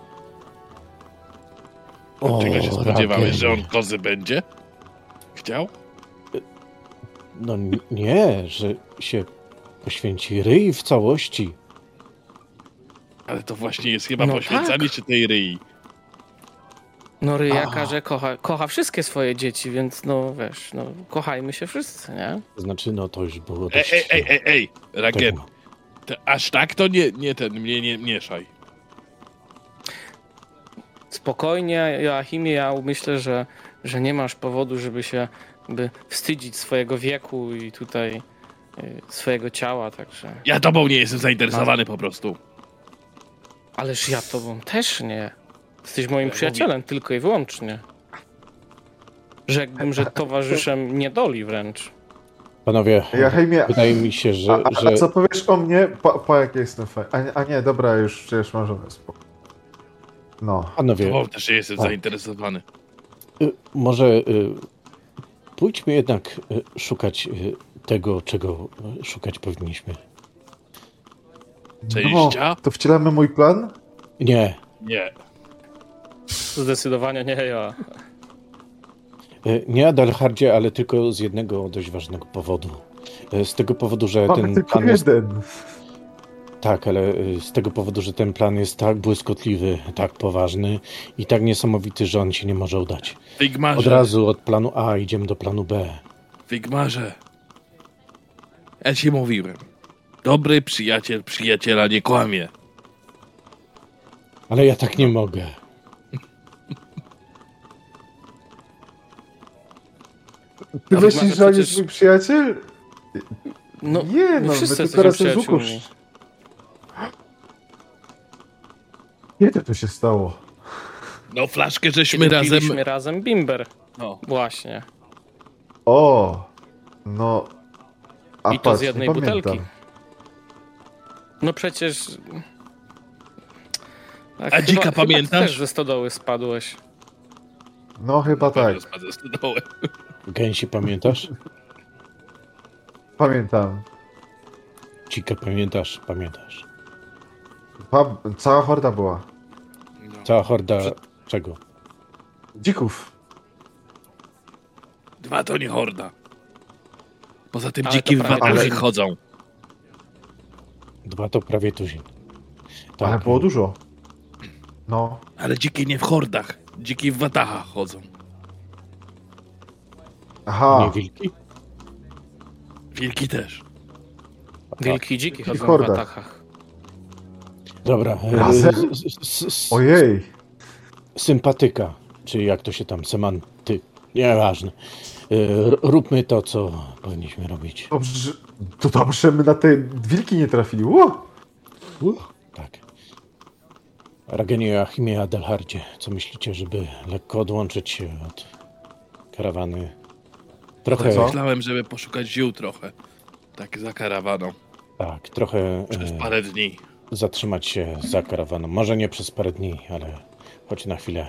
O, Czego się spodziewałeś, że on Ragenie. kozy będzie? Chciał? No n- nie, że się poświęci ryj w całości. Ale to właśnie jest chyba No poświęcanie tak. się tej ryi. No Ryja A. każe, kocha, kocha wszystkie swoje dzieci, więc no wiesz, no kochajmy się wszyscy, nie? To znaczy, no to już było Ej, dość... ej, ej, ej, ej, Ragen, tego. to aż tak to nie, nie ten, mnie nie mieszaj. Spokojnie, Joachimie, ja myślę, że, że nie masz powodu, żeby się by wstydzić swojego wieku i tutaj y, swojego ciała, także... Ja tobą nie jestem zainteresowany po prostu. Ależ ja tobą też nie. Jesteś moim Ja przyjacielem, tylko i wyłącznie. Rzekłbym, że towarzyszem niedoli wręcz. Panowie, Ja hejmie... wydaje mi się, A, że... a, że... a co powiesz o mnie? Po, po jak jestem fajny. A, nie- a nie, dobra, już przecież mam żonę, spoko. No. Panowie, Tobą też nie jestem Tak. zainteresowany. y, może y, pójdźmy jednak y, szukać y, tego, czego y, szukać powinniśmy. Przejścia? No, to wcielamy mój plan? Nie, Nie. Zdecydowanie nie ja. y, nie Adelhardzie, ale tylko z jednego dość ważnego powodu. Y, Z tego powodu, że Mamy ten tylko plan jest... jeden. Tak, ale y, z tego powodu, że ten plan jest tak błyskotliwy, tak poważny i tak niesamowity, że on się nie może udać. Wigmarze, Od razu od planu A idziemy do planu B. Wigmarze. Ja ci mówiłem. Dobry przyjaciel przyjaciela nie kłamie. Ale ja tak nie mogę. Ty A myślisz, Wigmarze że on przecież- jest mój przyjaciel? No, nie, my no, my wszyscy tylko jesteśmy razem z Łukusz. przyjaciółmi. Kiedy to się stało? No flaszkę żeśmy Kiedy razem... piliśmy razem bimber. No. Właśnie. O, no... A I to z patrz, jednej nie butelki. pamiętam. No przecież... A dzika chyba pamiętasz? Ty też ze stodoły spadłeś. No chyba tak, Spadł z dołu. Gęsi pamiętasz? pamiętam. Cikę pamiętasz? Pamiętasz. Pa, cała horda była. No. Cała horda czego? Dzików. Dwa to nie horda. Poza tym Ale dziki to w prawie watach tuzin. chodzą. Dwa to prawie tuzin. Tak, Ale było dużo. No. Ale dziki nie w hordach. Dziki w watachach chodzą. Aha. Nie wilki? Wilki też. Wilki i dziki w chodzą w hordach. watachach. Dobra. e, Razem? s- s- s- Ojej. Sympatyka, czy jak to się tam, semanty, nieważne. E, r- Róbmy to, co powinniśmy robić. Dobrze, to dobrze, my na te wilki nie trafili. Ło! Tak. Ragenie Joachimie Adelhardzie, co myślicie, żeby lekko odłączyć się od karawany? Trochę, Co? Myślałem, żeby poszukać ziół trochę. Tak za karawaną. tak, trochę Przez e, parę dni. zatrzymać się za karawaną. Może nie przez parę dni, ale choć na chwilę.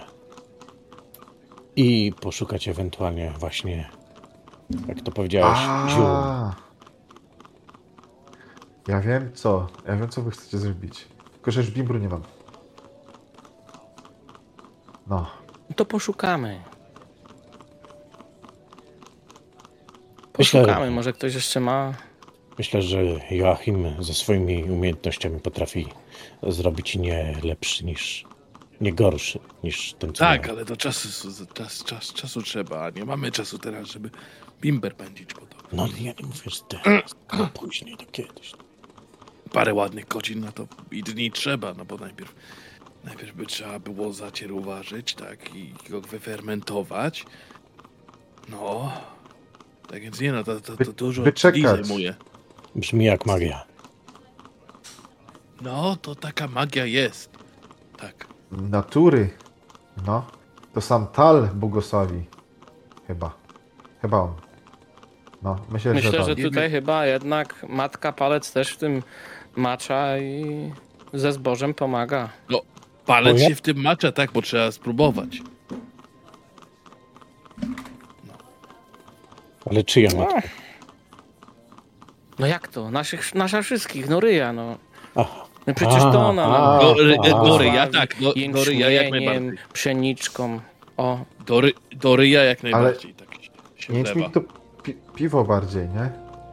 I poszukać ewentualnie właśnie, jak to powiedziałeś, ziół. A. Ja wiem co. Ja wiem co wy chcecie zrobić. Tylko że już bimbru nie mam. No. No to poszukamy. Myślę- Poszukamy, może ktoś jeszcze ma. Myślę, że Joachim ze swoimi umiejętnościami potrafi zrobić nie lepszy niż, nie gorszy niż ten, co Tak, miał. ale to czasu, czas, czas, czasu trzeba. a Nie mamy czasu teraz, żeby bimber pędzić po to. No ja nie mówię, że teraz, no później, to kiedyś. Parę ładnych godzin na to i dni trzeba, no bo najpierw, najpierw by trzeba było zacier uważać, tak, i go wyfermentować. No, Tak więc nie no, to, to, Wy- to dużo wyczekać. dni zajmuje. Brzmi jak magia. No, to taka magia jest. Tak. Natury. No. To sam Tal błogosławi. Chyba. Chyba on. No, myślę, Myślę, że, że tak. tutaj chyba jednak matka palec też w tym macza i ze zbożem pomaga. No, palec O ja- się w tym macza, tak, bo trzeba spróbować. Ale czyja matka? No jak to? Naszych, nasza wszystkich, no Ryja, no. Aha. No przecież to ona A, nam Do, ry, a. do ryja, tak, do, do ryja jak jęczmieniem, najbardziej. pszeniczką. O, Do, ry, do ryja jak najbardziej. Tak się, się wlewa. Jęczmień to pi- piwo bardziej, nie?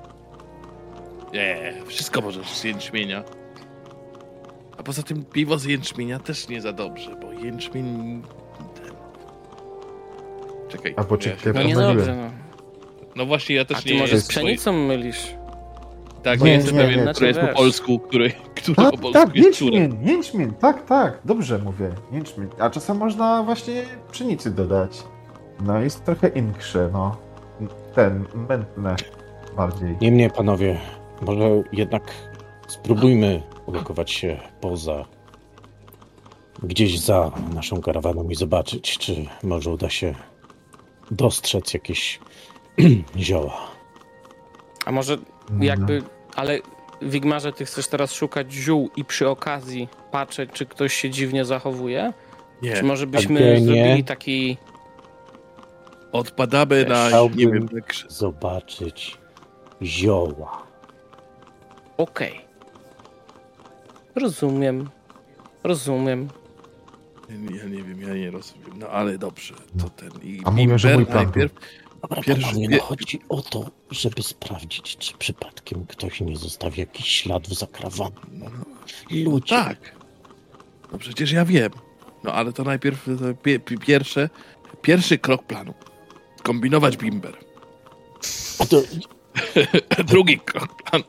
Nie, wszystko możesz z jęczmienia. A poza tym piwo z jęczmienia też nie za dobrze, bo jęczmień... Ten... Czekaj. Albo ja czy- się- no nie pomyliłem. dobrze, no. No właśnie, ja też A ty nie może z jestem swoim- pszenicą mylisz? Tak, Nie, nie jestem nie, pewien, nie, która jest po wiesz. polsku, który, który Tak, po polsku tak, jest która. jęczmień, jęczmień, tak, tak, dobrze mówię, jęczmień. A czasem można właśnie pszenicy dodać. No jest trochę inksze, no. Ten, mętne bardziej. Niemniej, panowie, może jednak spróbujmy ulokować się poza, gdzieś za naszą karawaną i zobaczyć, czy może uda się dostrzec jakieś zioła. A może jakby, ale Wigmarze, ty chcesz teraz szukać ziół i przy okazji patrzeć, czy ktoś się dziwnie zachowuje? Nie, Czy może byśmy Pewnie nie. zrobili taki... odpadamy na, Chciałbym- nie wiem, tak, Zobaczyć zioła. Okej. Rozumiem. Rozumiem. ja nie wiem, ja nie rozumiem, no ale dobrze, to ten i A mówię, że Bimber mój plan najpierw, Dobra, Pierwszy- panowie, pie- no chodzi o to, żeby sprawdzić, czy przypadkiem ktoś nie zostawi jakichś śladów za karawaną. no, Ludzie, tak, no przecież ja wiem, no ale to najpierw to pie, pi- pierwsze, pierwszy krok planu, kombinować bimber, a to drugi krok planu,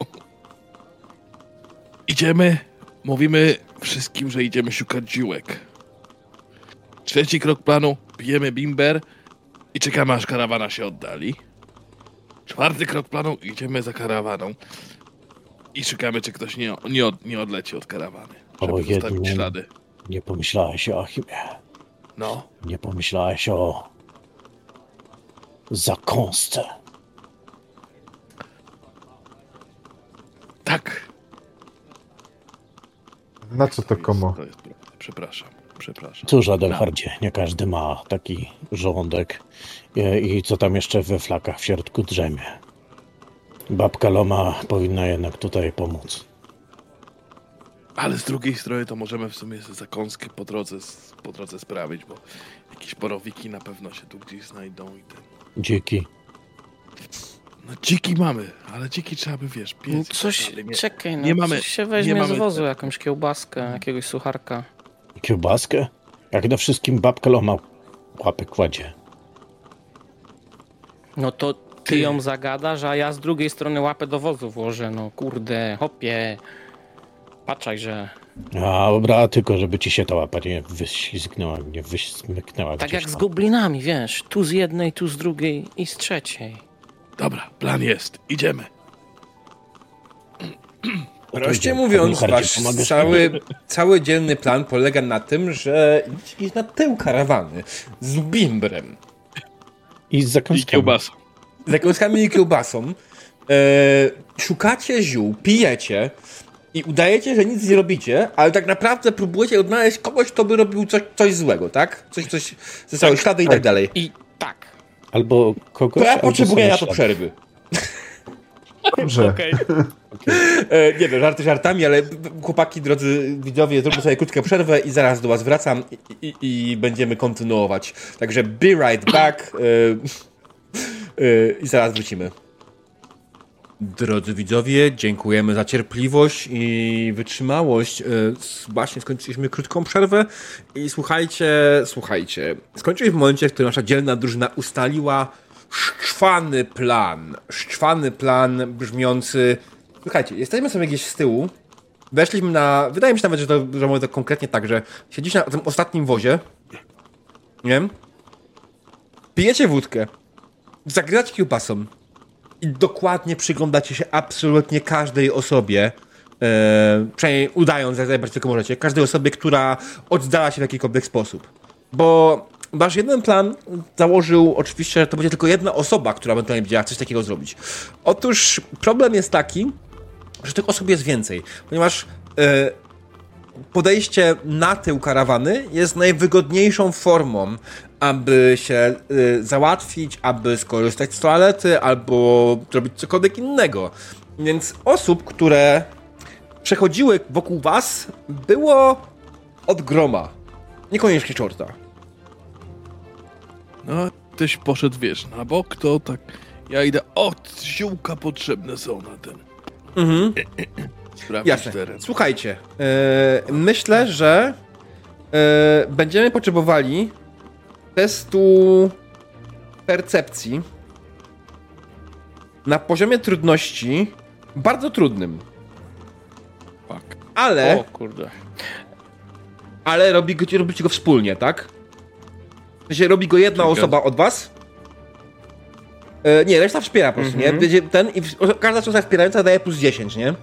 idziemy, mówimy wszystkim, że idziemy szukać ziółek, trzeci krok planu, pijemy bimber i czekamy, aż karawana się oddali. Czwarty krok planu, idziemy za karawaną i szukamy, czy ktoś nie, nie, od, nie odleci od karawany, O, żeby zostawić jednym- ślady. nie pomyślałeś o Achimie. No, Nie pomyślałeś o zakąsce. tak. Na co to komu? To jest prawda. Przepraszam, przepraszam. Cóż, Adelhardzie, nie każdy ma taki żołądek. I, i co tam jeszcze we flakach w środku drzemie. Babka Loma powinna jednak tutaj pomóc. Ale z drugiej strony to możemy w sumie zakąskę po drodze, s- po drodze sprawić, bo jakieś porowiki na pewno się tu gdzieś znajdą i ten... Dziki. No dziki mamy, ale dziki trzeba by, wiesz, piec. i tak Coś, dalej. Nie- czekaj, no nie mamy- coś się nie weźmie mamy z wozu, tak. jakąś kiełbaskę, jakiegoś sucharka. Kiełbaskę? Jak na wszystkim babka Loma łapy kładzie. No to ty ją zagadasz, a ja z drugiej strony łapę do wozu włożę, no kurde, hopie. Patrzaj, że A dobra, tylko żeby ci się ta łapa nie wyślizgnęła, nie wysmyknęła tak gdzieś jak z tam. goblinami, wiesz, tu z jednej, tu z drugiej i z trzeciej. Dobra, plan jest, idziemy. Prościej Panu mówiąc, Hardzie, wasz pomagasz? cały, cały dzielny plan polega na tym, że idziecie na tył karawany z bimbrem, I z I zakąskami. kiełbasą. z zakąskami i kiełbasą. E, szukacie ziół, pijecie i udajecie, że nic nie robicie, ale tak naprawdę próbujecie odnaleźć kogoś, kto by robił coś, coś złego, tak? Coś, coś, zostały ślady i tak dalej. I tak. Albo kogoś, To ja albo potrzebuję sobie na to ślad. przerwy. Dobrze. Okej. E, nie wiem, żarty żartami, ale chłopaki, drodzy widzowie, zróbmy sobie krótką przerwę i zaraz do was wracam i, i, i będziemy kontynuować. Także be right back e, e, i zaraz wrócimy. Drodzy widzowie, dziękujemy za cierpliwość i wytrzymałość. E, s- Właśnie skończyliśmy krótką przerwę i słuchajcie, słuchajcie. Skończyliśmy w momencie, w którym nasza dzielna drużyna ustaliła szczwany plan. Szczwany plan brzmiący... Słuchajcie, jesteśmy sobie gdzieś z tyłu. Weszliśmy na... Wydaje mi się nawet, że to, że mówię to konkretnie tak, że siedzisz na tym ostatnim wozie. Nie wiem. Pijecie wódkę. Zagrywacie kiełbasą. i dokładnie przyglądacie się absolutnie każdej osobie, e, przynajmniej udając, jak najbardziej tylko możecie, każdej osobie, która oddala się w jakikolwiek sposób. Bo wasz jeden plan założył oczywiście, że to będzie tylko jedna osoba, która ewentualnie będzie chciała coś takiego zrobić. Otóż problem jest taki, że tych osób jest więcej, ponieważ e, podejście na tył karawany jest najwygodniejszą formą, aby się y, załatwić, aby skorzystać z toalety, albo zrobić cokolwiek innego. Więc osób, które przechodziły wokół was, było od groma. Niekoniecznie czorta. No, ktoś poszedł, wiesz, na bok, to tak... Ja idę, o, ziółka potrzebne są na ten. Mhm. Sprawdzić Jasne. teren. Słuchajcie, yy, myślę, że yy, będziemy potrzebowali testu percepcji na poziomie trudności bardzo trudnym. Fuck. Ale, O kurde. ale robi go, robicie go wspólnie, tak? W sensie robi go jedna Czekaj. osoba od was. Yy, nie, reszta wspiera po prostu, Mhm. nie? Będzie ten i w, każda osoba wspierająca daje plus dziesięć, nie?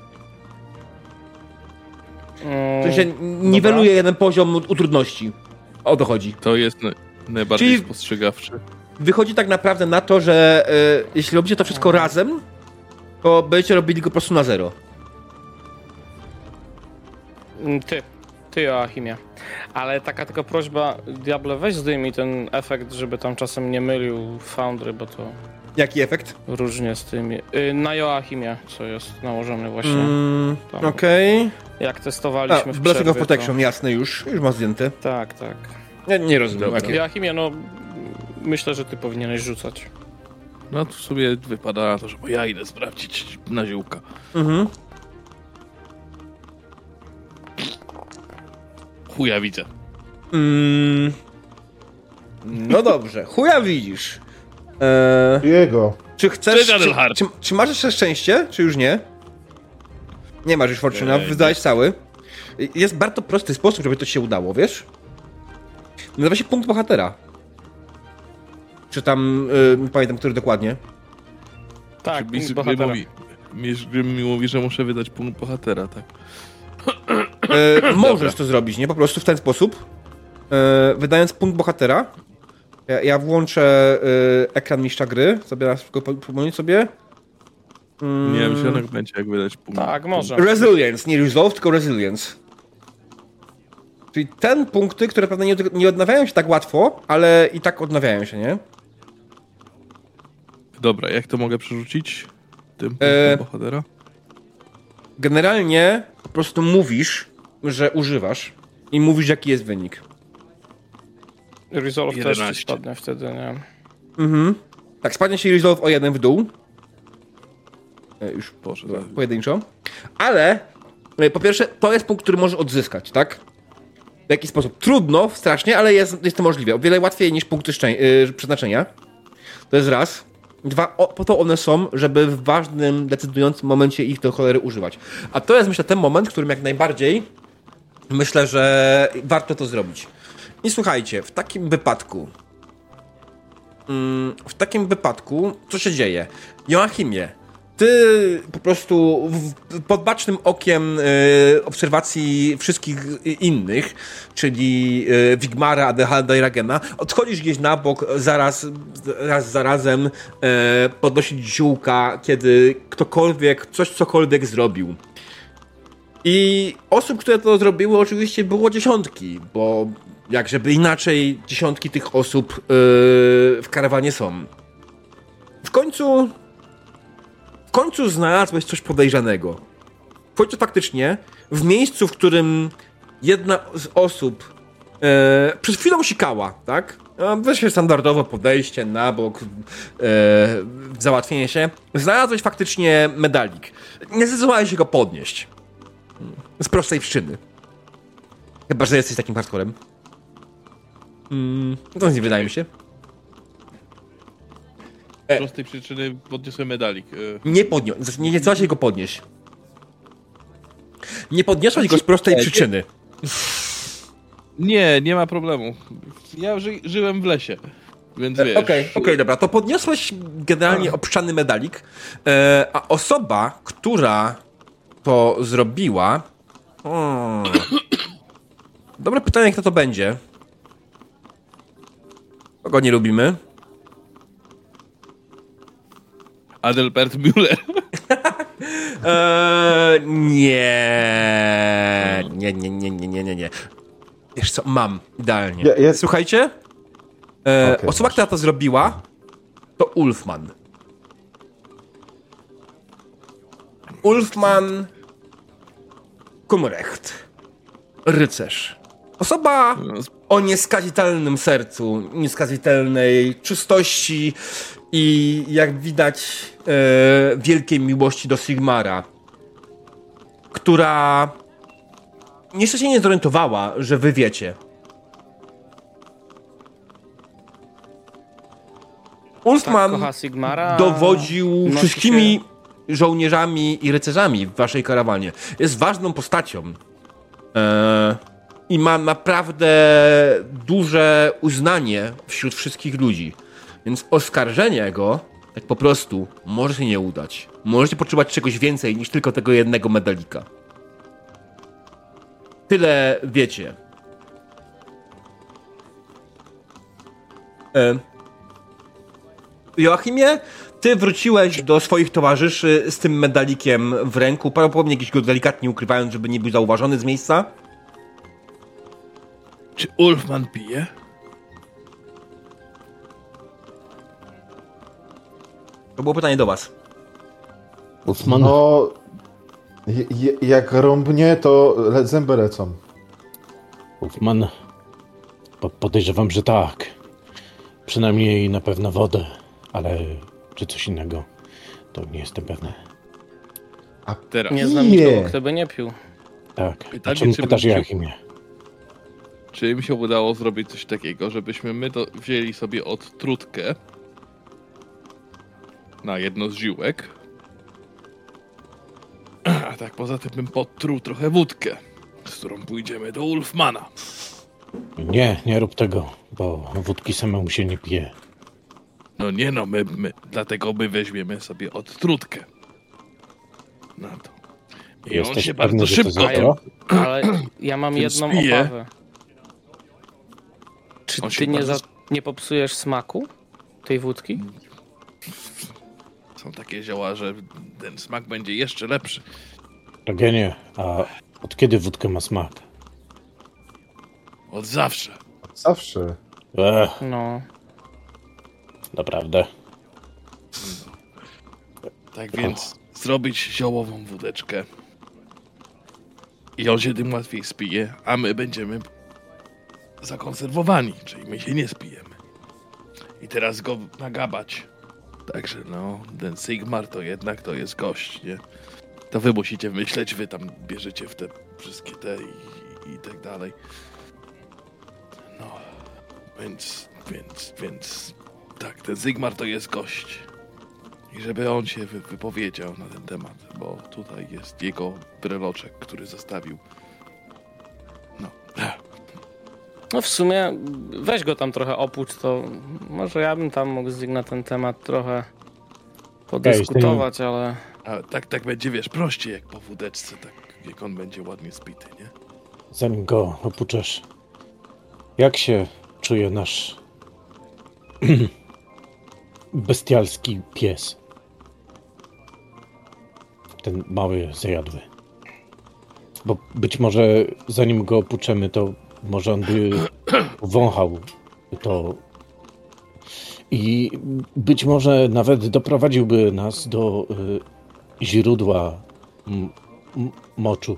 W sensie Mm, niweluje dobra. jeden poziom utrudności. O to chodzi. To jest na, najbardziej Czyli- spostrzegawczy. Wychodzi tak naprawdę na to, że y, jeśli robicie to wszystko razem, to będziecie robili go po prostu na zero. Mm, Ty. Ty, Joachimie. Ale taka tylko prośba, Diable, weź zdejmij ten efekt, żeby tam czasem nie mylił Foundry, bo to Jaki efekt? różnie z tymi... Y, Na Joachimie, co jest nałożony właśnie. Mm, Tam. Okej. Jak Okay. testowaliśmy w Blessing of przerwie, Protection, jasne już. Już ma zdjęte. To... Tak, tak. Nie, nie rozumiem. Dobra. Jakie. Joachimie, no myślę, że ty powinieneś rzucać. No to sobie wypada na to, że bo ja idę sprawdzić na ziółka. Mhm. Chuja widzę. Mm, no dobrze. Chuja widzisz. Eee, Jego. czy chcesz... Cześć, Czy, Adelhard. czy, czy masz jeszcze szczęście, czy już nie? Nie masz już Fortuna, Eee, wydałeś cały. Jest bardzo prosty sposób, żeby to ci się udało, wiesz? Nazywa się punkt bohatera. Czy tam, yy, nie pamiętam, który dokładnie. Tak, mi, punkt mi, bohatera. mówi, mi, mi mówi, że muszę wydać punkt bohatera, tak? Yy, możesz to zrobić, nie? Po prostu w ten sposób. Yy, wydając punkt bohatera. Ja, ja włączę yy, ekran mistrza gry. Sobie raz tylko po- przypomnieć sobie. Mm, Nie wiem, czy jednak będzie, jak wydać punkt. Tak, może. Resilience, nie resolve, tylko resilience. Czyli ten punkty, które pewnie nie, od- nie odnawiają się tak łatwo, ale i tak odnawiają się, nie? Dobra, jak to mogę przerzucić? Tym punktem E, bohatera? Generalnie po prostu mówisz, że używasz i mówisz, jaki jest wynik. Resolve też jedenaście. ci spadnie wtedy, nie? Mhm. Tak, spadnie się resolve o jeden w dół. E, Już Boże, po- tak. pojedynczo. Ale e, po pierwsze, to jest punkt, który możesz odzyskać, tak? W jaki sposób? Trudno, strasznie, ale jest, jest to możliwe. O wiele łatwiej niż punkty szczę- yy, przeznaczenia. To jest raz. Dwa, o, po to one są, żeby w ważnym, decydującym momencie ich do cholery używać. A to jest, myślę, ten moment, w którym jak najbardziej myślę, że warto to zrobić. I słuchajcie, w takim wypadku mm, w takim wypadku, co się dzieje? Joachimie, ty po prostu w, pod bacznym okiem y, obserwacji wszystkich innych, czyli y, Wigmara, Adelharda i Ragena, odchodzisz gdzieś na bok, zaraz, raz za razem y, podnosić ziółka, kiedy ktokolwiek, coś cokolwiek zrobił. I osób, które to zrobiły, oczywiście było dziesiątki, bo jak żeby inaczej dziesiątki tych osób yy, w karawanie są. W końcu w końcu znalazłeś coś podejrzanego. W końcu faktycznie w miejscu, w którym jedna z osób yy, przed chwilą sikała, tak? Weź standardowo podejście na bok, yy, załatwienie się. Znalazłeś faktycznie medalik. Nie zdecydowałeś się go podnieść. Z prostej przyczyny. Chyba, że jesteś takim hardcorem. Mm, to nic nie wydaje mi się. Z prostej przyczyny podniosłem medalik. E, Nie podniosłeś, znaczy nie zdecydowałeś się go podnieść. Nie podniosłeś go z prostej przyczyny. Nie, nie ma problemu. Ja ży, żyłem w lesie. Więc E, wiesz... Okej, okay, okay, dobra, to podniosłeś generalnie obszczany medalik, e, a osoba, która to zrobiła... Hmm, dobre pytanie, kto to będzie. Kogo nie lubimy? Adelbert Müller. Eee, nie. Nie, nie, nie, nie, nie, nie, nie. Wiesz co, mam. Idealnie. Ja- ja- Słuchajcie. E, Okej, osoba, masz. która to zrobiła, to Ulfman. Ulfman Kumrecht. Rycerz. Osoba o nieskazitelnym sercu, nieskazitelnej czystości i jak widać e, wielkiej miłości do Sigmara, która jeszcze się nie zorientowała, że wy wiecie. Ulfman Tak, kocha Sigmara, dowodził nosi wszystkimi się- żołnierzami i rycerzami w waszej karawanie. Jest ważną postacią. E, I ma naprawdę duże uznanie wśród wszystkich ludzi. Więc oskarżenie go tak po prostu może się nie udać. Możecie potrzebować czegoś więcej niż tylko tego jednego medalika. Tyle wiecie. E, Joachimie, ty wróciłeś do swoich towarzyszy z tym medalikiem w ręku, prawdopodobnie gdzieś go delikatnie ukrywając, żeby nie był zauważony z miejsca. Czy Ulfman pije? To było pytanie do was. Ulfman, No, je, je, jak rąbnie, to le, zęby lecą. Ulfman, po, podejrzewam, że tak. Przynajmniej na pewno wodę, ale czy coś innego, to nie jestem pewny. A Teraz. Nie znam Nie. nikogo, kto by nie pił. Tak, Pytanie, a czemu czy pytasz bym się- Joachimie? Czy im się udało zrobić coś takiego, żebyśmy my to wzięli sobie odtrutkę na jedno z ziółek, a tak poza tym bym podtruł trochę wódkę, z którą pójdziemy do Ulfmana. Nie, nie rób tego, bo wódki samemu się nie pije. No nie no, my, my dlatego my weźmiemy sobie odtrutkę na to. I on Jesteś się pewny, bardzo że to szybko... zadziała? Ale ja mam Tym jedną spije. obawę. Czy On się ty nie, bardzo- za, nie popsujesz smaku tej wódki? Są takie zioła, że ten smak będzie jeszcze lepszy. Eugenie, a od kiedy wódka ma smak? Od zawsze. zawsze. Ech, No. naprawdę. Tak więc zrobić ziołową wódeczkę. I on się tym łatwiej spije, a my będziemy zakonserwowani, czyli my się nie spijemy. I teraz go nagabać. Także no, ten Sigmar to jednak to jest gość, nie? To wy musicie myśleć, wy tam bierzecie w te wszystkie te i, i tak dalej. No, więc, więc, więc, tak, ten Sigmar to jest gość. I żeby on się wy, wypowiedział na ten temat, bo tutaj jest jego breloczek, który zostawił. No. No w sumie weź go tam trochę opuść, to może ja bym tam mógł z nim na ten temat trochę podyskutować, ale A tak, tak będzie, wiesz, prościej jak po wódeczce, tak jak on będzie ładnie spity, nie? Zanim go opuczesz, jak się czuje nasz bestialski pies? Ten mały zajadły. Bo być może zanim go opuczemy, to może on by wąchał to i być może nawet doprowadziłby nas do y, źródła m- m- moczu.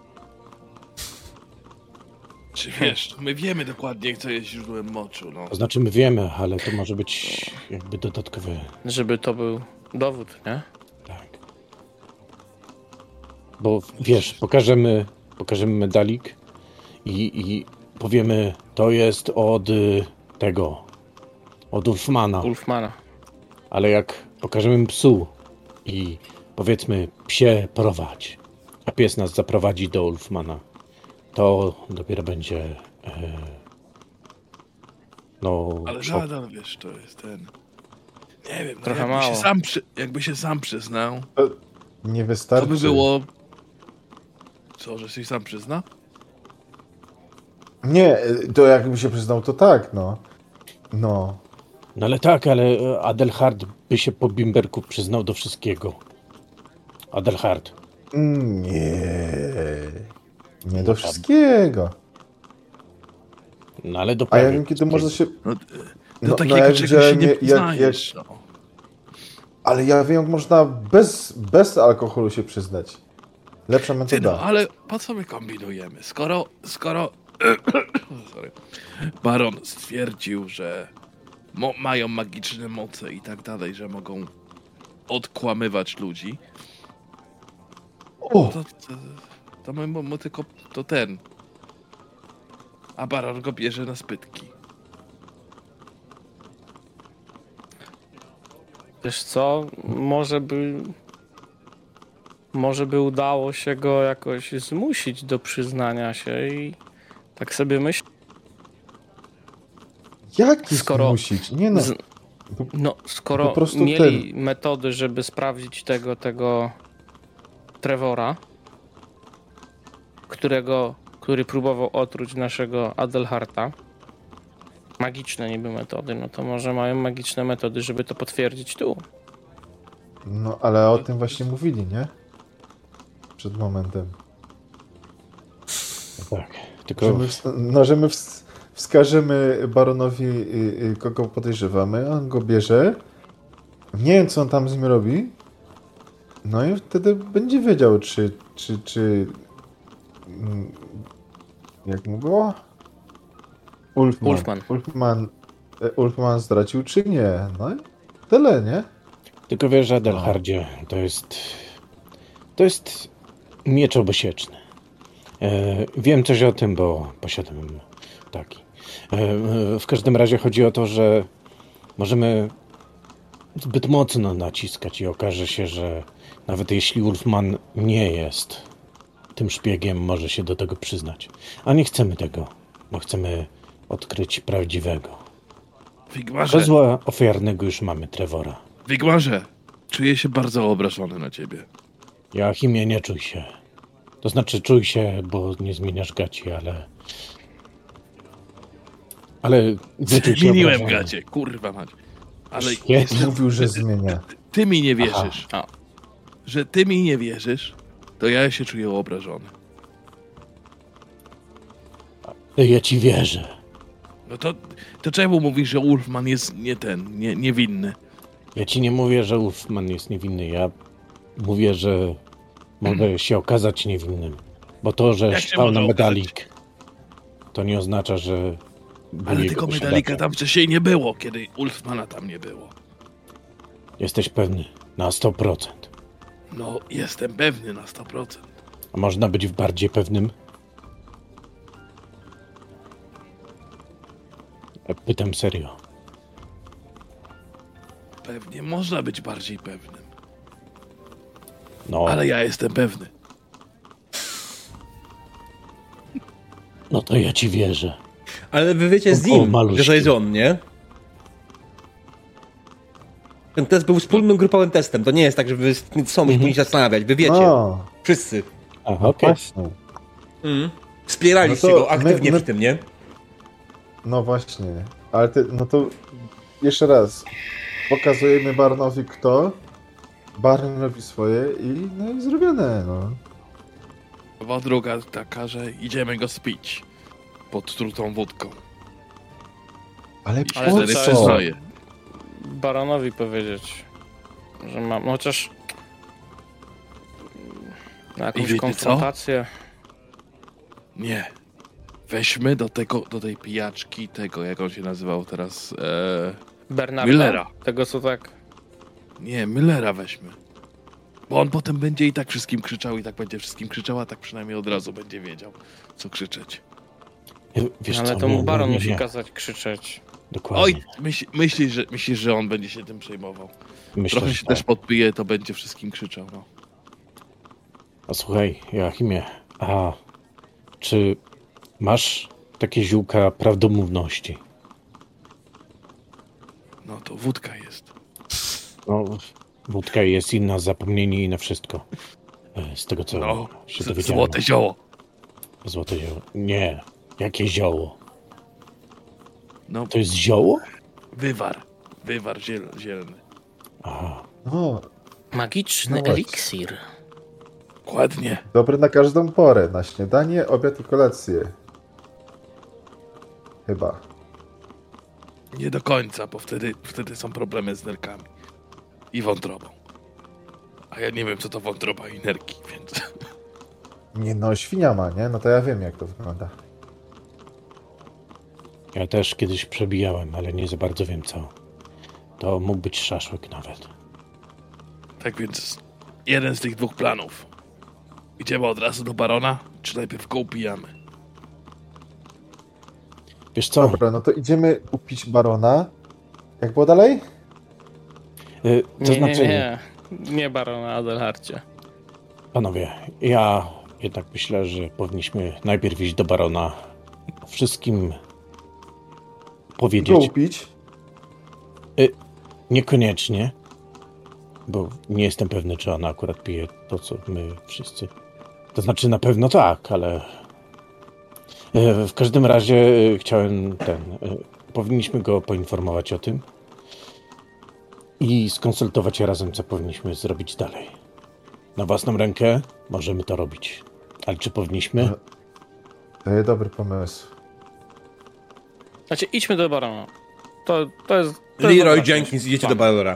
Czy wiesz, my wiemy dokładnie, co jest źródłem moczu, no. To znaczy my wiemy, ale to może być jakby dodatkowy, żeby to był dowód, nie? tak. Bo wiesz, pokażemy, pokażemy medalik i, i powiemy, to jest od y, tego, od Ulfmana. Ulfmana. Ale jak pokażemy psu i powiedzmy psie prowadź, a pies nas zaprowadzi do Ulfmana, to dopiero będzie e, No, Ale szok. nadal, wiesz, to jest ten... Nie wiem, no Trochę jakby, mało. się sam przy... jakby się sam przyznał, Nie to wystarczy. by było... Co, że się sam przyzna? Nie, to jakby się przyznał, to tak, no. No. No ale tak, ale Adelhard by się po bimberku przyznał do wszystkiego. Adelhard. Nie. Nie do wszystkiego. No ale do A ja prawie wiem, kiedy wszystkiego. można się... No, do No, takiego no jak czegoś widziałem, się nie jak- przyznajesz. jak- No. Ale ja wiem, jak można bez, bez alkoholu się przyznać. Lepsza Ty metoda. no, ale po co my kombinujemy? Skoro, skoro sorry, Baron stwierdził, że mo- mają magiczne moce i tak dalej, że mogą odkłamywać ludzi, O, to, to, to my mu tylko to ten. A Baron go bierze na spytki. Wiesz co, może by... Może by udało się go jakoś zmusić do przyznania się i tak sobie myślę. jak Skoro- zmusić? Nie no. Z, no, skoro po prostu mieli metody, żeby sprawdzić tego, tego Trevora, którego, który próbował otruć naszego Adelharta, magiczne niby metody, no to może mają magiczne metody, żeby to potwierdzić tu. No, ale o tym właśnie mówili, nie? Przed momentem. Tak, Że tylko my, ws- no, że my ws- wskażemy baronowi, y, y, kogo podejrzewamy, a on go bierze. Nie wiem, co on tam z nim robi. No i wtedy będzie wiedział, czy, czy, czy... mm, Jak mu było? Ulfman. Ulfman. Ulfman, e, Ulfman zdradził, czy nie. No i tyle, nie? Tylko wiesz, Adelhardzie, to jest... To jest miecz obosieczny. E, wiem coś o tym, bo posiadam taki. E, e, w każdym razie chodzi o to, że możemy zbyt mocno naciskać i okaże się, że nawet jeśli Ulfman nie jest tym szpiegiem, może się do tego przyznać. A nie chcemy tego, bo chcemy odkryć prawdziwego. Wigmarze, Kozła ofiarnego już mamy, Trevora. Wigmarze, czuję się bardzo obrażony na ciebie. Joachimie, nie czuj się. To znaczy czuj się, bo nie zmieniasz gaci, ale... Ale nie czuj się Zmieniłem obrażony. gacie, kurwa mać. Ale Jest. Mówił, że zmienia. ty mi nie wierzysz. A. Że ty mi nie wierzysz, to ja się czuję obrażony. Ja ci wierzę. No to, to czemu mówisz, że Ulfman jest nie ten, nie, niewinny? Ja ci nie mówię, że Ulfman jest niewinny. Ja mówię, że może się okazać niewinnym. Bo to, że Jak się szpał na może medalik, to nie oznacza, że był Ale jego tego medalika posiadaczem. tam wcześniej nie było, kiedy Ulfmana tam nie było. Jesteś pewny? Na sto procent. No, jestem pewny na sto procent. A można być bardziej pewnym? Ja pytam serio. Pewnie można być bardziej pewnym. No, Ale ja jestem pewny. no to ja ci wierzę. Ale wy wiecie z O, nim, maluszki. że to jest on, nie? Ten test był wspólnym grupowym testem. To nie jest tak, że wy z sobą Mhm. się zastanawiać. Wy wiecie. No, Wszyscy. Aha, okej. właśnie. Mhm. Wspieraliście No to go aktywnie my- my- przy tym, nie? No właśnie. Ale ty, no to jeszcze raz. Pokazujemy Baronowi kto. Baron robi swoje i no i zrobione, no. Była druga taka, że idziemy go spić. Pod trutą wódką. Ale I po Ale wtedy to co? jest- przyznaje. Baronowi powiedzieć, że mam, no chociaż na I jakąś wiecie co? konfrontację. Nie. Weźmy do tego, do tej pijaczki tego, jak on się nazywał teraz. E... Bernarda, Müllera. tego co tak. Nie, Müllera weźmy. Bo on potem będzie i tak wszystkim krzyczał, i tak będzie wszystkim krzyczał, a tak przynajmniej od razu będzie wiedział, co krzyczeć. Wiesz Ale co, to nie, mu Baron nie, musi nie. kazać krzyczeć. Dokładnie. Oj, myśl, myślisz, że, myślisz, że on będzie się tym przejmował. Myślę, Trochę że się tak. też podpije, to będzie wszystkim krzyczał, no. A słuchaj, Joachimie, a czy masz takie ziółka prawdomówności? No to wódka jest. No, wódka jest inna, zapomnienie i na wszystko. Z tego, co No, się z- dowiedziałem. złote zioło. Złote zioło. Nie. Jakie zioło? No, To jest zioło? wywar. Wywar ziel- zielony. Aha. O, Magiczny No właśnie. eliksir. Dokładnie. dobry na każdą porę. Na śniadanie, obiad i kolację. Chyba. Nie do końca, bo wtedy, wtedy są problemy z nerkami. I wątrobą. A ja nie wiem, co to wątroba i nerki, więc... Nie no, świnia ma, nie? No to ja wiem, jak to wygląda. Ja też kiedyś przebijałem, ale nie za bardzo wiem co. To mógł być szaszłyk nawet. Tak więc jeden z tych dwóch planów. Idziemy od razu do barona, czy najpierw go upijamy? Wiesz co? Dobra, no to idziemy upić barona. Jak było dalej? Y, to Nie, znaczy, nie, nie. Nie barona Adelhardzie. panowie, ja jednak myślę, że powinniśmy najpierw iść do barona. Wszystkim Go powiedzieć. upić? Niekoniecznie, bo nie jestem pewny, czy ona akurat pije to, co my wszyscy. To znaczy na pewno tak, ale e, w każdym razie e, chciałem ten. E, powinniśmy go poinformować o tym i skonsultować razem, co powinniśmy zrobić dalej. Na własną rękę możemy to robić, ale czy powinniśmy? To jest dobry pomysł. Znaczy, idźmy do barona. To, to jest... To Leroy jest dobra Jenkins, myśl. idziecie do Balora.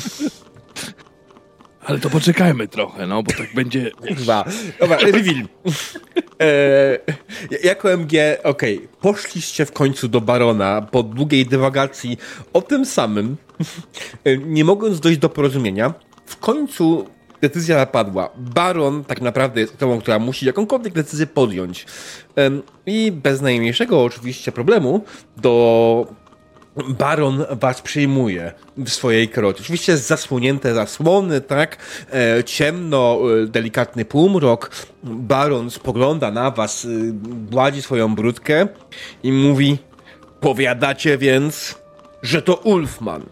Ale to poczekajmy trochę, no, bo tak będzie... Chyba. Dobra, reveal. Eee, jako M G, okej, poszliście w końcu do Barona po długiej dywagacji o tym samym, nie mogąc dojść do porozumienia. W końcu decyzja zapadła. Baron tak naprawdę jest osobą, która musi jakąkolwiek decyzję podjąć. Em, I bez najmniejszego oczywiście problemu do... Baron was przyjmuje w swojej krocie. Oczywiście zasłonięte zasłony, tak? E, ciemno, e, delikatny półmrok. Baron spogląda na was, e, gładzi swoją brudkę i mówi: powiadacie więc, że to Ulfman.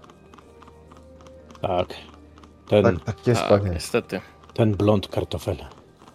Tak. Ten, Tak, tak jest, Tak, panie. niestety. ten blond kartofela.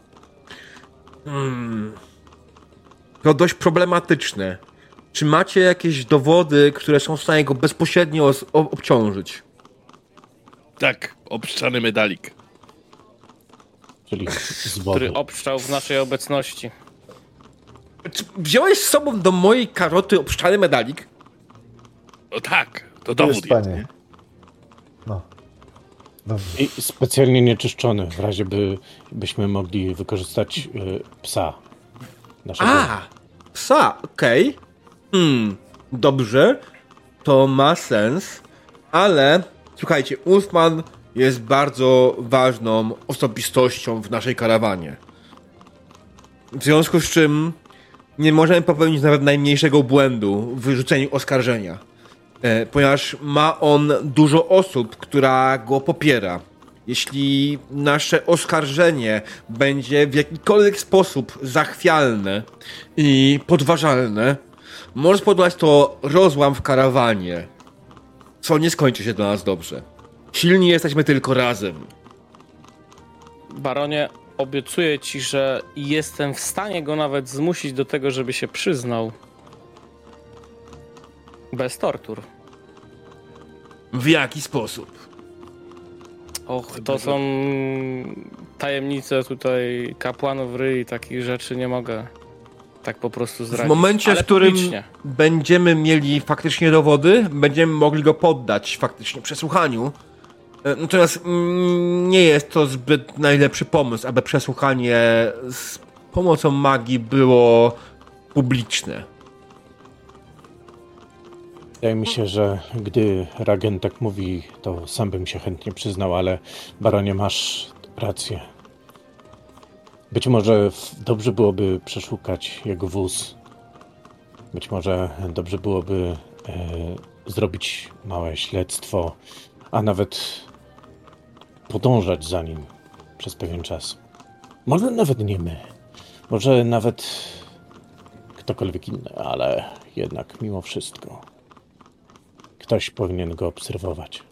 Hmm. To dość problematyczne. Czy macie jakieś dowody, które są w stanie go bezpośrednio os- o- obciążyć? Tak, obszczany medalik. Czyli z wody. Który obszczał w naszej obecności. Czy wziąłeś z sobą do mojej karoty obszczany medalik? No tak, to To dowód jest, jest, panie. nie? No. Dobrze. I specjalnie nieczyszczony, w razie by, byśmy mogli wykorzystać y, psa. Naszego. A, psa, okej. Hmm, dobrze, to ma sens, ale słuchajcie, Ulfman jest bardzo ważną osobistością w naszej karawanie. W związku z czym nie możemy popełnić nawet najmniejszego błędu w wyrzuceniu oskarżenia, e, ponieważ ma on dużo osób, która go popiera. Jeśli nasze oskarżenie będzie w jakikolwiek sposób zachwialne i podważalne, może spowodować to rozłam w karawanie, co nie skończy się dla nas dobrze. Silni jesteśmy tylko razem. Baronie, obiecuję ci, że jestem w stanie go nawet zmusić do tego, żeby się przyznał. Bez tortur. W jaki sposób? Och, to są tajemnice tutaj kapłanów ryj, takich rzeczy nie mogę tak po prostu zdradzić. W momencie, Ale w którym publicznie. będziemy mieli faktycznie dowody, będziemy mogli go poddać faktycznie przesłuchaniu. E, Natomiast mm, nie jest to zbyt najlepszy pomysł, aby przesłuchanie z pomocą magii było publiczne. Wydaje mi się, że gdy Ragen tak mówi, to sam bym się chętnie przyznał, ale baronie, masz rację. Być może w- dobrze byłoby przeszukać jego wóz. Być może dobrze byłoby e, zrobić małe śledztwo, a nawet podążać za nim przez pewien czas. Może nawet nie my. Może nawet ktokolwiek inny, ale jednak mimo wszystko. ktoś powinien go obserwować.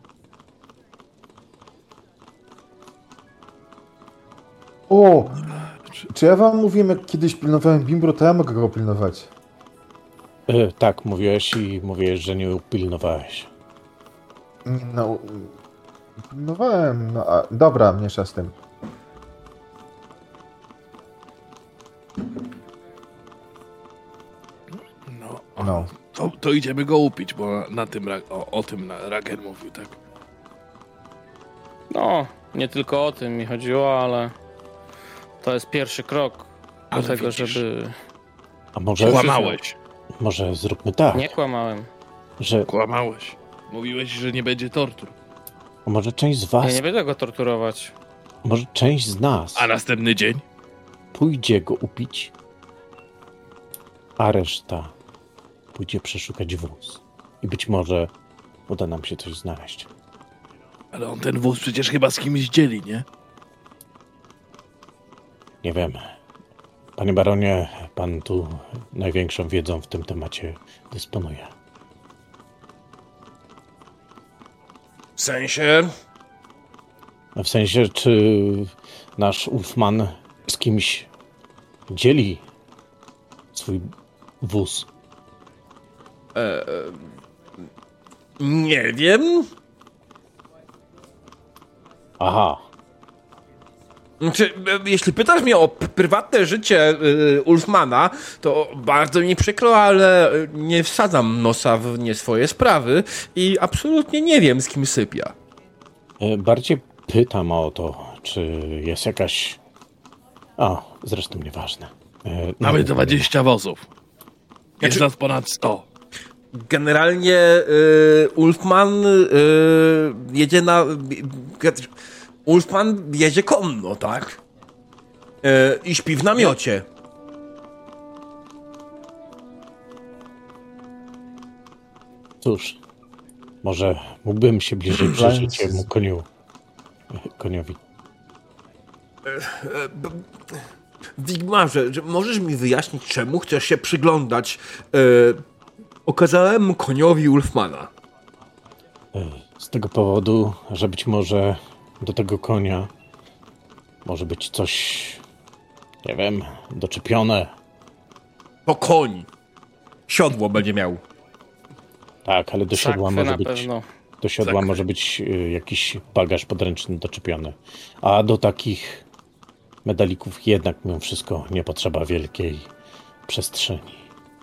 O! Czy ja wam mówiłem, jak kiedyś pilnowałem Bimbro, to ja mogę go pilnować. E, tak, mówiłeś i mówiłeś, że nie upilnowałeś. No, pilnowałem, no a dobra, mniejsza z tym. No, No. To, to idziemy go upić, bo na, na tym, ra- o, o tym na, Ragen mówił, tak? No, nie tylko o tym mi chodziło, ale to jest pierwszy krok Ale do tego, widzisz. żeby... A może, Kłamałeś. może zróbmy tak, Nie kłamałem. że Kłamałeś. Mówiłeś, że nie będzie tortur. a może część z was, Ja nie będę go torturować. może część z nas A następny dzień? pójdzie go upić, a reszta pójdzie przeszukać wóz. I być może uda nam się coś znaleźć. Ale on ten wóz przecież chyba z kimś dzieli, nie? Nie wiem. Panie baronie, pan tu największą wiedzą w tym temacie dysponuje. W sensie? W sensie, czy nasz Ulfman z kimś dzieli swój wóz? E, nie wiem. Aha. Znaczy, e, jeśli pytasz mnie o p- prywatne życie e, Ulfmana, to bardzo mi przykro, ale e, nie wsadzam nosa w nie swoje sprawy i absolutnie nie wiem, z kim sypia. E, Bardziej pytam o to, czy jest jakaś... A, zresztą nieważne. E, Mamy no, dwadzieścia wozów. Jest Znaczy- nas ponad sto. Generalnie e, Ulfman e, jedzie na... e, Ulfman jedzie konno, tak? E, I śpi w namiocie. Cóż, może mógłbym się bliżej przyjrzeć temu koniu, koniowi. Wigmarze, że możesz mi wyjaśnić, czemu chcesz się przyglądać e, okazałemu koniowi Ulfmana? E, Z tego powodu, że być może do tego konia może być coś, nie wiem, doczepione. To koń. Siodło będzie miał. Tak, ale do siodła Sakwy może na być, pewno. do siodła Sakwy. może być y, jakiś bagaż podręczny doczepiony. A do takich medalików jednak mimo wszystko nie potrzeba wielkiej przestrzeni.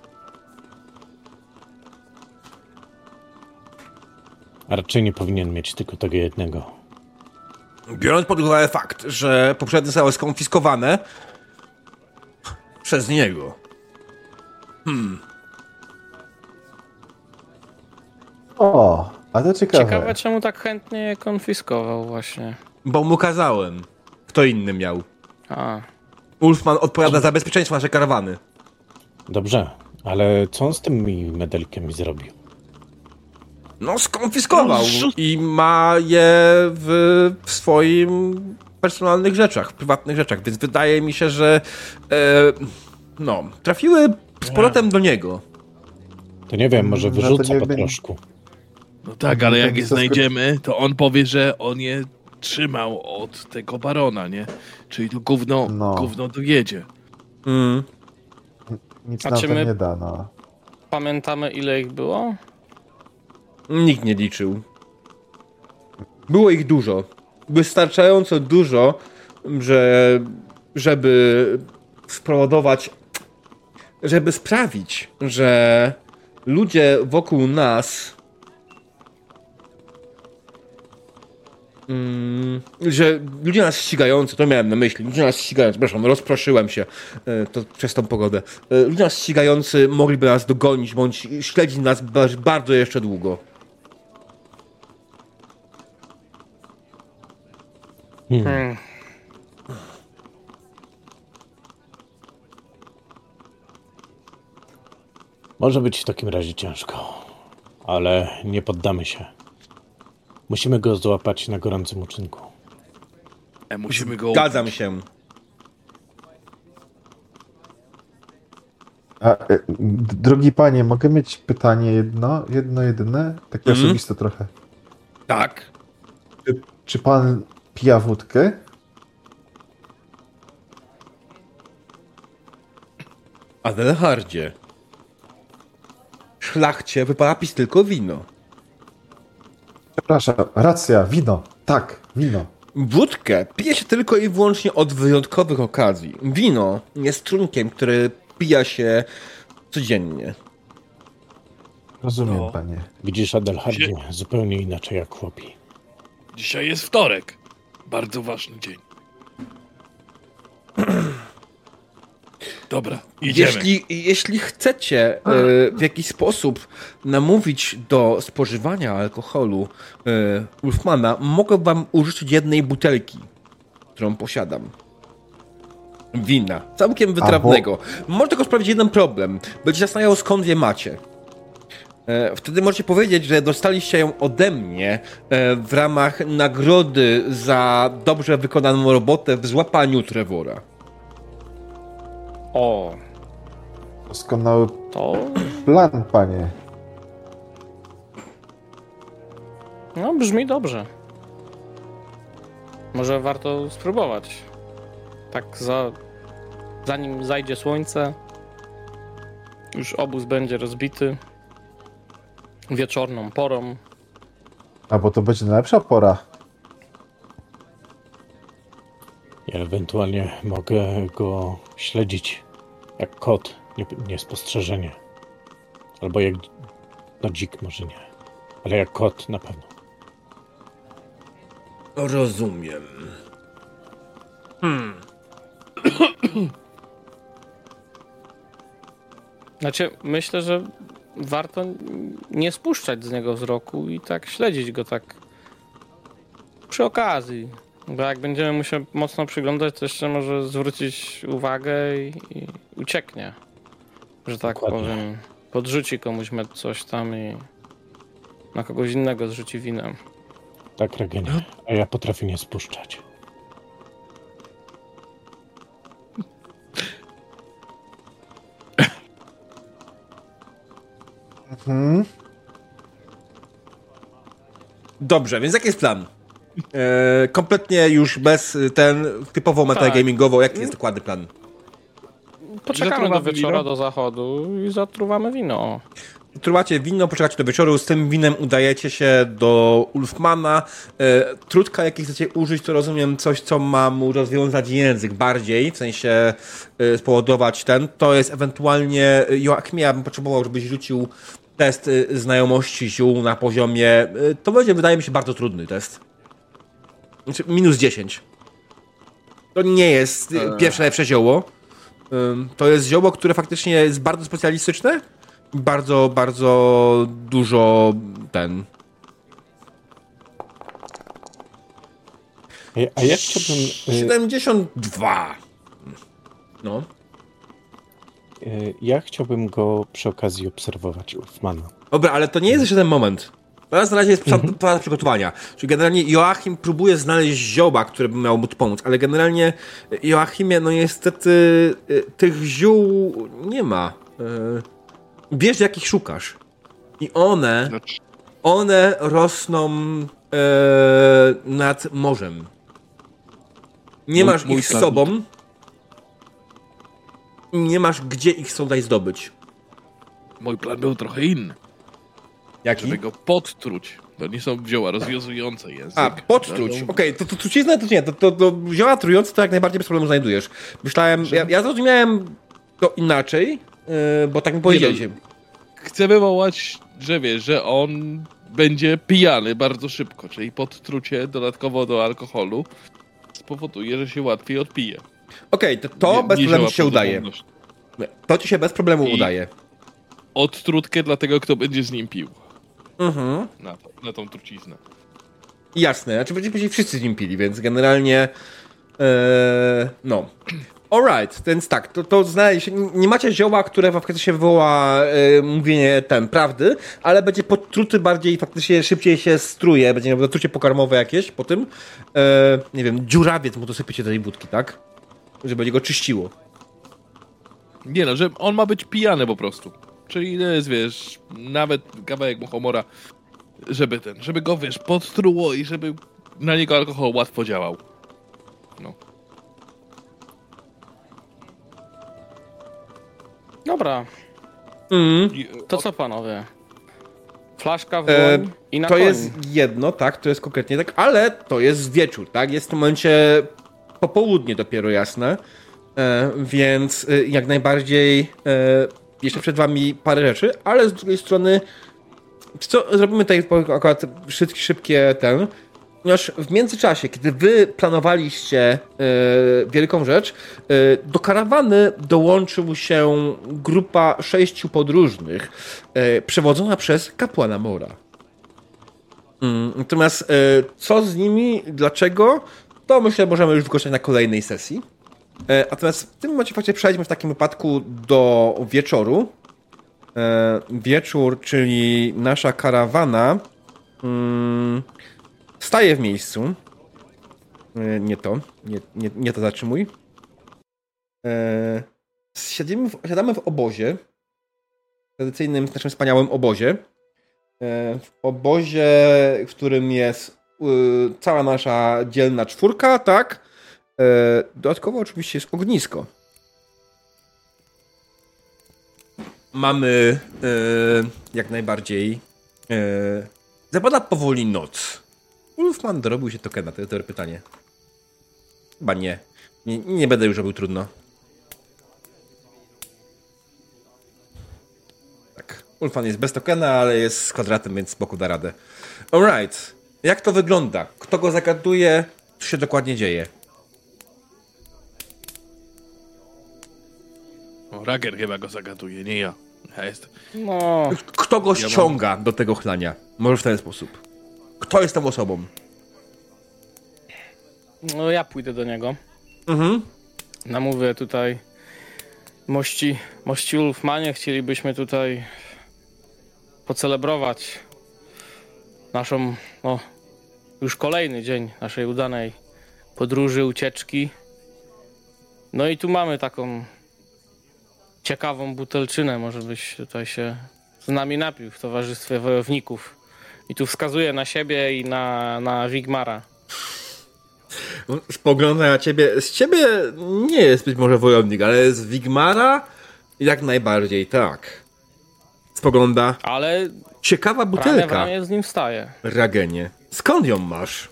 A raczej nie powinien mieć tylko tego jednego. Biorąc pod uwagę fakt, że poprzednie zostały skonfiskowane przez niego. O, a to ciekawe. Ciekawe, czemu tak chętnie je konfiskował właśnie. Bo mu kazałem. Kto inny miał. A, Ulfman odpowiada za bezpieczeństwo naszej karawany. Dobrze, ale co on z tymi medalikiem zrobił? No, skonfiskował No, rzu- i ma je w, w swoim personalnych rzeczach, w prywatnych rzeczach, więc wydaje mi się, że e, no, trafiły z powrotem do niego. To nie wiem, może No to wyrzuca nie po będzie- troszku. No tak, ale To jak je wysoko- znajdziemy, to on powie, że on je trzymał od tego barona, nie? Czyli to gówno, No. gówno dojedzie. Mm. Nic A nam czy to my- nie da, no. pamiętamy, ile ich było? Nikt nie liczył. Było ich dużo. Wystarczająco dużo, że żeby spowodować, żeby sprawić, że ludzie wokół nas mm, że ludzie nas ścigający, to miałem na myśli, ludzie nas ścigający, przepraszam, rozproszyłem się e, to przez tą pogodę. E, ludzie nas ścigający mogliby nas dogonić, bądź śledzić nas ba- bardzo jeszcze długo. Hmm. Może być w takim razie ciężko, ale nie poddamy się. Musimy go złapać na gorącym uczynku. E, musimy go Zgadzam się. A, e, drogi panie, mogę mieć pytanie jedno, jedno jedyne? Takie Mhm. osobiste trochę. Tak. Czy, czy pan pija wódkę? Adelhardzie. Szlachcie wypada pić tylko wino. Przepraszam, racja, wino. Tak, wino. Wódkę pije się tylko i wyłącznie od wyjątkowych okazji. Wino jest trunkiem, który pija się codziennie. Rozumiem, No. panie. Widzisz, Adelhardzie, zupełnie inaczej jak chłopi. Dzisiaj jest wtorek. Bardzo ważny dzień. Dobra, idziemy. Jeśli, jeśli chcecie e, w jakiś sposób namówić do spożywania alkoholu e, Ulfmana, mogę wam użyczyć jednej butelki, którą posiadam. Wina. Całkiem wytrawnego. Może tylko sprawić jeden problem. Będzie się zastanawiał, skąd je macie. E, wtedy możecie powiedzieć, że dostaliście ją ode mnie e, w ramach nagrody za dobrze wykonaną robotę w złapaniu Trevora. O, Doskonały to... plan, panie. No, brzmi dobrze. Może warto spróbować. Tak za... Zanim zajdzie słońce, już obóz będzie rozbity. Wieczorną porą. A bo to będzie najlepsza pora. Ja ewentualnie mogę go śledzić jak kot, nie, niespostrzeżenie. Albo jak... no dzik może nie, ale jak kot na pewno. Rozumiem. Hmm. Znaczy, myślę, że warto nie spuszczać z niego wzroku i tak śledzić go tak przy okazji. Bo jak będziemy mu się mocno przyglądać, to jeszcze może zwrócić uwagę i, i ucieknie. Że tak Dokładnie. powiem. Podrzuci komuś med coś tam i na kogoś innego zrzuci winę. Tak, Regenie. A ja potrafię nie spuszczać. Mhm. Dobrze, więc jaki jest plan? E, kompletnie już bez y, ten, typowo metagamingowo, jaki jest dokładny plan? Poczekamy do Zatruwamy wieczora, wino? do zachodu i zatruwamy wino. Truwacie wino, poczekacie do wieczoru, z tym winem udajecie się do Ulfmana. E, trudka, jakiej chcecie użyć, to rozumiem coś, co ma mu rozwiązać język bardziej, w sensie e, spowodować ten. To jest ewentualnie, Joachimie, ja bym potrzebował, żebyś rzucił test e, znajomości ziół na poziomie, e, to będzie, wydaje mi się, bardzo trudny test. Znaczy, minus dziesięć. To nie jest e, pierwsze lepsze zioło. Ym, To jest zioło, które faktycznie jest bardzo specjalistyczne. Bardzo, bardzo dużo ten. A, ja- a jak chciałbym... y, siedemdziesiąt dwa. No. y, ja chciałbym go przy okazji obserwować, Ulfmana. Dobra, ale to nie jest jeszcze ten moment. Teraz na razie jest mhm. praca przygotowania. Czyli generalnie Joachim próbuje znaleźć zioła, które by miało mu tu pomóc, ale generalnie Joachimie, no niestety y, tych ziół nie ma. Y, Wiesz, jakich szukasz. I one, Znaczy, one rosną e, nad morzem. Nie Mój- masz mój ich z plan- sobą. I nie masz gdzie ich tutaj zdobyć. mój plan był trochę inny. Jaki? Żeby go podtruć. To nie są wzięła rozwiązujące język. A, podtruć. Będą- Okej, to, to trucizna to nie. To, to, to zioła trujące to jak najbardziej bez problemu znajdujesz. Myślałem, ja, ja zrozumiałem to inaczej, yy, bo tak mi powiedzieliście. Chcę wywołać, że wiesz, że on będzie pijany bardzo szybko, czyli podtrucie dodatkowo do alkoholu spowoduje, że się łatwiej odpije. Okej, to, to Nie- bez nie problemu działa ci się udaje. prawdopodobność. To ci się bez problemu I- udaje. Odtrutkę dla tego, kto będzie z nim pił. Mhm. Na, to, na tą truciznę. Jasne, znaczy będziecie wszyscy z nim pili, więc generalnie e, no. Alright, więc tak, to, to znaleźć, nie macie zioła, które faktycznie wywoła e, mówienie ten, prawdy, ale będzie podtruty bardziej, faktycznie szybciej się struje, będzie miał zatrucie pokarmowe jakieś po tym, e, nie wiem, dziurawiec mu dosypiecie do tej budki, tak? Żeby będzie go czyściło. Nie no, że on ma być pijany po prostu. Czyli to jest, wiesz, nawet kawałek muchomora, żeby ten, żeby go, wiesz, podtruło i żeby na niego alkohol łatwo działał. No. Dobra, Mm. I, to co panowie? Flaszka w dłoń E, i na to koń. jest jedno, tak, to jest konkretnie tak, ale to jest wieczór, tak? Jest w tym momencie popołudnie dopiero jasne, e, więc e, jak najbardziej e, jeszcze przed wami parę rzeczy, ale z drugiej strony co, zrobimy tutaj akurat szyb, szybkie ten, ponieważ w międzyczasie, kiedy wy planowaliście e, wielką rzecz, e, do karawany dołączył się grupa sześciu podróżnych, e, przewodzona przez kapłana Mora. Mm, natomiast e, co z nimi, dlaczego, to myślę, możemy już wykorzystać na kolejnej sesji. E, natomiast w tym momencie faktycznie przejdźmy w takim wypadku do wieczoru. E, wieczór, czyli nasza karawana mm, staje w miejscu. E, nie to, nie, nie, nie to zatrzymuj. E, siedzimy w, siadamy w obozie. Tradycyjnym, naszym wspaniałym obozie. E, w obozie, w którym jest y, cała nasza dzielna czwórka, tak? E, dodatkowo oczywiście jest ognisko. Mamy e, jak najbardziej e, zapada powoli noc. Ulfman dorobił się tokena, to jest dobre pytanie. Chyba nie. nie. Nie będę już robił trudno. Tak. Ulfman jest bez tokena, ale jest z kwadratem, więc z boku da radę. Alright. Jak to wygląda? Kto go zagaduje? Co się dokładnie dzieje? O, Rager chyba go zagaduje, nie ja. Ja jestem. No, Kto go Ja ściąga do tego chlania? Może w ten sposób. Kto jest tą osobą? no ja pójdę do niego. Mhm. Namówię tutaj mości, mości Ulfmanie. Chcielibyśmy tutaj pocelebrować naszą, no, już kolejny dzień naszej udanej podróży, ucieczki. No i tu mamy taką ciekawą butelczynę. Może byś tutaj się z nami napił w towarzystwie wojowników. I tu wskazuję na siebie i na, na Wigmara. Spogląda na ciebie. Z ciebie nie jest być może wojownik, ale z Wigmara jak najbardziej, tak. Spogląda. Ale Ciekawa ramię w butelka. ramię z nim staje. Ragenie. Skąd ją masz?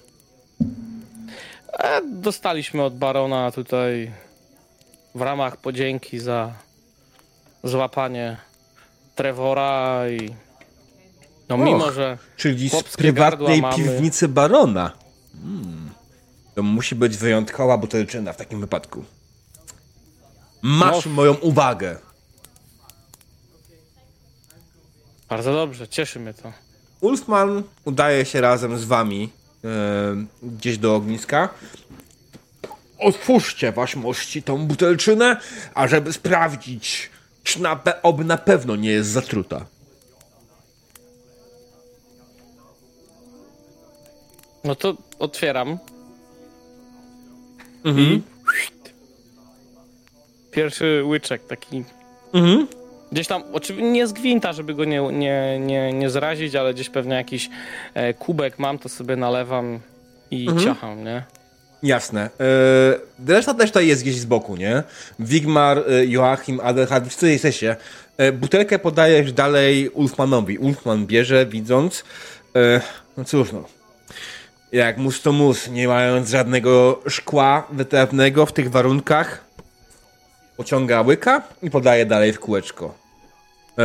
E, dostaliśmy od barona tutaj w ramach podzięki za złapanie Trevora i no Och, mimo, że Czyli z chłopskie prywatnej gardła mamy. piwnicy barona. Hmm. To musi być wyjątkowa butelczyna w takim wypadku. Masz No. moją uwagę. bardzo dobrze, cieszy mnie to. Ulfman udaje się razem z wami e, gdzieś do ogniska. Otwórzcie, wasz mości, tą butelczynę, ażeby sprawdzić, czy na, pe- oby na pewno nie jest zatruta. No to otwieram. Mhm. I pierwszy łyczek taki Mhm. gdzieś tam, oczywiście nie z gwinta, żeby go nie, nie, nie, nie zrazić, ale gdzieś pewnie jakiś e, kubek mam, to sobie nalewam i Mhm. ciacham, nie? Jasne. Yy, reszta też tutaj jest gdzieś z boku, nie? Wigmar, yy, Joachim, Adelhard, wszyscy jesteście. Yy, butelkę podajesz dalej Ulfmanowi. Ulfman bierze, widząc. Yy, no cóż, no. Jak mus to mus, nie mając żadnego szkła wytrawnego w tych warunkach, pociąga łyka i podaje dalej w kółeczko. Yy,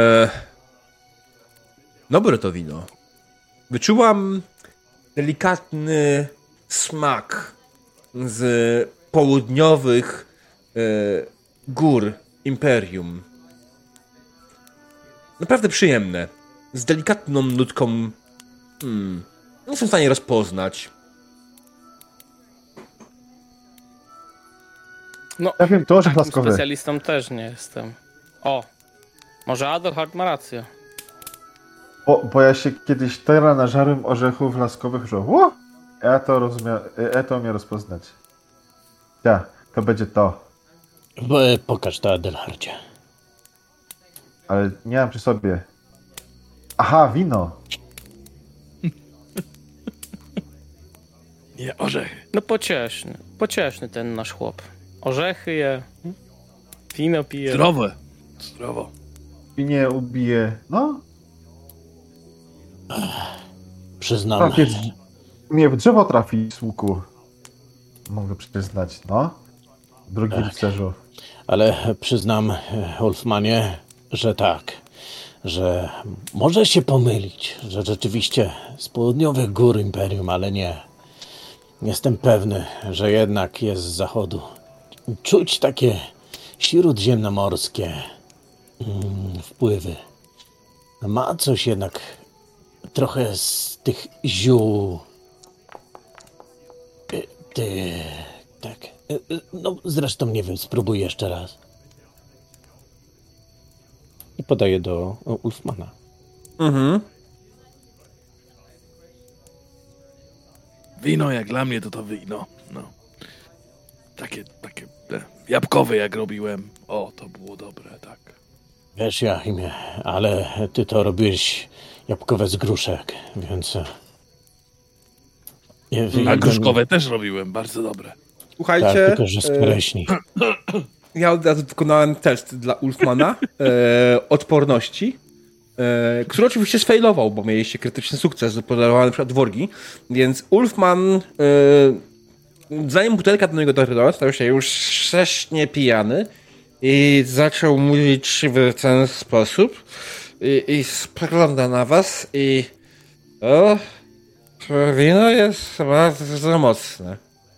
dobre to wino. Wyczułam delikatny smak z południowych e, gór Imperium. Naprawdę przyjemne. Z delikatną nutką. Hmm, nie jestem w stanie rozpoznać. No, Ja wiem, to orzech takim laskowy. specjalistą też nie jestem. O, może Adelhard ma rację. Bo, bo ja się kiedyś teraz nażarłem orzechów laskowych, że o, ja to rozumiem, ja to umiem rozpoznać. Ja, to będzie to. E, Pokaż to, Adelhardzie. ale nie mam przy sobie. Aha, wino. Nie, orzechy. No pocieszny, pocieszny ten nasz chłop. Orzechy je, wino pije. Zdrowe. Zdrowo. I nie ubije. No, Przyznam, trafię. Nie, w drzewo trafi z łuku. Mogę przyznać, no. Drogi Tak. rycerzu. ale przyznam, Wolfmanie, że tak, że może się pomylić, że rzeczywiście z południowych gór Imperium, ale nie. Jestem pewny, że jednak jest z zachodu. Czuć takie śródziemnomorskie mm, wpływy. Ma coś jednak trochę z tych ziół. Ty, ty, tak. No zresztą nie wiem, spróbuj jeszcze raz. I podaję do Ulfmana. Mhm. Wino jak dla mnie to to wino. No. Takie, takie te, jabłkowe jak robiłem. O, to było dobre, tak. Wiesz, Joachimie, ale ty to robiłeś jabłkowe z gruszek, więc... Nie, A gruszkowe też robiłem, bardzo dobre. Słuchajcie, Tak, tylko że z e, kreśni. ja od razu wykonałem test dla Ulfmana e, odporności, e, który oczywiście sfailował, bo mieliście krytyczny sukces, podarowany na przykład dworgi, więc Ulfman, e, zanim butelka do niego dotarła, stał się już strasznie pijany i zaczął mówić w ten sposób i, i spogląda na was i o, to wino jest bardzo mocne.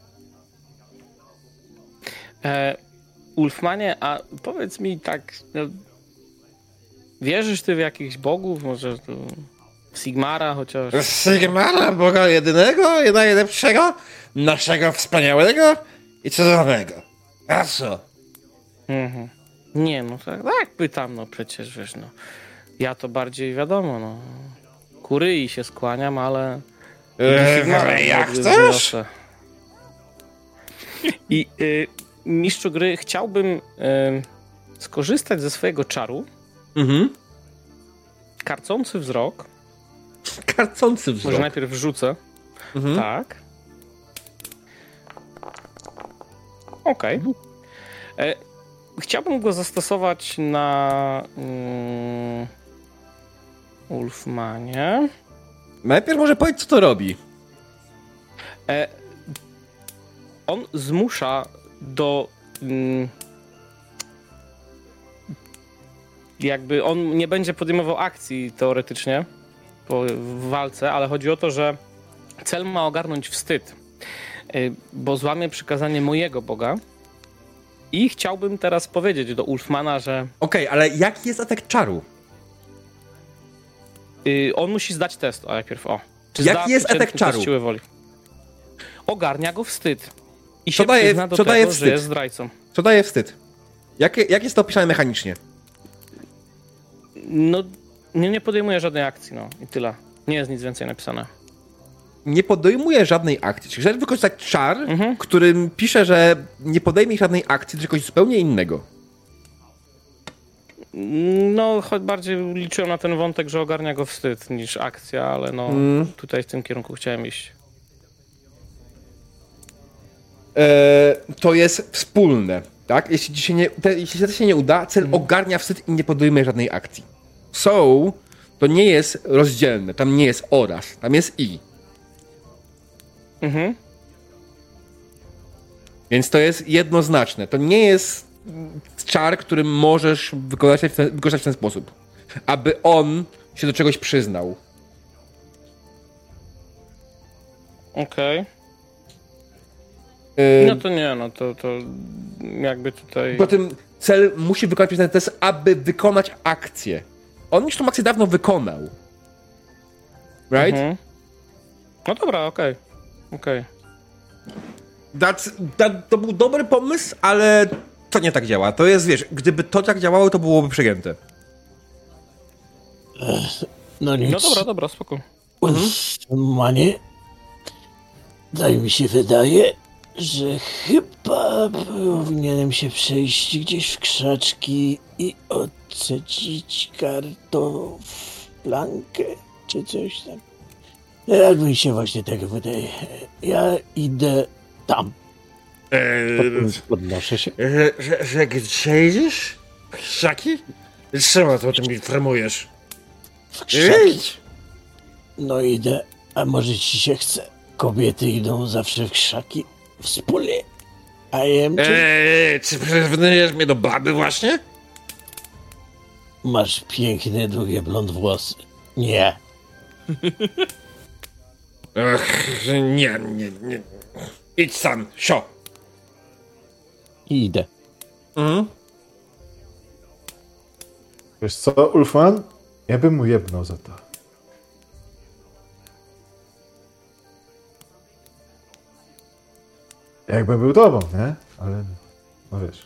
E, Ulfmanie, a powiedz mi tak, no, wierzysz ty w jakichś bogów? Może tu w Sigmara chociaż? Sigmara, Boga jedynego i najlepszego, naszego wspaniałego i cudownego. A co? Mhm. Nie, no tak, tak pytam, no przecież wiesz, no. Ja to bardziej wiadomo, no. Ku Ryi się skłaniam, ale... Eee, ale jak chcesz? I y, mistrzu gry, chciałbym y, skorzystać ze swojego czaru. Mhm. Karcący wzrok. Karcący wzrok. Może najpierw wrzucę. Mhm. Tak. Okej. Okay. E, chciałbym go zastosować na mm, Ulfmanie. Najpierw może powiedz, co to robi. E, on zmusza do... Mm, jakby on nie będzie podejmował akcji teoretycznie po, w walce, ale chodzi o to, że cel ma ogarnąć wstyd, y, bo złamie przykazanie mojego Boga i chciałbym teraz powiedzieć do Ulfmana, że Okej, okay, ale jaki jest atak czaru? y, on musi zdać test, a najpierw o. Czy Jaki zda jest przeciętny atak czaru? test siły woli. Ogarnia go wstyd i Co się daje- przyzna do co tego, daje że wstyd? jest zdrajcą. Co daje wstyd? Jak, jak jest to opisane mechanicznie? No, nie, nie podejmuje żadnej akcji, no i tyle. Nie jest nic więcej napisane. Nie podejmuje żadnej akcji. Czyli chcesz wykorzystać czar, Mhm. którym pisze, że nie podejmie żadnej akcji, tylko coś zupełnie innego. No, choć bardziej liczyłem na ten wątek, że ogarnia go wstyd niż akcja, ale no Mm. tutaj w tym kierunku chciałem iść. Eee, to jest wspólne, tak? Jeśli ci się nie, te, jeśli to się nie uda, cel ogarnia wstyd i nie podejmuje żadnej akcji. So, to nie jest rozdzielne, tam nie jest oraz, tam jest i. Mhm. Więc to jest jednoznaczne. To nie jest czar, który możesz wykonać w ten, wykorzystać w ten sposób. Aby on się do czegoś przyznał. Okej. Eee, No to nie, no to, to jakby tutaj... Poza tym cel musi wykonać ten test, aby wykonać akcję. On już tą akcję dawno wykonał. Right? Mhm. No dobra, okej. Okej. That's, that, to był dobry pomysł, ale to nie tak działa. To jest, wiesz, gdyby to tak działało, to byłoby przegięte. No nic. No dobra, dobra, spoko. Ulfmanie, daj mi się wydaje, że chyba powinienem się przejść gdzieś w krzaczki i odcedzić kartoflankę, czy coś tam. Jak mi się właśnie tego wydaje. Ja idę tam. Eee, Podnoszę się. że, że, że gdzie idziesz? Krzaki? Czemu to o tym informujesz? W krzaki. Idź! No idę, a może ci się chce? Kobiety idą zawsze w krzaki wspólnie. A jem czy... Eee, czy przyrównujesz mnie do baby właśnie? Masz piękne, długie blond włosy. Nie. Ach, nie, nie, nie. Idź sam, sio. Idę. Mhm. Wiesz co, Ulfman? Ja bym mu jebnął za to. Jakby był tobą, nie? Ale, no wiesz.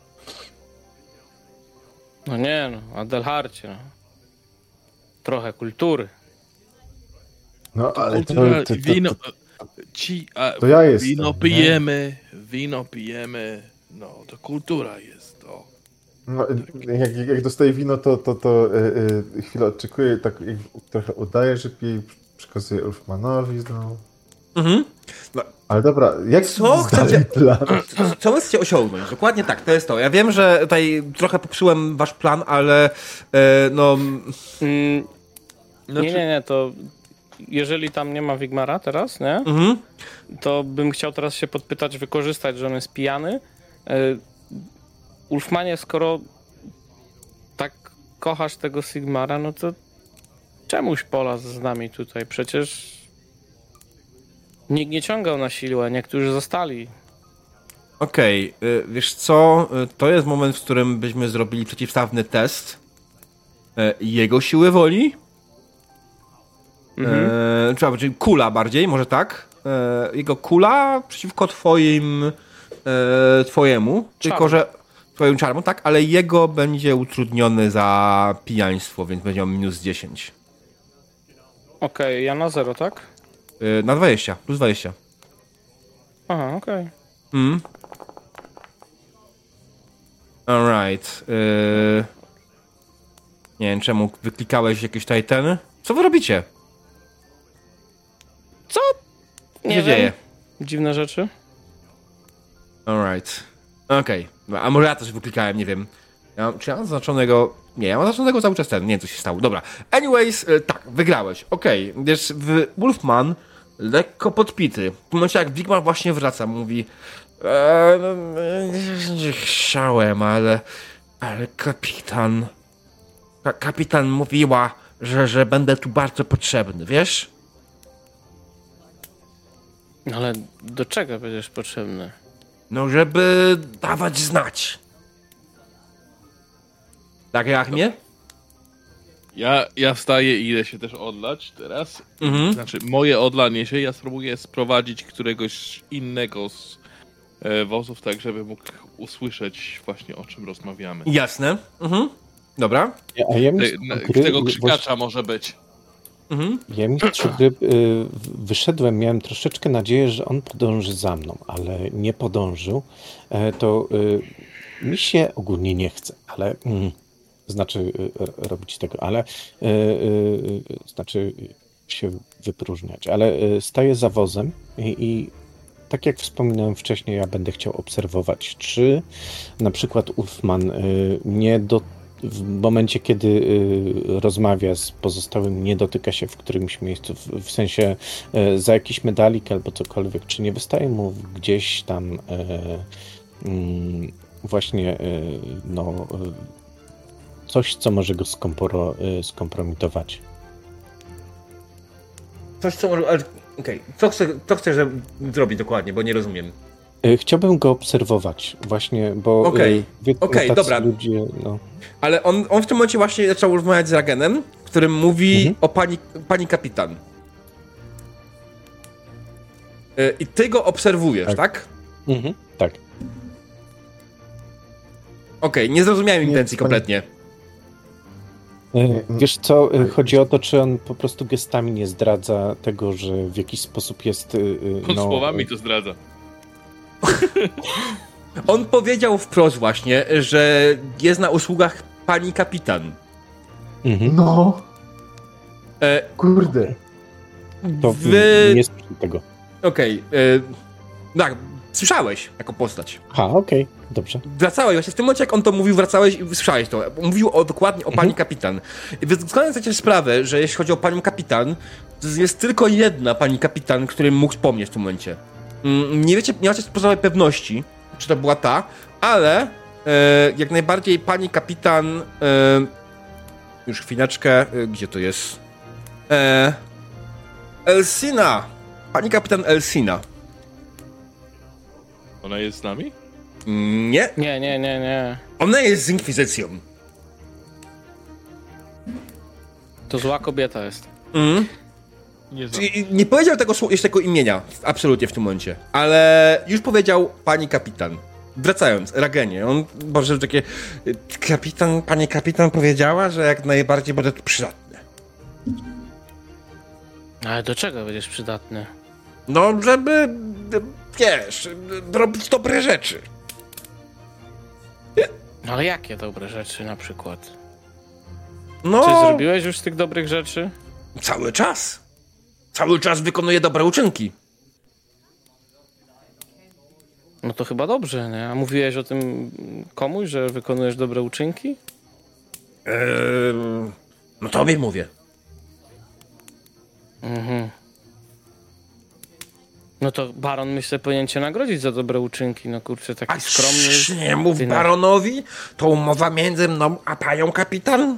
No nie no, Adelharcie, no. Trochę kultury. No, ale to, Kultura, to, to, wino, to, ci, a, to ja jestem, wino nie? pijemy, wino pijemy, no to kultura jest, to. no, jak, jak dostaję wino, to, to, to y, y, chwilę odczekuję, tak jak trochę udaję, że piję, przekazuję Ulfmanowi znowu. Mhm. No, Ale dobra, jak Co dalej chcecie- plan? co, co chcecie osiągnąć? Dokładnie tak, to jest to. Ja wiem, że tutaj trochę popsułem wasz plan, ale e, no... Mm, Znaczy, nie, nie, nie, to jeżeli tam nie ma Wigmara teraz, nie? Mhm. To bym chciał teraz się podpytać, wykorzystać, że on jest pijany. E, Ulfmanie, skoro tak kochasz tego Sigmara, no to czemuś polazł z nami tutaj? Przecież nikt nie ciągał na siłę, niektórzy zostali. Okej, y, wiesz co, y, to jest moment, w którym byśmy zrobili przeciwstawny test y, jego siły woli. Mhm. E, czy, czyli kula bardziej, może tak? E, jego kula przeciwko twoim e, twojemu, tylko że twoim czarmu, tak? Ale jego będzie utrudniony za pijaństwo, więc będzie miał minus dziesięć. Okej, okay, ja na zero, tak? E, na dwadzieścia, plus dwadzieścia. Aha, okej. Okay. Mm. Alright. E, nie wiem, czemu wyklikałeś jakieś tutaj ten? Co wy robicie? Co? Co Nie się wiem. dzieje? Dziwne rzeczy. Alright. Okej. Okay. A może ja też wyklikałem, nie wiem. Ja mam, czy ja mam zaznaczonego... Nie, ja mam zaznaczonego cały czas ten. Nie wiem, co się stało. Dobra. Anyways, e, tak, wygrałeś. Okej. Okay. Wiesz, w Wolfman lekko podpity. W momencie, jak Wigmar właśnie wraca, mówi eee, nie chciałem, ale... Ale kapitan... Ka kapitan mówiła, że, że będę tu bardzo potrzebny, wiesz? Ale do czego będziesz potrzebny? No, żeby dawać znać. Tak jak mnie? ja, ja wstaję i idę się też odlać teraz. Mhm. Znaczy, moje odlanie się, ja spróbuję sprowadzić któregoś innego z e, wozów, tak żeby mógł usłyszeć właśnie, o czym rozmawiamy. Jasne. Mhm. Dobra. A ja Te, na, tego krzykacza może być. Mhm. Ja mistrzu gry y, wyszedłem, miałem troszeczkę nadzieję, że on podąży za mną, ale nie podążył. E, to y, mi się ogólnie nie chce, ale mm, znaczy y, robić tego, ale y, y, znaczy się wypróżniać, ale y, staję za wozem i, i tak jak wspominałem wcześniej, ja będę chciał obserwować, czy na przykład Ulfman y, nie do w momencie, kiedy y, rozmawia z pozostałym, nie dotyka się w którymś miejscu, w, w sensie y, za jakiś medalik albo cokolwiek, czy nie wystaje mu gdzieś tam y, y, właśnie y, no, y, coś, co może go skomporo, y, skompromitować. Coś, co może... Okej, okay. co, chce, co chcesz zrobić dokładnie, bo nie rozumiem. Y, chciałbym go obserwować właśnie, bo Okej, okay. okay, dobra. Ludzie, no. Ale on, on w tym momencie właśnie zaczął rozmawiać z Ragenem, którym mówi Mhm. o pani, pani kapitan. Yy, I ty go obserwujesz, tak? Tak. tak? Mhm, tak. Okej, okay, nie zrozumiałem Nie, intencji pani- kompletnie. E, Wiesz co, e, chodzi o to, czy on po prostu gestami nie zdradza tego, że w jakiś sposób jest... e, e, On no, słowami to zdradza. On powiedział wprost właśnie, że jest na usługach pani kapitan. Mhm. No, E, kurde. To Wy- nie słyszę tego. Okej. e, Tak, słyszałeś jako postać. Ha, okej, dobrze. Wracałeś, właśnie w tym momencie jak on to mówił, wracałeś i słyszałeś to. Mówił o, dokładnie o pani kapitan. I wy zdając sobie sprawę, że jeśli chodzi o panią kapitan, to jest tylko jedna pani kapitan, której mógł wspomnieć w tym momencie. Mm, Nie wiecie, nie macie sposobowej pewności, czy to była ta, ale e, jak najbardziej pani kapitan... E, już chwileczkę, e, gdzie to jest? E, Elsina! Pani kapitan Elsina. Ona jest z nami? Nie, Nie, nie, nie, nie. ona jest z Inkwizycją. To zła kobieta jest. Mm. Nie znam. Czyli nie powiedział tego, słu- jeszcze tego imienia, absolutnie w tym momencie, ale już powiedział pani kapitan. Wracając, Ragenie, on może takie, kapitan, pani kapitan powiedziała, że jak najbardziej będzie to przydatne. Ale do czego będziesz przydatny? No, żeby, wiesz, robić dobre rzeczy. Ale jakie dobre rzeczy na przykład? No, Czy zrobiłeś już z tych dobrych rzeczy? cały czas. Cały czas wykonuje dobre uczynki. No to chyba dobrze, nie? A mówiłeś o tym komuś, że wykonujesz dobre uczynki? Eee, no tobie mówię. Mhm. No to baron, myślę, powinien cię nagrodzić za dobre uczynki. No kurczę, taki A skromny. nie mów Ty na- baronowi, to umowa między mną a panią kapitan?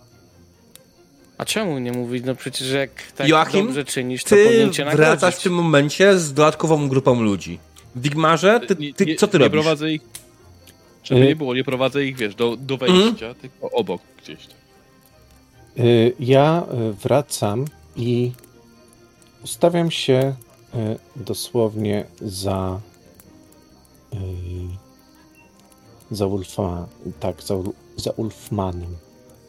A czemu nie mówić? No przecież jak tak Joachim, dobrze czynisz, to Ty powinien cię nagrodzić. wracasz w tym momencie z dodatkową grupą ludzi. Wigmarze, ty, Nie- ty, nie- co ty nie robisz? prowadzę ich, żeby Y- nie było, nie prowadzę ich, wiesz, do, do wejścia, tylko obok gdzieś tam. Y, Ja y, wracam i ustawiam się y, dosłownie za y, za Ulfa, tak, za, Ul- za Ulfmanem.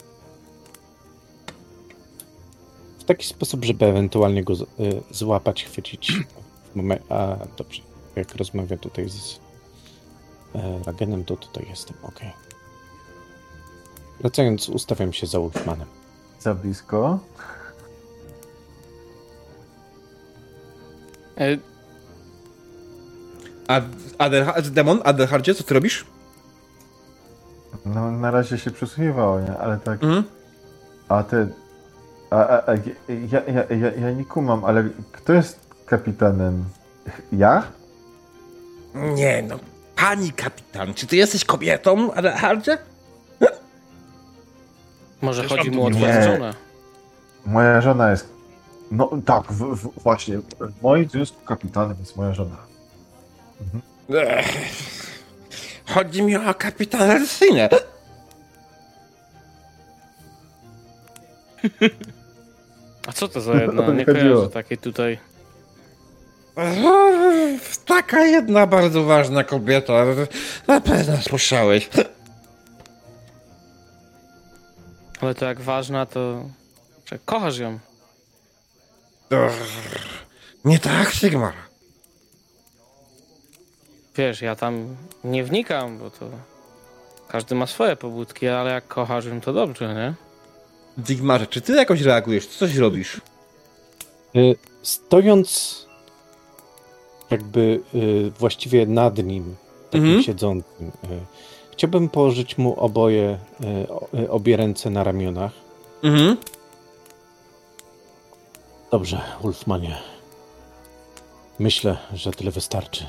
W taki sposób, żeby ewentualnie go z- y, złapać, chwycić w momencie. A dobrze, jak rozmawia tutaj z y, Ragenem, to tutaj jestem, okej. Wracając, ustawiam się za Ulfmanem. Za blisko. E, A Adelha- Demon, Adelhardzie, co ty robisz? No na razie się przysłuchiwało, nie? Ale tak... Mhm. A ty... A, a, a ja, ja, ja, ja nie kumam, ale kto jest kapitanem? Ja? Nie no, pani kapitan, czy ty jesteś kobietą, Adelhardzie? może Też chodzi mam mu o tu- twoją Nie. żonę. Moja żona jest... No tak, w, w, właśnie. W moim związku kapitanem jest moja żona. Ech. Chodzi mi o kapitan Elsinę. A co to za jedna? to Nie mi chodziło. kojarzę takiej tutaj. Ech, Taka jedna bardzo ważna kobieta. Na pewno słyszałeś. Ale to jak ważna, to... że kochasz ją. Ech, Nie tak, Sigmar. Wiesz, ja tam nie wnikam, bo to... Każdy ma swoje pobudki, ale jak kochasz ją, to dobrze, nie? Sigmarze, czy ty jakoś reagujesz? Czy coś robisz? Y, Stojąc jakby y, właściwie nad nim, takim Mhm. siedzącym, y, chciałbym położyć mu oboje, y, o- y, obie ręce na ramionach. Mhm. Dobrze, Ulfmanie. Myślę, że tyle wystarczy.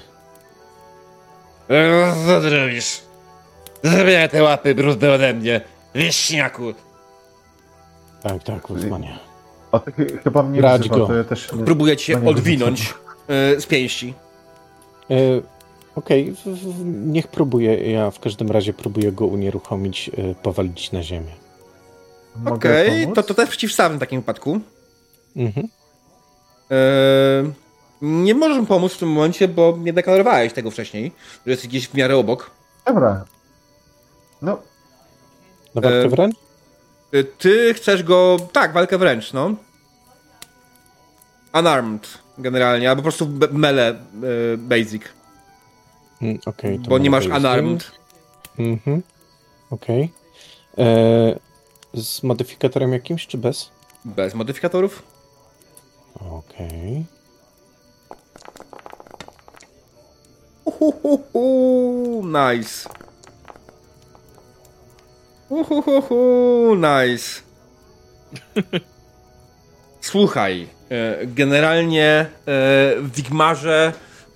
Ech, Co ty robisz? Zabieraj te łapy brudne ode mnie. Wieśniaku. Tak, tak, Ulfmanie. A ty ch- chyba mnie Radź wzywa, go. to ja też... Nie, Próbuję cię no nie odwinąć e, z pięści. Y, Okej, w- w- niech próbuje. Ja w każdym razie próbuję go unieruchomić, y, powalić na ziemię. Mogę Okej, pomóc? to, to też przeciwstawny w takim wypadku. Mhm. E, nie możesz mu pomóc w tym momencie, bo nie deklarowałeś tego wcześniej, że jesteś gdzieś w miarę obok. Dobra. No, Na walkę E, wręcz? E, Ty chcesz go... Tak, walkę wręcz, no. Unarmed generalnie, albo po prostu be- melee e, basic. Mm, okay, bo nie masz unarmed. Mhm. Okej. Okay. Z modyfikatorem jakimś, czy bez? Bez modyfikatorów. Okej. Okay. Uhuhuhu, nice. Uhuhuhu, nice. Słuchaj, generalnie w Wigmarze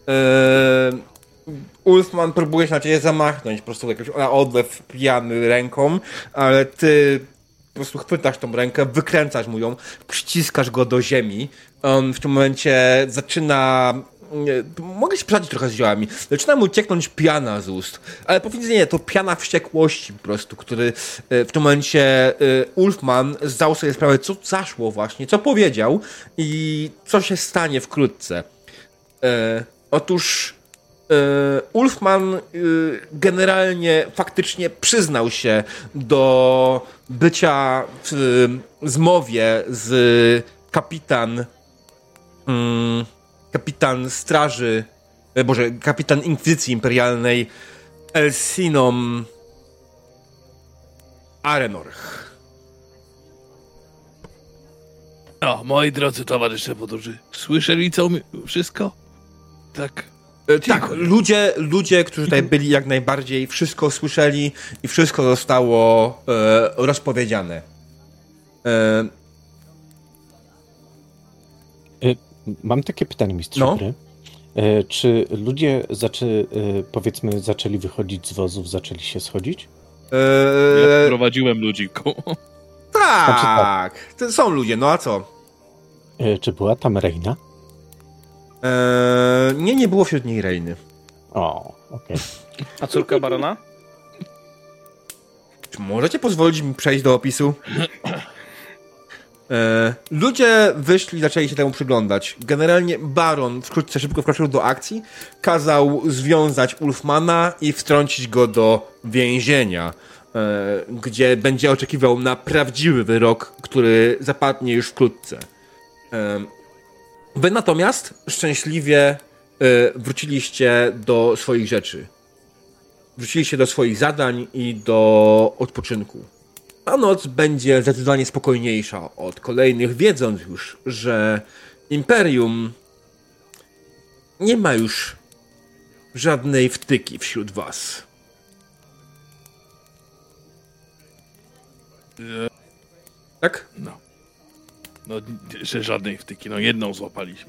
Ulfman próbuje się na ciebie zamachnąć, po prostu jakoś na odlew pijany ręką, ale ty po prostu chwytasz tą rękę, wykręcasz mu ją, przyciskasz go do ziemi. On w tym momencie zaczyna... Mogę się przesadzić trochę z ziołami. Zaczyna mu cieknąć piana z ust. Ale powiedzenie, to piana wściekłości po prostu, który w tym momencie Ulfman zdał sobie sprawę, co zaszło właśnie, co powiedział i co się stanie wkrótce. Otóż Ulfman generalnie faktycznie przyznał się do bycia w zmowie z kapitan kapitan straży, boże, kapitan Inkwizycji Imperialnej Elsiną Arenorch. No, moi drodzy towarzysze podróży, słyszeli co mi... wszystko? Tak. E, tak, ludzie, ludzie, którzy tutaj byli jak najbardziej, wszystko słyszeli i wszystko zostało e, rozpowiedziane. E, Mam takie pytanie, mistrzu no. gry. E, czy ludzie zaczę, e, powiedzmy zaczęli wychodzić z wozów, zaczęli się schodzić? E, ja prowadziłem ludziku. Tak, tak, to są ludzie, no a co? E, czy była tam Reina? E, nie, nie było wśród niej Reiny. O, okej. Okay. A córka barona? Czy możecie pozwolić mi przejść do opisu? E, ludzie wyszli i zaczęli się temu przyglądać. Generalnie baron wkrótce szybko wkroczył do akcji, kazał związać Ulfmana i wtrącić go do więzienia, e, gdzie będzie oczekiwał na prawdziwy wyrok, który zapadnie już wkrótce. E, wy natomiast szczęśliwie e, wróciliście do swoich rzeczy. Wróciliście do swoich zadań i do odpoczynku. A noc będzie zdecydowanie spokojniejsza od kolejnych, wiedząc już, że Imperium nie ma już żadnej wtyki wśród was. Tak? No. No, że żadnej wtyki. No, jedną złapaliśmy.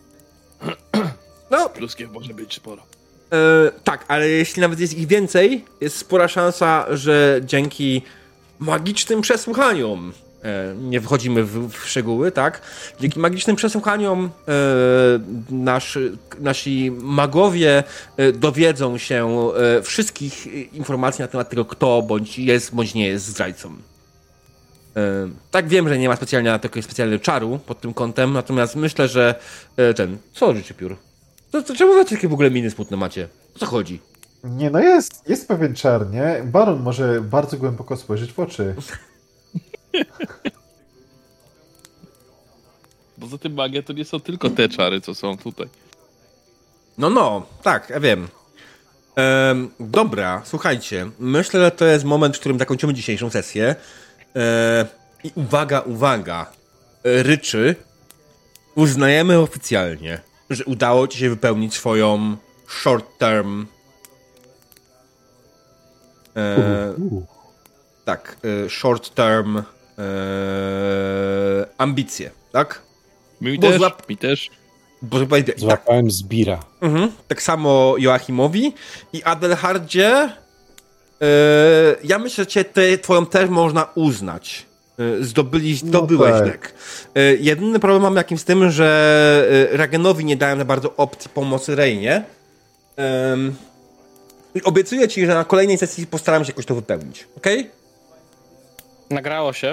No. Pluskiem może być sporo. E, tak, ale jeśli nawet jest ich więcej, jest spora szansa, że dzięki magicznym przesłuchaniom, e, nie wchodzimy w, w szczegóły, tak? Dzięki magicznym przesłuchaniom e, nasz, nasi magowie e, dowiedzą się e, wszystkich informacji na temat tego, kto bądź jest, bądź nie jest zdrajcą. E, tak, wiem, że nie ma specjalnie na takiego specjalnego czaru pod tym kątem, natomiast myślę, że e, ten... Co życzy piór? To, to czemu wy takie w ogóle miny smutne macie? O co chodzi? Nie, no jest, jest pewien czar, nie? Baron może bardzo głęboko spojrzeć w oczy. Poza tym magia to nie są tylko te czary, co są tutaj. No, no, tak, ja wiem. Ehm, dobra, słuchajcie, myślę, że to jest moment, w którym zakończymy dzisiejszą sesję. Ehm, I uwaga, uwaga, Ryczy, uznajemy oficjalnie, że udało ci się wypełnić swoją short term e, Uh, uh. tak, e, short term e, ambicje, tak? Mi Bo też, złap- mi też. Bo, tak, Złapałem Zbira. mhm, tak samo Joachimowi i Adelhardzie. E, ja myślę, że cię te, twoją też można uznać. E, zdobyli, zdobyłeś no tak. tak. E, jedyny problem mam jakim z tym, że e, Ragenowi nie dałem za bardzo opcji pomocy Reinie. E, I obiecuję ci, że na kolejnej sesji postaram się jakoś to wypełnić. Okej? Okay? Nagrało się.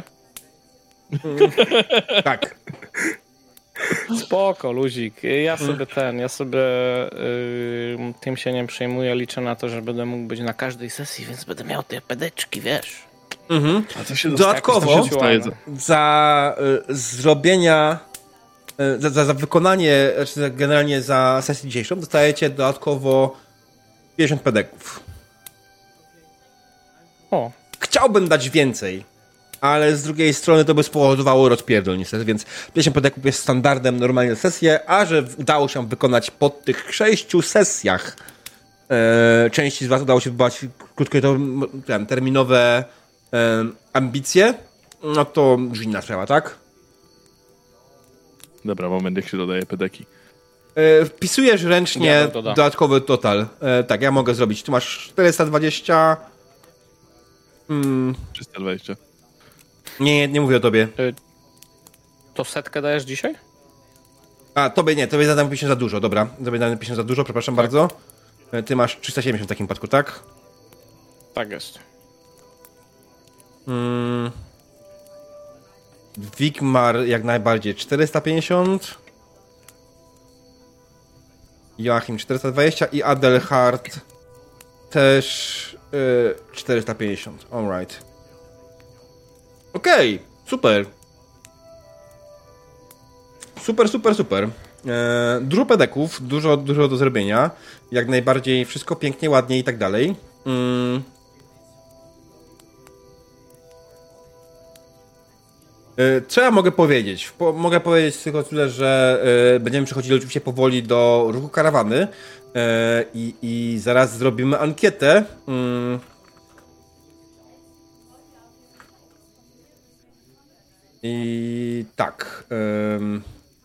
Tak. Spoko, luzik. Ja sobie ten, ja sobie yy, tym się nie przejmuję. Liczę na to, że będę mógł być na każdej sesji, więc będę miał te pedeczki, wiesz. Mhm. A co się Dodatkowo jakoś to się za... za y, zrobienia, y, za, za wykonanie, czy za, generalnie za sesję dzisiejszą dostajecie dodatkowo pięćdziesiąt pedeków. O. Chciałbym dać więcej, ale z drugiej strony to by spowodowało rozpierdol niestety, więc pięćdziesiąt pedeków jest standardem normalnie na sesję, a że udało się wykonać po tych sześciu sesjach, e, części z was udało się wybrać krótkoterminowe e, ambicje, no to już inna sprawa, tak? Dobra, moment, jak się dodaje pedeki. E, wpisujesz ręcznie Ja to da. dodatkowy total. E, tak, ja mogę zrobić. Tu masz czterysta dwadzieścia. Hmm, trzysta dwadzieścia. nie, nie, nie mówię o tobie. To setkę dajesz dzisiaj? A, tobie nie, tobie zadam pięćdziesiąt za dużo, dobra. Tobie zadam pięćdziesiąt za dużo, przepraszam bardzo. E, Ty masz trzysta siedemdziesiąt w takim przypadku, tak? Tak jest. Hmm. Wigmar jak najbardziej czterysta pięćdziesiąt. Joachim czterysta dwadzieścia i Adelhard też yy, czterysta pięćdziesiąt. Alright. Okej, okay, super. Super, super, super. Eee, dużo pedeków, dużo, dużo do zrobienia. Jak najbardziej wszystko pięknie, ładnie i tak dalej. Mm. Co ja mogę powiedzieć? Po, mogę powiedzieć tylko tyle, że y, będziemy przechodzili oczywiście powoli do ruchu karawany y, i, i zaraz zrobimy ankietę. Y. I tak. Y,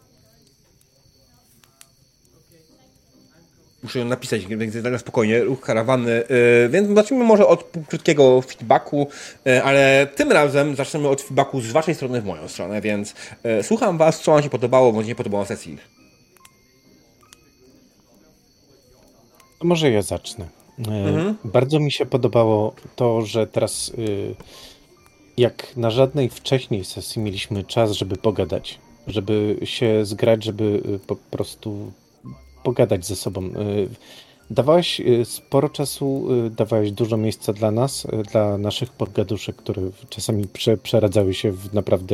muszę napisać na spokojnie, ruch karawany, yy, więc zacznijmy może od krótkiego feedbacku, yy, ale tym razem zaczniemy od feedbacku z waszej strony w moją stronę, więc yy, słucham was, co wam się podobało, bądź nie podobało na sesji. To może ja zacznę. Yy, Mhm. Bardzo mi się podobało to, że teraz yy, jak na żadnej wcześniej sesji mieliśmy czas, żeby pogadać, żeby się zgrać, żeby yy, po prostu pogadać ze sobą. Dawałeś sporo czasu, dawałeś dużo miejsca dla nas, dla naszych podgaduszek, które czasami prze, przeradzały się w naprawdę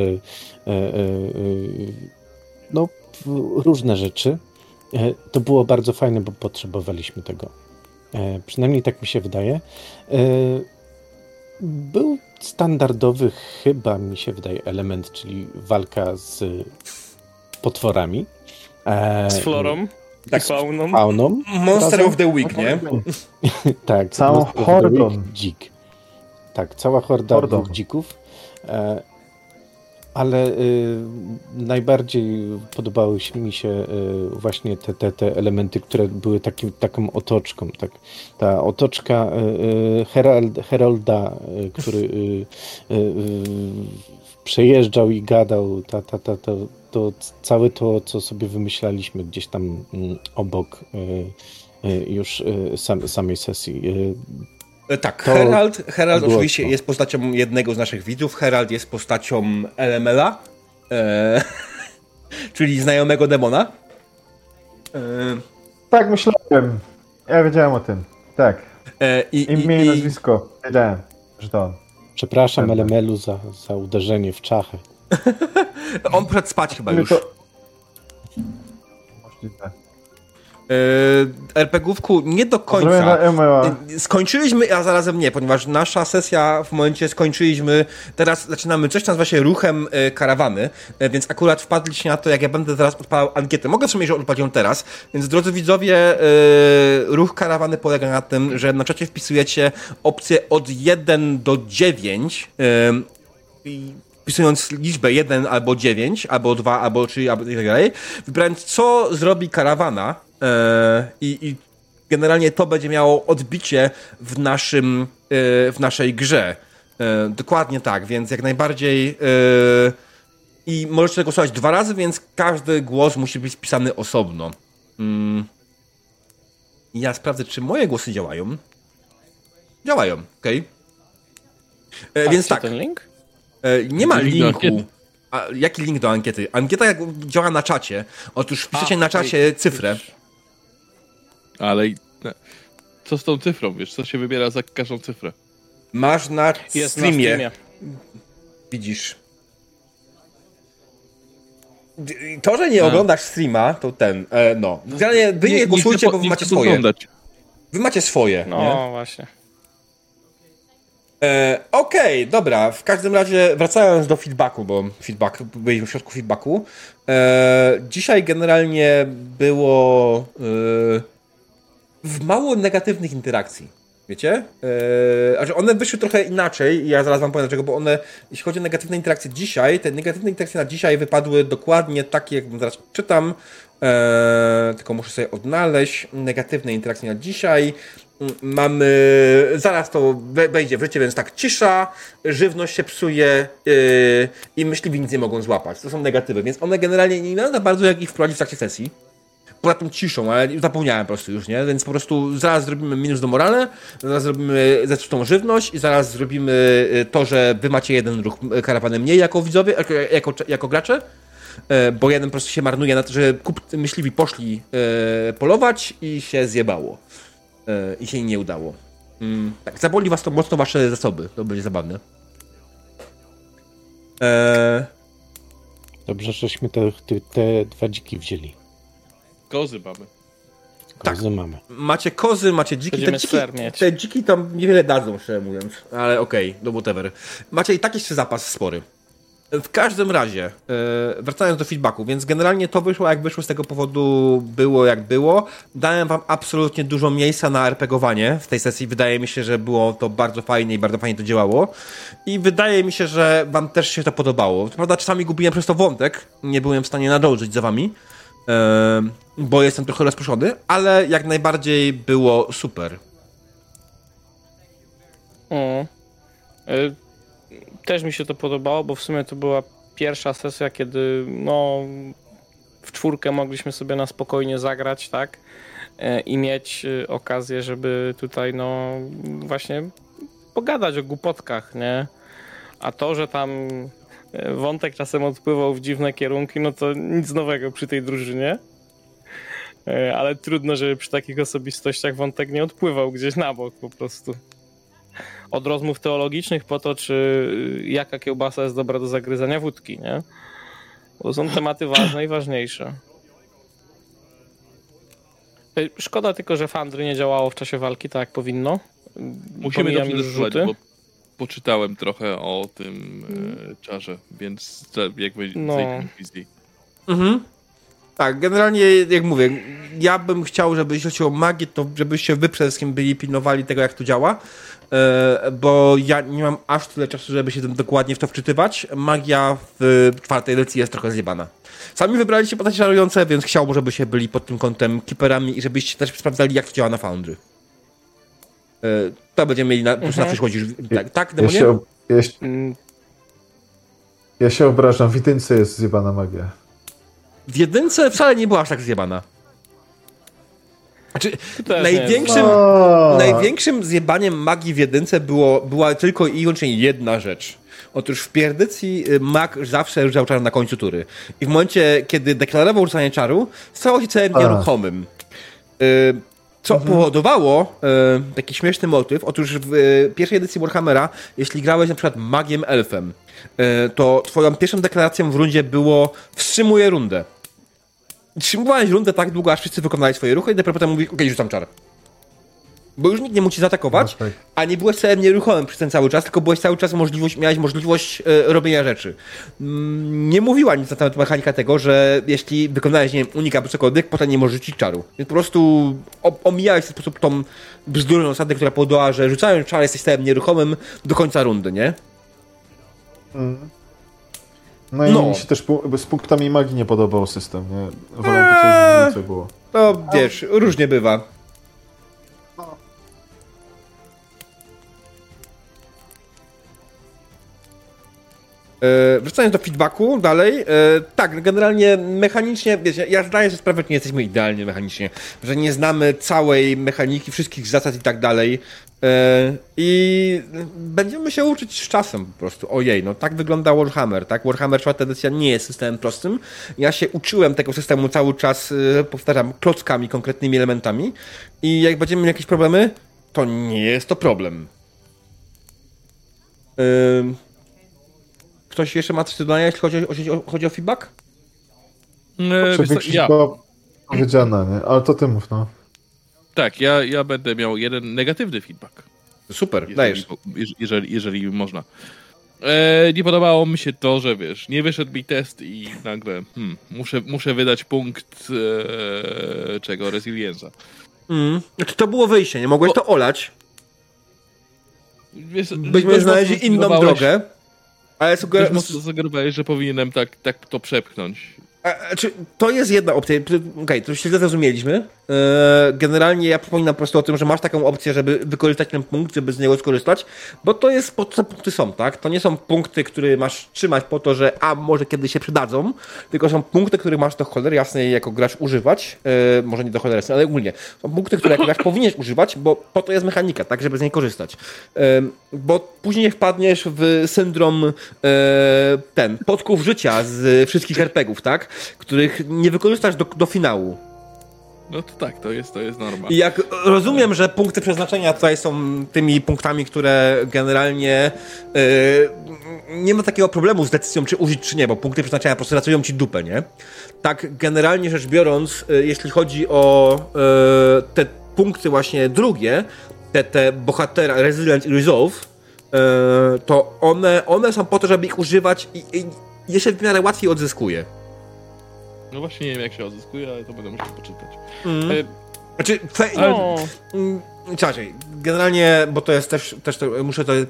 no, w różne rzeczy. To było bardzo fajne, bo potrzebowaliśmy tego. Przynajmniej tak mi się wydaje. Był standardowy, chyba mi się wydaje, element, czyli walka z potworami. Z florą. Tak, z fauną. fauną. Monster of the Week, nie? Tak. Całą Monster of the hordą. Week, dzik. Tak, cała horda Hordą. dwóch dzików. E, ale y, najbardziej podobały się mi się y, właśnie te, te, te elementy, które były takim, taką otoczką. Tak. Ta otoczka y, y, Herald, Herolda, y, który y, y, y, przejeżdżał i gadał, ta, ta, ta, ta, to całe to, co sobie wymyślaliśmy gdzieś tam y, obok y, y, już y, sam, samej sesji. Y, Tak, To Herald, Herald było oczywiście to. jest postacią jednego z naszych widzów. Herald jest postacią L M L-a, e, czyli znajomego demona. E, Tak, myślałem. Ja wiedziałem o tym. Tak. e, i, Imię i i, nazwisko. Wiedziałem, że to on. Przepraszam Dobra. L M L-u za, za uderzenie w czachę. On poszedł spać chyba My już. to- Możliwe. er pe gie ówku nie do Pozdrawiam końca. dla M L A. Skończyliśmy, a zarazem nie, ponieważ nasza sesja w momencie skończyliśmy, teraz zaczynamy coś, co nazywa się ruchem e, karawany, e, więc akurat wpadliście na to, jak ja będę teraz odpalał ankietę. Mogę w sumie, że odpalić ją teraz, więc drodzy widzowie, e, ruch karawany polega na tym, że na czacie wpisujecie opcję od jeden do dziewięć e, i wpisując liczbę jeden albo dziewięć, albo dwa, albo trzy, albo i tak dalej, wybierając co zrobi karawana e, i, i generalnie to będzie miało odbicie w naszym, e, w naszej grze. E, dokładnie tak, więc jak najbardziej e, i możecie tego słuchać dwa razy, więc każdy głos musi być spisany osobno. Mm. I ja sprawdzę, czy moje głosy działają. Działają, okej. Okay. Więc tak. Ten link? E, Nie ma Link do linku. ankiety. A jaki link do ankiety? Ankieta jak działa na czacie. Otóż wpiszecie A, na czacie cyfrę. Ale i- ne. co z tą cyfrą, wiesz? Co się wybiera za każdą cyfrę? Masz na Jest streamie. na streamie. Widzisz. D- To, że nie A. oglądasz streama, to ten, e, no. Generalnie wy nie, głosujcie, chcę po- bo wy macie chcę swoje. podglądać. Wy macie swoje, No nie? właśnie. E, Okej, okay, dobra. W każdym razie, wracając do feedbacku, bo feedback, byliśmy w środku feedbacku. E, dzisiaj generalnie było e, w mało negatywnych interakcji. Wiecie? E, znaczy one wyszły trochę inaczej i ja zaraz wam powiem dlaczego, bo one, jeśli chodzi o negatywne interakcje dzisiaj, te negatywne interakcje na dzisiaj wypadły dokładnie takie, jak zaraz czytam. E, tylko muszę sobie odnaleźć negatywne interakcje na dzisiaj. Mamy, zaraz to wejdzie w życie, więc tak, cisza, żywność się psuje yy, i myśliwi nic nie mogą złapać. To są negatywy, więc one generalnie nie mają za bardzo jak ich wprowadzić w trakcie sesji. Poza tą ciszą, ale zapomniałem po prostu już, nie? Więc po prostu zaraz zrobimy minus do morale, zaraz zrobimy zepsutą żywność i zaraz zrobimy to, że wy macie jeden ruch karawany mniej jako widzowie, jako, jako, jako gracze, bo jeden po prostu się marnuje na to, że kup, myśliwi poszli yy, polować i się zjebało. I się nie udało. Mm, tak, zaboli was to mocno wasze zasoby. To będzie zabawne. Eee... Dobrze, żeśmy te, te, te dwa dziki wzięli. Kozy mamy. Kozy tak. mamy. Macie kozy, macie dziki. Te dziki, te dziki tam niewiele dadzą, szczerze mówiąc. Ale okej, okay, no whatever. Macie i tak jeszcze zapas spory. W każdym razie, yy, wracając do feedbacku, więc generalnie to wyszło jak wyszło, z tego powodu było jak było. Dałem wam absolutnie dużo miejsca na RPGowanie w tej sesji. Wydaje mi się, że było to bardzo fajnie i bardzo fajnie to działało. I wydaje mi się, że wam też się to podobało. Co prawda czasami gubiłem przez to wątek, nie byłem w stanie nadążyć za wami, yy, bo jestem trochę rozproszony, ale jak najbardziej było super. Mm. Y Też mi się to podobało, bo w sumie to była pierwsza sesja, kiedy no, w czwórkę mogliśmy sobie na spokojnie zagrać, tak? I mieć okazję, żeby tutaj no właśnie pogadać o głupotkach, nie? A to, że tam wątek czasem odpływał w dziwne kierunki, no to nic nowego przy tej drużynie. Ale trudno, żeby przy takich osobistościach wątek nie odpływał gdzieś na bok po prostu. Od rozmów teologicznych po to, czy jaka kiełbasa jest dobra do zagryzania wódki, nie? Bo są tematy ważne i ważniejsze. Szkoda tylko, że Foundry nie działało w czasie walki tak jak powinno. Musimy to przetestować, bo poczytałem trochę o tym e, czarze, więc jakby no. zejdziemy w wizji. Mhm. Tak, generalnie jak mówię, ja bym chciał, żeby jeśli chodzi o magię, to żebyście wy przede wszystkim byli pilnowali tego, jak to działa, bo ja nie mam aż tyle czasu, żeby się dokładnie w to wczytywać. Magia w czwartej edycji jest trochę zjebana. Sami wybraliście postacie czarujące, więc chciałbym, żebyście byli pod tym kątem keeperami i żebyście też sprawdzali, jak to działa na Foundry. To będziemy mieli na, mhm. na przyszłość już. Tak, tak ja, się, ja, się, ja się obrażam, w jedynce jest zjebana magia. W jedynce wcale nie była aż tak zjebana. Znaczy, największym, największym zjebaniem magii w jedynce było, była tylko i wyłącznie jedna rzecz. Otóż w pierdycji mag zawsze rzucał czar na końcu tury. I w momencie, kiedy deklarował rzucanie czaru, stało się całym nieruchomym. Y, co mhm. powodowało y, taki śmieszny motyw. Otóż w y, pierwszej edycji Warhammera, jeśli grałeś na przykład magiem elfem, y, to twoją pierwszą deklaracją w rundzie było wstrzymuję rundę. Trzymywałeś rundę tak długo, aż wszyscy wykonali swoje ruchy i dopiero potem mówisz, okej, okay, rzucam czar. Bo już nikt nie mógł ci zaatakować, no tak. A nie byłeś całym nieruchomym przez ten cały czas, tylko byłeś cały czas możliwość, miałeś możliwość e, robienia rzeczy. Mm, nie mówiła nic na temat mechanika tego, że jeśli wykonałeś, nie wiem, unik albo cokolwiek, potem nie możesz rzucić czaru. Więc po prostu omijałeś w ten sposób tą bzdurną zasadę, która powodowała, że rzucając czar jesteś całym nieruchomym do końca rundy, nie? Mm. No i no. mi się też z punktami magii nie podobał system, nie? Wolałem to, co więcej było. To wiesz, różnie bywa. E, wracając do feedbacku dalej, e, tak, generalnie mechanicznie, wiecie, ja zdaję sobie sprawę, że nie jesteśmy idealnie mechanicznie, że nie znamy całej mechaniki, wszystkich zasad i tak dalej e, i będziemy się uczyć z czasem po prostu. Ojej, no tak wygląda Warhammer, tak? Warhammer czwarta edycja nie jest systemem prostym. Ja się uczyłem tego systemu cały czas, e, powtarzam, klockami, konkretnymi elementami i jak będziemy mieli jakieś problemy, to nie jest to problem. E, Ktoś jeszcze ma coś do dodania, jeśli chodzi o, chodzi o, chodzi o feedback? Większość ja. była powiedziana, nie? Ale to ty mów, no. Tak, ja, ja będę miał jeden negatywny feedback. Super, Jeżeli, dajesz. jeżeli, jeżeli można. E, nie podobało mi się to, że wiesz, nie wyszedł mi test i nagle hmm, muszę, muszę wydać punkt e, czego? Resilienza. Mm. Znaczy to było wyjście, nie mogłeś Bo- to olać. Wiesz, Byśmy dość znaleźli mocno inną sugerowałeś- drogę. Ale Dość suger... mocno sugerowałeś, że powinienem tak, tak to przepchnąć. A, a, czy to jest jedna opcja. Okej, okay, to już się zrozumieliśmy. Eee, generalnie ja przypominam po prostu o tym, że masz taką opcję, żeby wykorzystać ten punkt, żeby z niego skorzystać, bo to jest po co te punkty są, tak? To nie są punkty, które masz trzymać po to, że a może kiedy się przydadzą, tylko są punkty, które masz do cholery jasnej jako gracz używać. Eee, może nie do cholery jasnej, ale ogólnie. Są punkty, które jako gracz powinieneś używać, bo po to jest mechanika, tak, żeby z niej korzystać. Eee, bo później wpadniesz w syndrom eee, ten, podków życia z wszystkich er pe gie ów, tak? Których nie wykorzystasz do, do finału. No to tak, to jest, to jest norma. I jak rozumiem, że punkty przeznaczenia tutaj są tymi punktami, które generalnie yy, nie ma takiego problemu z decyzją, czy użyć, czy nie, bo punkty przeznaczenia po prostu ratują ci dupę, nie? Tak generalnie rzecz biorąc, yy, jeśli chodzi o yy, te punkty właśnie drugie, te, te bohatera, Resilient i Resolve, yy, to one, one są po to, żeby ich używać i, i je się w miarę łatwiej odzyskuje. No właśnie nie wiem jak się odzyskuje, ale to będę musiał poczytać. Mm. Y, Znaczy, fe... No, Mm, Czekaj, generalnie, bo to jest też, też to, muszę to... E,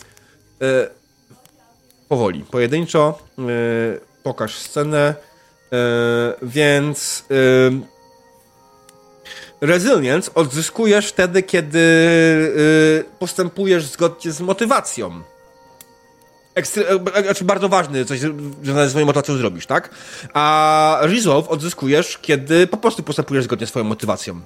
powoli, pojedynczo, e, pokaż scenę, e, więc e, Resilience odzyskujesz wtedy, kiedy e, postępujesz zgodnie z motywacją. Ekstra, znaczy bardzo ważny, coś związane z swoją motywacją zrobisz, tak? A Resolve odzyskujesz, kiedy po prostu postępujesz zgodnie z swoją motywacją.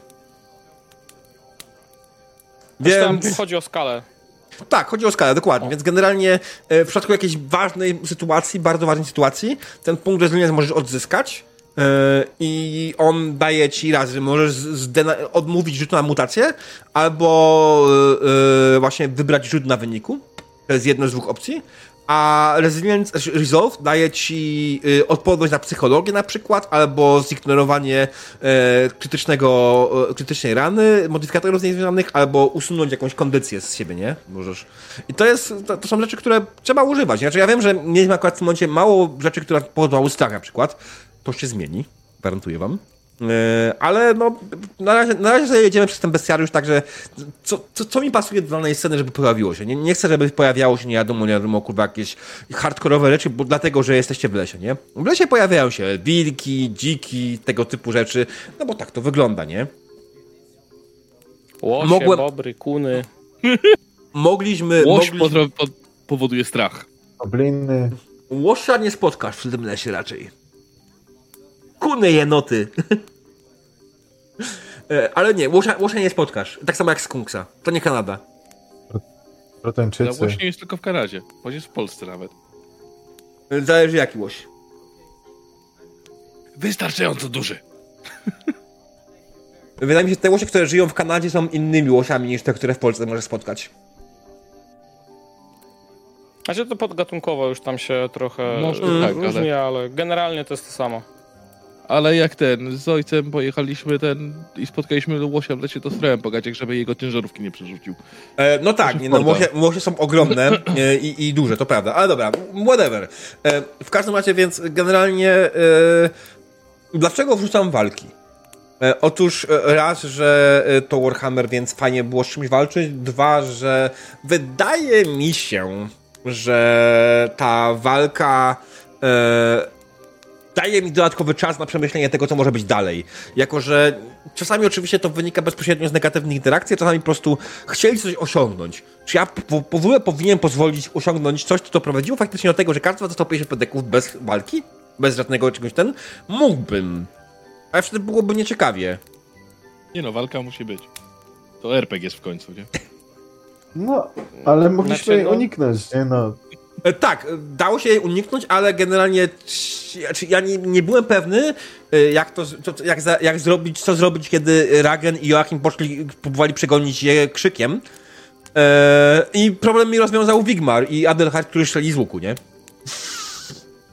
Więc... Więc... chodzi o skalę. Tak, chodzi o skalę, dokładnie. O. Więc generalnie w przypadku jakiejś ważnej sytuacji, bardzo ważnej sytuacji, ten punkt Resilience możesz odzyskać yy, i on daje ci raz, że możesz zdena- odmówić rzutu na mutację, albo yy, właśnie wybrać rzut na wyniku. To jest jedna z dwóch opcji. A Resilience, Resolve daje ci y, odporność na psychologię na przykład, albo zignorowanie y, krytycznego, y, krytycznej rany, modyfikatorów z niej związanych, albo usunąć jakąś kondycję z siebie, nie? Możesz. I to jest, to, to są rzeczy, które trzeba używać. Znaczy ja wiem, że mieliśmy akurat w tym momencie mało rzeczy, które powodowały strach na przykład. To się zmieni, gwarantuję wam. Yy, ale no, na razie, na razie sobie jedziemy przez ten bestiariusz, także co, co, co mi pasuje do danej sceny, żeby pojawiło się? Nie, nie chcę, żeby pojawiało się nie wiadomo, nie wiadomo, kurwa, jakieś hardkorowe rzeczy, bo dlatego, że jesteście w lesie, nie? W lesie pojawiają się wilki, dziki, tego typu rzeczy, no bo tak to wygląda, nie? Łosie, Mogłem- bobry, kuny. Mogliśmy... Łoś mogliśmy... po, po, powoduje strach. Gobliny. Łosia nie spotkasz w tym lesie raczej. Kuny, jenoty. E, Ale nie, łosia, łosia nie spotkasz. Tak samo jak skunksa. To nie Kanada. Ale Protańczycy. łoś nie jest tylko w Kanadzie. Łoś jest w Polsce nawet. E, Zależy jaki łoś. Wystarczająco duży. Wydaje mi się, że te łosie, które żyją w Kanadzie, są innymi łosiami niż te, które w Polsce możesz spotkać. Znaczy to podgatunkowo już tam się trochę Może mm, tak, różni, ale... ale generalnie to jest to samo. Ale jak ten, z ojcem pojechaliśmy ten i spotkaliśmy łosia w lecie, to strałem po gaciach, żeby jego ciężarówki nie przerzucił. E, no tak, nie, no, łosie, łosie są ogromne e, i, i duże, to prawda. Ale dobra, whatever. E, w każdym razie, więc generalnie e, dlaczego wrzucam walki? E, otóż e, raz, że e, to Warhammer, więc fajnie było z czymś walczyć. Dwa, że wydaje mi się, że ta walka e, daje mi dodatkowy czas na przemyślenie tego, co może być dalej. Jako, że czasami oczywiście to wynika bezpośrednio z negatywnych interakcji, a czasami po prostu chcieli coś osiągnąć. Czy ja po, po, w ogóle powinien pozwolić osiągnąć coś, co to prowadziło faktycznie do tego, że każdy dostał pięćdziesiąt pedeków bez walki? Bez żadnego czegoś ten? Mógłbym. Ale wtedy byłoby nieciekawie. Nie no, walka musi być. To er pe gie jest w końcu, nie? No, ale mogliśmy Znaczy, jej no- uniknąć, nie no. E, Tak, e, dało się jej uniknąć, ale generalnie c- znaczy, ja nie, nie byłem pewny, e, jak to, z- to jak, za, jak zrobić, co zrobić, kiedy Ragen i Joachim poszli, próbowali przegonić je krzykiem. E, I problem mi rozwiązał Wigmar i Adelhard, który strzeli z łuku, nie?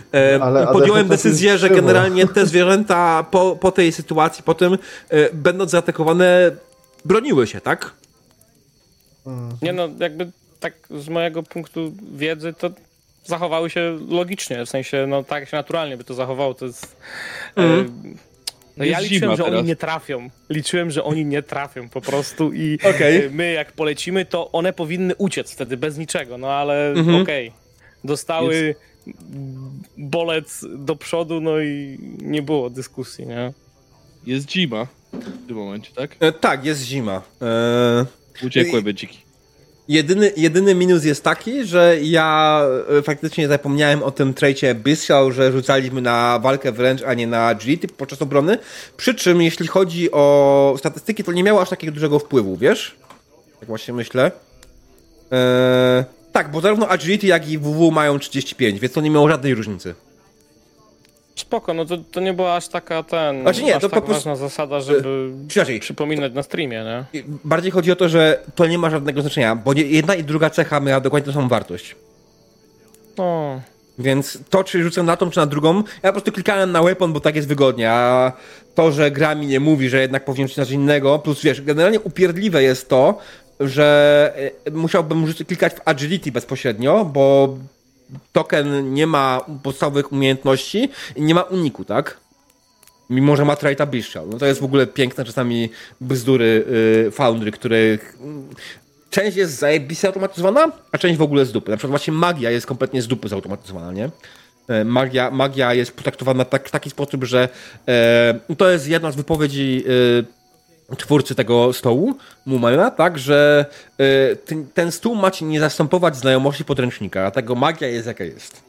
Ale- ale podjąłem to jest decyzję, że drzewo. generalnie te zwierzęta po, po tej sytuacji, po tym, e, będąc zaatakowane, broniły się, tak? Nie no, jakby tak z mojego punktu wiedzy to zachowały się logicznie, w sensie no tak się naturalnie by to zachowało, to jest... Mhm. E, no ja Jest liczyłem, zima że teraz. oni nie trafią. Liczyłem, że oni nie trafią po prostu i Okej. e, my jak polecimy, to one powinny uciec wtedy bez niczego, no ale Mhm. okej. Dostały bolec do przodu, no i nie było dyskusji, nie? Jest zima w tym momencie, tak? E, tak, jest zima. E, Uciekłe beciki. Jedyny, jedyny minus jest taki, że ja e, faktycznie zapomniałem o tym trejcie Bestial, że rzucaliśmy na walkę wręcz, a nie na agility podczas obrony. Przy czym, jeśli chodzi o statystyki, to nie miało aż takiego dużego wpływu, wiesz? Tak właśnie myślę. E, tak, bo zarówno agility, jak i W W mają trzydzieści pięć, więc to nie miało żadnej różnicy. Spoko, no to, to nie była aż taka ten, Znaczy nie, aż to tak po prostu- ważna zasada, żeby Czy inaczej, przypominać na streamie, nie? bardziej chodzi o to, że to nie ma żadnego znaczenia, bo nie, jedna i druga cecha miała dokładnie tą samą wartość. No, Więc to, czy rzucę na tą, czy na drugą, ja po prostu klikałem na weapon, bo tak jest wygodnie, a to, że gra mi nie mówi, że jednak powinien rzucić na coś innego, plus wiesz, generalnie upierdliwe jest to, że e, musiałbym rzuc- klikać w agility bezpośrednio, bo token nie ma podstawowych umiejętności i nie ma uniku, tak? Mimo, że ma Traita Bestial. No to jest w ogóle piękne czasami bzdury y, Foundry, których mm, część jest zajebiście automatyzowana, a część w ogóle z dupy. Na przykład właśnie magia jest kompletnie z dupy zautomatyzowana, nie? E, Magia, magia jest potraktowana tak, w taki sposób, że e, to jest jedna z wypowiedzi e, twórcy tego stołu, Mumena, tak, że e, ten, ten stół ma ci nie zastępować znajomości podręcznika, dlatego magia jest jaka jest.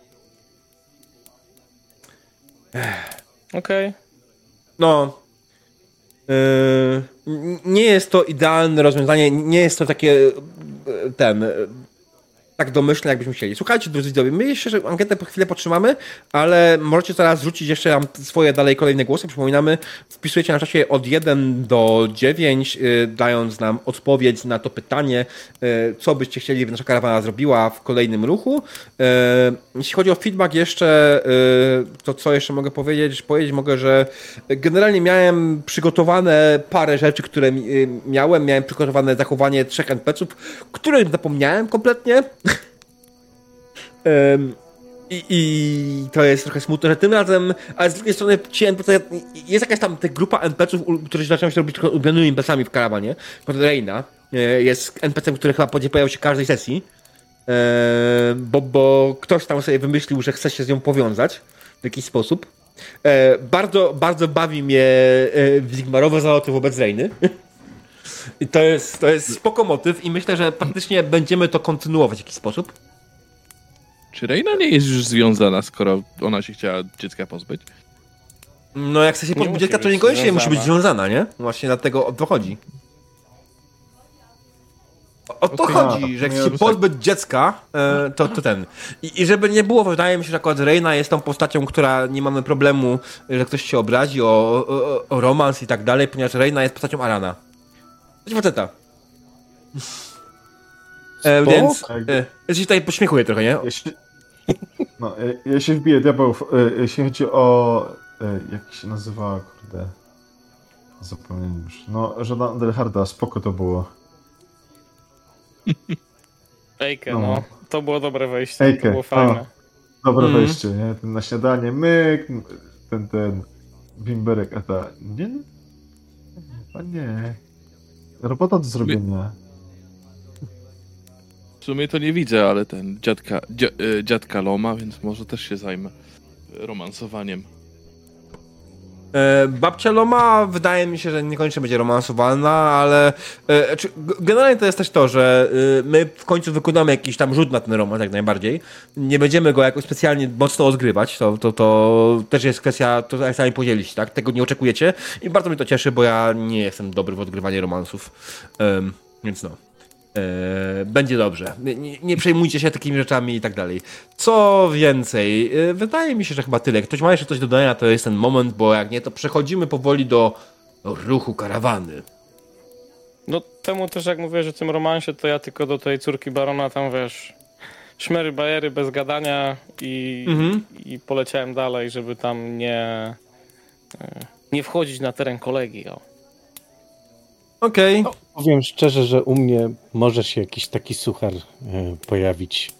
okej. No. Yy, nie jest to idealne rozwiązanie, nie jest to takie yy, ten yy, tak domyślne, jakbyśmy chcieli. Słuchajcie, drodzy widzowie, my jeszcze że ankietę po chwilę potrzymamy, ale możecie teraz rzucić jeszcze nam swoje dalej kolejne głosy. Przypominamy, wpisujecie na czasie od jeden do dziewięciu, yy, dając nam odpowiedź na to pytanie, yy, co byście chcieli, by nasza karawana zrobiła w kolejnym ruchu. Yy, jeśli chodzi o feedback jeszcze, yy, to co jeszcze mogę powiedzieć? Powiedzieć mogę, że generalnie miałem przygotowane parę rzeczy, które mi- yy, miałem. Miałem przygotowane zachowanie trzech en pe ce ów, których zapomniałem kompletnie. Ym, I, I to jest trochę smutne, że tym razem, ale z drugiej strony ci en pe ce, jest jakaś tam ta grupa en pe ce ów, u- którzy zaczynają się robić trochę ulubionymi en pe ce ami w karawanie. Reina e, jest en pe ce em, który chyba będzie pojawiał się w każdej sesji, e, bo, bo ktoś tam sobie wymyślił, że chce się z nią powiązać w jakiś sposób. E, bardzo, bardzo bawi mnie e, Wigmarowe zaloty wobec Reiny. I to jest, to jest spoko motyw i myślę, że praktycznie będziemy to kontynuować w jakiś sposób. Czy Reina nie jest już związana, skoro ona się chciała dziecka pozbyć? No jak chce się Nie pozbyć musi dziecka, to być niekoniecznie musi być związana. związana, nie? Właśnie dlatego o to chodzi. O, o to Okej. chodzi, że jak nie, się no pozbyć dziecka, e, to, to ten. I, I żeby nie było, wydaje mi się, że akurat Reina jest tą postacią, która nie mamy problemu, że ktoś się obrazi o, o, o romans i tak dalej, ponieważ Reina jest postacią Arana. Coś faceta. E, więc e, ja się tutaj pośmiechuję trochę, nie? Jeśli, no, e, ja się wbiję diabełów. E, Jeśli chodzi o... e, Jak się nazywa, kurde... Zapomniałem już. No, żona Adelharda, spoko to było. Ejkę, No. no. To było dobre wejście, Ejkę, to było fajne. Dobre Mhm. wejście, nie? Ten na śniadanie, myk, ten, ten... Bimberek, a ta... Nie? A nie. Robota do zrobienia. W sumie to nie widzę, ale ten dziadka, dzia, e, dziadka Loma, więc może też się zajmę romansowaniem. E, babcia Loma wydaje mi się, że niekoniecznie będzie romansowalna, ale e, czy, g- generalnie to jest też to, że e, my w końcu wykonamy jakiś tam rzut na ten romans jak najbardziej. Nie będziemy go jakoś specjalnie mocno odgrywać, to, to, to też jest kwestia, to jak sami podzielić, tak? Tego nie oczekujecie i bardzo mnie to cieszy, bo ja nie jestem dobry w odgrywanie romansów, Em, więc no. E, będzie dobrze. Nie, nie, nie przejmujcie się takimi rzeczami i tak dalej. Co więcej, e, wydaje mi się, że chyba tyle. Jak ktoś ma jeszcze coś do dodania, to jest ten moment, bo jak nie, to przechodzimy powoli do, do ruchu karawany. No temu też jak mówię, że w tym romansie, to ja tylko do tej córki barona tam, wiesz, szmery, bajery bez gadania i, Mhm. i poleciałem dalej, żeby tam nie, nie wchodzić na teren kolegi. O. Okej. No, powiem szczerze, że u mnie może się jakiś taki suchar e, pojawić.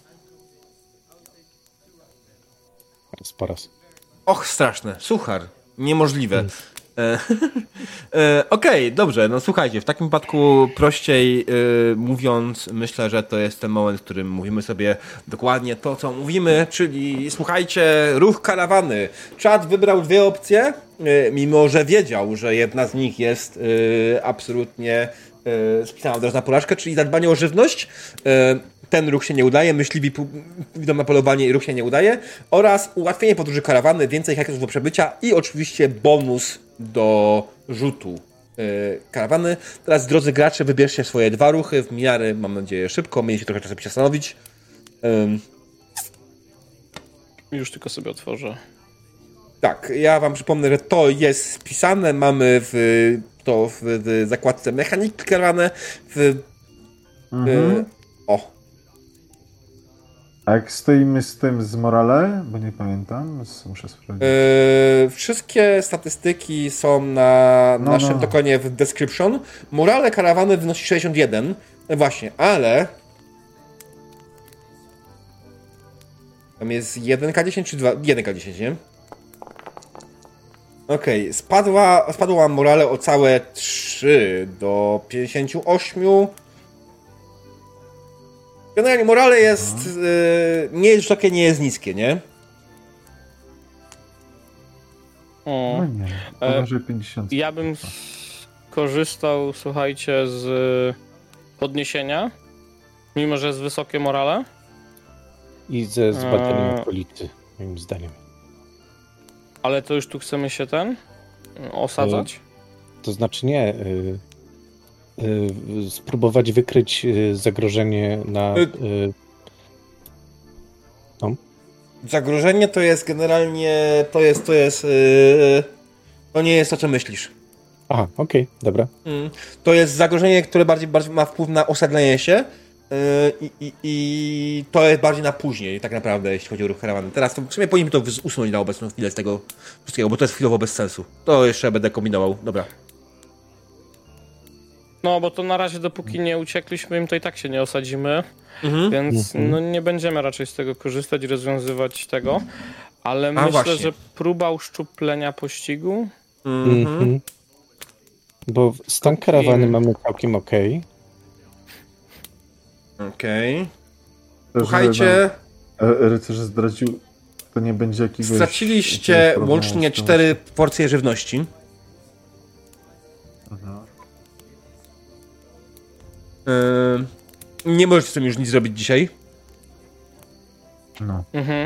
Raz po raz. Och, straszne. Suchar. Niemożliwe. E, e, Okej, dobrze. No słuchajcie, w takim wypadku prościej e, mówiąc, myślę, że to jest ten moment, w którym mówimy sobie dokładnie to, co mówimy, czyli słuchajcie, ruch karawany. Czad wybrał dwie opcje, e, mimo że wiedział, że jedna z nich jest e, absolutnie e, spisana od razu na porażkę, czyli zadbanie o żywność. E, ten ruch się nie udaje, myśliwi pu- idą na polowanie i ruch się nie udaje, oraz ułatwienie podróży karawany, więcej hektarów do przebycia i oczywiście bonus do rzutu yy, karawany. Teraz, drodzy gracze, wybierzcie swoje dwa ruchy w miarę, mam nadzieję, szybko, mieliście trochę czasu, by się zastanowić. Yy. Już tylko sobie otworzę. Tak, ja wam przypomnę, że to jest spisane, mamy w, to w, w zakładce mechaniki karawany, w... Mhm. Yy, o. A jak stoimy z tym z morale? Bo nie pamiętam, muszę sprawdzić. Yy, wszystkie statystyki są na No, naszym no. dokonie w description. Morale karawany wynosi sześćdziesiąt jeden. No właśnie, ale... Tam jest jeden K dziesięć czy dwa? jeden K dziesięć, nie? Okej, okay. Spadła, spadła morale o całe trzy do pięćdziesięciu ośmiu. Generalnie morale jest... Yy, nie jest wysokie, nie jest niskie, nie? O. No nie, powyżej pięćdziesiąt. Ja bym skorzystał, słuchajcie, z podniesienia, mimo że jest wysokie morale. I ze zbadania Eee. okolicy, moim zdaniem. Ale to już tu chcemy się ten osadzać? To znaczy nie. Y, y, spróbować wykryć y, zagrożenie na... Y- Y, Zagrożenie to jest generalnie... To jest... To jest... Yy, to nie jest to, co myślisz. aha, okej, okay, dobra. Mm. To jest zagrożenie, które bardziej, bardziej ma wpływ na osadlenie się yy, i, i, i to jest bardziej na później, tak naprawdę, jeśli chodzi o ruch karawany. Teraz to w sumie powinniśmy to usunąć na obecną chwilę z tego wszystkiego, bo to jest chwilowo bez sensu. To jeszcze będę kombinował. Dobra. No, bo to na razie, dopóki nie uciekliśmy im, to i tak się nie osadzimy, Mhm. więc Mhm. no, nie będziemy raczej z tego korzystać i rozwiązywać tego. Ale A, myślę, właśnie. że próba uszczuplenia pościgu. Mhm. Mhm. Bo stan karawany mamy całkiem okej. Okej. To, że Słuchajcie, nam, e, rycerz zdradził, to nie będzie jakiegoś... straciliście jakiegoś problemu łącznie z tym? cztery porcje żywności. Aha. Yy, nie możecie z tym już nic zrobić dzisiaj. No, Mhm.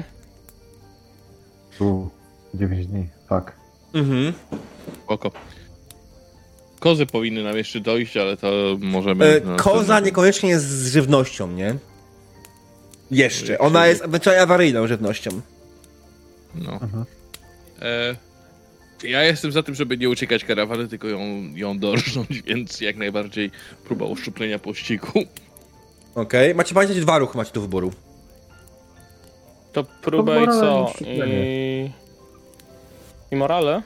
tu dziewięć dni, tak. Mhm. Oko. Kozy powinny nam jeszcze dojść, ale to możemy... E, no, koza to- niekoniecznie jest z żywnością, nie? Jeszcze. Ona jest ewentualnie awaryjną żywnością. No. Mhm. E, ja jestem za tym, żeby nie uciekać karawany, tylko ją, ją dorżnąć, więc jak najbardziej próba uszczuplenia pościgu. Okej. Okay. Macie pamiętać, dwa ruchy macie do wyboru. To próbę i morale co? i uszczuplenie. I... I morale?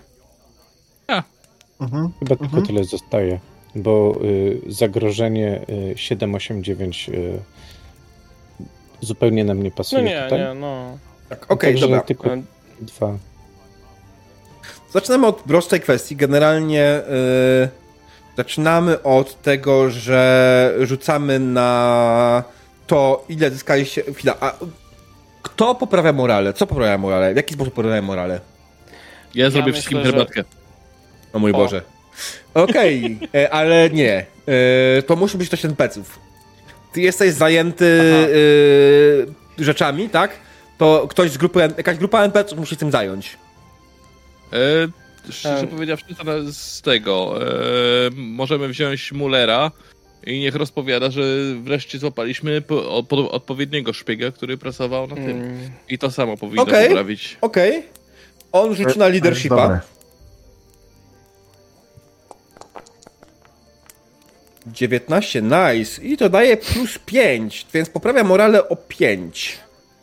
Mhm. Chyba tylko Mhm. tyle zostaje, bo y, zagrożenie y, siedem osiem dziewięć y, zupełnie nam nie No pasuje nie, tutaj. nie, no. Tak, okej, Także dobra. tylko E, dwa. Zaczynamy od prostej kwestii. Generalnie yy, zaczynamy od tego, że rzucamy na to, ile zyskaliście... Chwila, a kto poprawia morale? Co poprawia morale? W jaki sposób poprawia morale? Ja zrobię myślę, wszystkim że- herbatkę. O mój O. Boże. Okej, e, ale nie. E, to musi być ktoś N P C ów. Ty jesteś zajęty e, rzeczami, tak? To ktoś z grupy, jakaś grupa N P C ów musi się tym zająć. E, szczerze E. powiedziawszy, to na- z tego e, możemy wziąć Mullera i niech rozpowiada, że wreszcie złapaliśmy po, od, odpowiedniego szpiega, który pracował na tym. mm, I to samo powinno Okej. poprawić. Okej. On rzuci na leadershipa. Dobre. dziewiętnaście, nice. I to daje plus pięć, więc poprawia morale o pięć.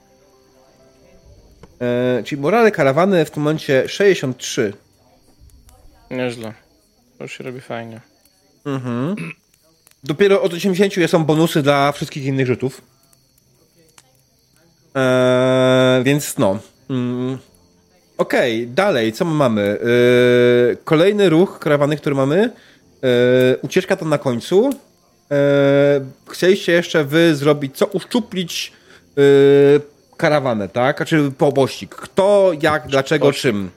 E, czyli morale karawany w tym momencie sześćdziesiąt trzy. Nieźle. To już się robi fajnie. Mhm. Dopiero od osiemdziesięciu są bonusy dla wszystkich innych rzutów. Eee, więc no. Mm. Okej, okay, dalej, co my mamy? Eee, kolejny ruch karawany, który mamy. Eee, ucieczka to na końcu. Eee, chcieliście jeszcze wy zrobić, co? Uszczuplić eee, karawanę, tak? Znaczy pościg. Kto, jak, dlaczego, czym?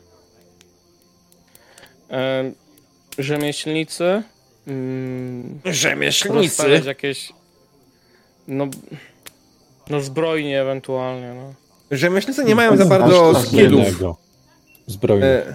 Eee, rzemieślnicy. Mm, Rzemieślnicy? rozstawiać jakieś... No... No zbrojnie ewentualnie, no. Rzemieślnicy nie mają za bardzo skillów. Zbrojnych. E...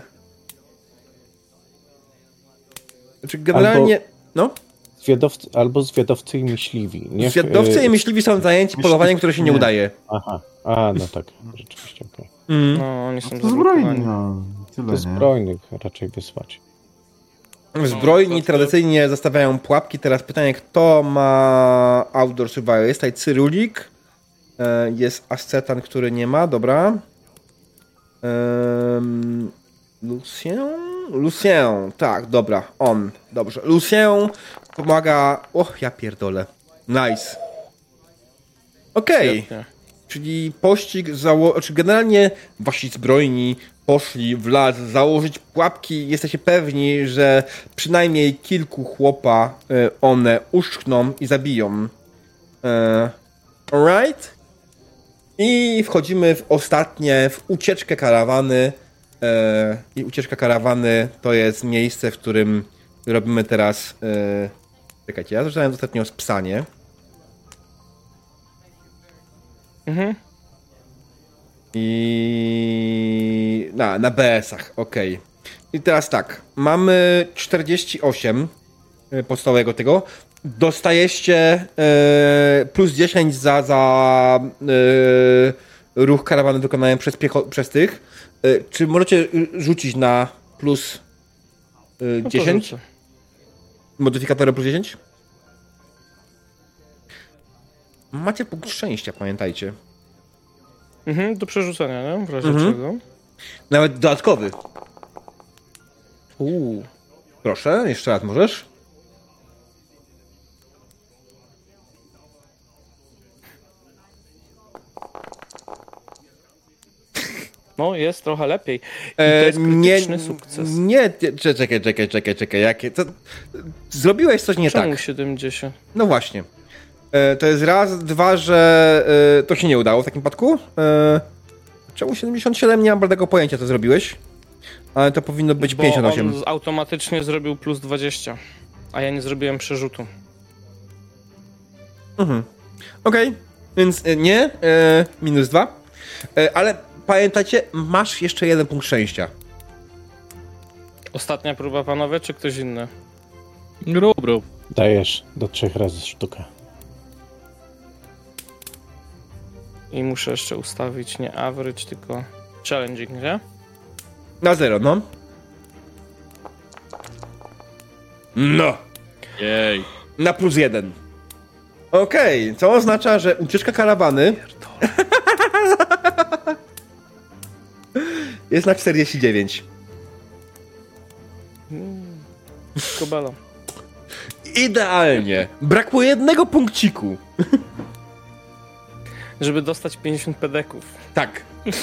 Znaczy generalnie... Albo... No? Zwiadowcy, albo zwiadowcy i myśliwi. Niech, zwiadowcy e... i myśliwi są zajęci polowaniem, które się nie, nie udaje. Aha, a no tak, rzeczywiście. Okay. Mm. No, oni są to zbrojni, no. Tyle, to zbrojnych raczej wysłać. Zbrojni no, tradycyjnie zastawiają pułapki. Teraz pytanie, kto ma Outdoor Survival? Jest tutaj Cyrulik, jest Ascetan, który nie ma, dobra. Um, Lucien? Lucien, tak, dobra, on, dobrze. Lucien pomaga... Och, ja pierdolę. Nice. Okej. Okay. Czyli pościg, zało... Czy generalnie wasi zbrojni poszli w las założyć pułapki. Jesteście pewni, że przynajmniej kilku chłopa y, one uszczkną i zabiją. Y, alright? I wchodzimy w ostatnie, w ucieczkę karawany. E, I ucieczka karawany to jest miejsce, w którym robimy teraz... E, czekajcie, ja zacząłem ostatnio spsanie. Mhm. I... Na, na B S-ach, okej. Okay. I teraz tak, mamy czterdzieści osiem podstawowego tego. Dostajecie e, plus dziesięć za, za e, ruch karawany wykonany przez, piecho- przez tych. E, czy możecie rzucić na plus e, dziesięć? No modyfikatorem plus dziesięć? Macie punkt szczęścia, pamiętajcie. Mhm, do przerzucenia, nie? W razie mhm. czego. Nawet dodatkowy. Uuu. Proszę, jeszcze raz możesz. No, jest trochę lepiej. I to e, jest krytyczny nie, sukces. Nie, czekaj, czekaj, czekaj, czekaj. Jakie, to, zrobiłeś coś nie Czemu tak. siedemdziesiąt? No właśnie. E, to jest raz, dwa, że e, to się nie udało w takim przypadku. E, czemu siedemdziesiąt siedem? Nie mam żadnego pojęcia, co zrobiłeś. Ale to powinno być Bo pięćdziesiąt osiem. on automatycznie zrobił plus dwadzieścia, a ja nie zrobiłem przerzutu. Mhm. Okej, okay. Więc e, nie, e, minus dwa. E, ale pamiętajcie, masz jeszcze jeden punkt szczęścia. Ostatnia próba, panowie, czy ktoś inny? Rób, rób. Dajesz do trzech razy sztukę. I muszę jeszcze ustawić nie average, tylko challenging, nie? Na zero, no. No. Jej. Na plus jeden. Okej, okay. Co oznacza, że ucieczka karawany jest na czterdzieści dziewięć. Mm. Kobala. Idealnie. Brakło jednego punkciku. Żeby dostać pięćdziesiąt pedeków. Tak.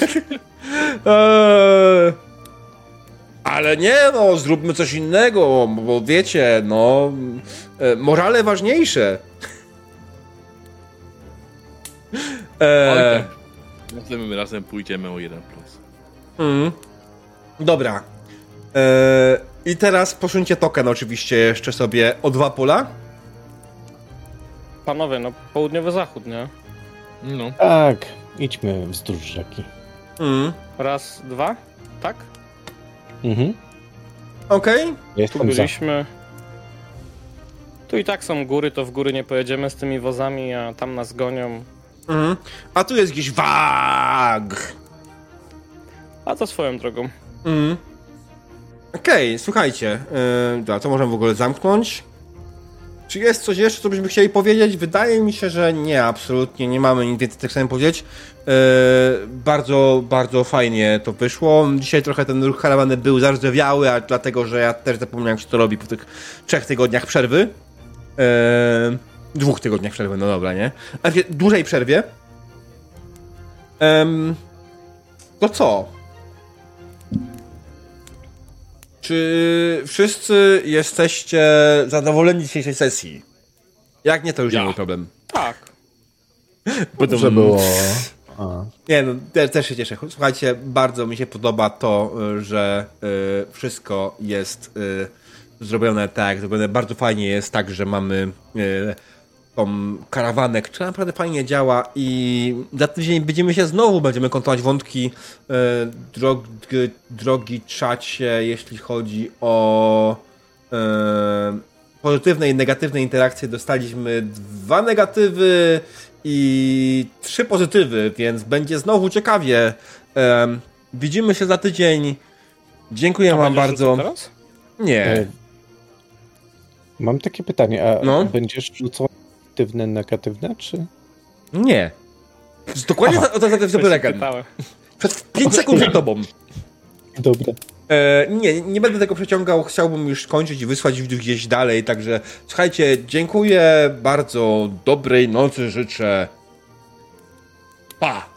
eee, ale nie, no, zróbmy coś innego, bo wiecie, no, e, morale ważniejsze. Eee. Następnym razem pójdziemy o jeden plus. Mm. Dobra. Eee, I teraz posuńcie token oczywiście jeszcze sobie o dwa pola. Panowie, no południowy zachód, nie? No. Tak, idźmy wzdłuż rzeki. Mm. Raz, dwa, tak? Mhm. Okej. Okay. Tu Jestem byliśmy. Tu i tak są góry, to w góry nie pojedziemy z tymi wozami, a tam nas gonią. Mhm. A tu jest jakiś wag. A to swoją drogą. Mhm. Okej, okay, słuchajcie. Yy, dobra, co możemy w ogóle zamknąć? Czy jest coś jeszcze, co byśmy chcieli powiedzieć? Wydaje mi się, że nie, absolutnie nie mamy nic więcej tak samo powiedzieć. Yy, bardzo, bardzo fajnie to wyszło. Dzisiaj trochę ten ruch karawany był zardzewiały, a dlatego, że ja też zapomniałem, jak się to robi po tych trzech tygodniach przerwy. Yy, dwóch tygodniach przerwy, no dobra, nie? A w dłużej przerwie. Yy, to co? Czy wszyscy jesteście zadowoleni z dzisiejszej sesji? Jak nie, to już Ja. nie mój problem. Tak. Dobrze było. A. Nie no, te, też się cieszę. Słuchajcie, bardzo mi się podoba to, że y, wszystko jest y, zrobione tak, zrobione bardzo fajnie jest tak, że mamy y, tą karawanę, która naprawdę fajnie działa i za tydzień będziemy się znowu, będziemy kontynuować wątki y, drogi, drogi czacie, jeśli chodzi o y, pozytywne i negatywne interakcje. Dostaliśmy dwa negatywy i trzy pozytywy, więc będzie znowu ciekawie. Um, widzimy się za tydzień. Dziękuję A wam będziesz bardzo. rzucał teraz? Nie. E, Mam takie pytanie, a No. będziesz rzucał negatywne, negatywne, czy? Nie. Dokładnie za, za, za, za, za Właśnie pytałem. Przed pięć sekund przed tobą. Dobra. E, nie, nie będę tego przeciągał. Chciałbym już kończyć i wysłać gdzieś dalej. Także słuchajcie, dziękuję bardzo. Dobrej nocy życzę. Pa!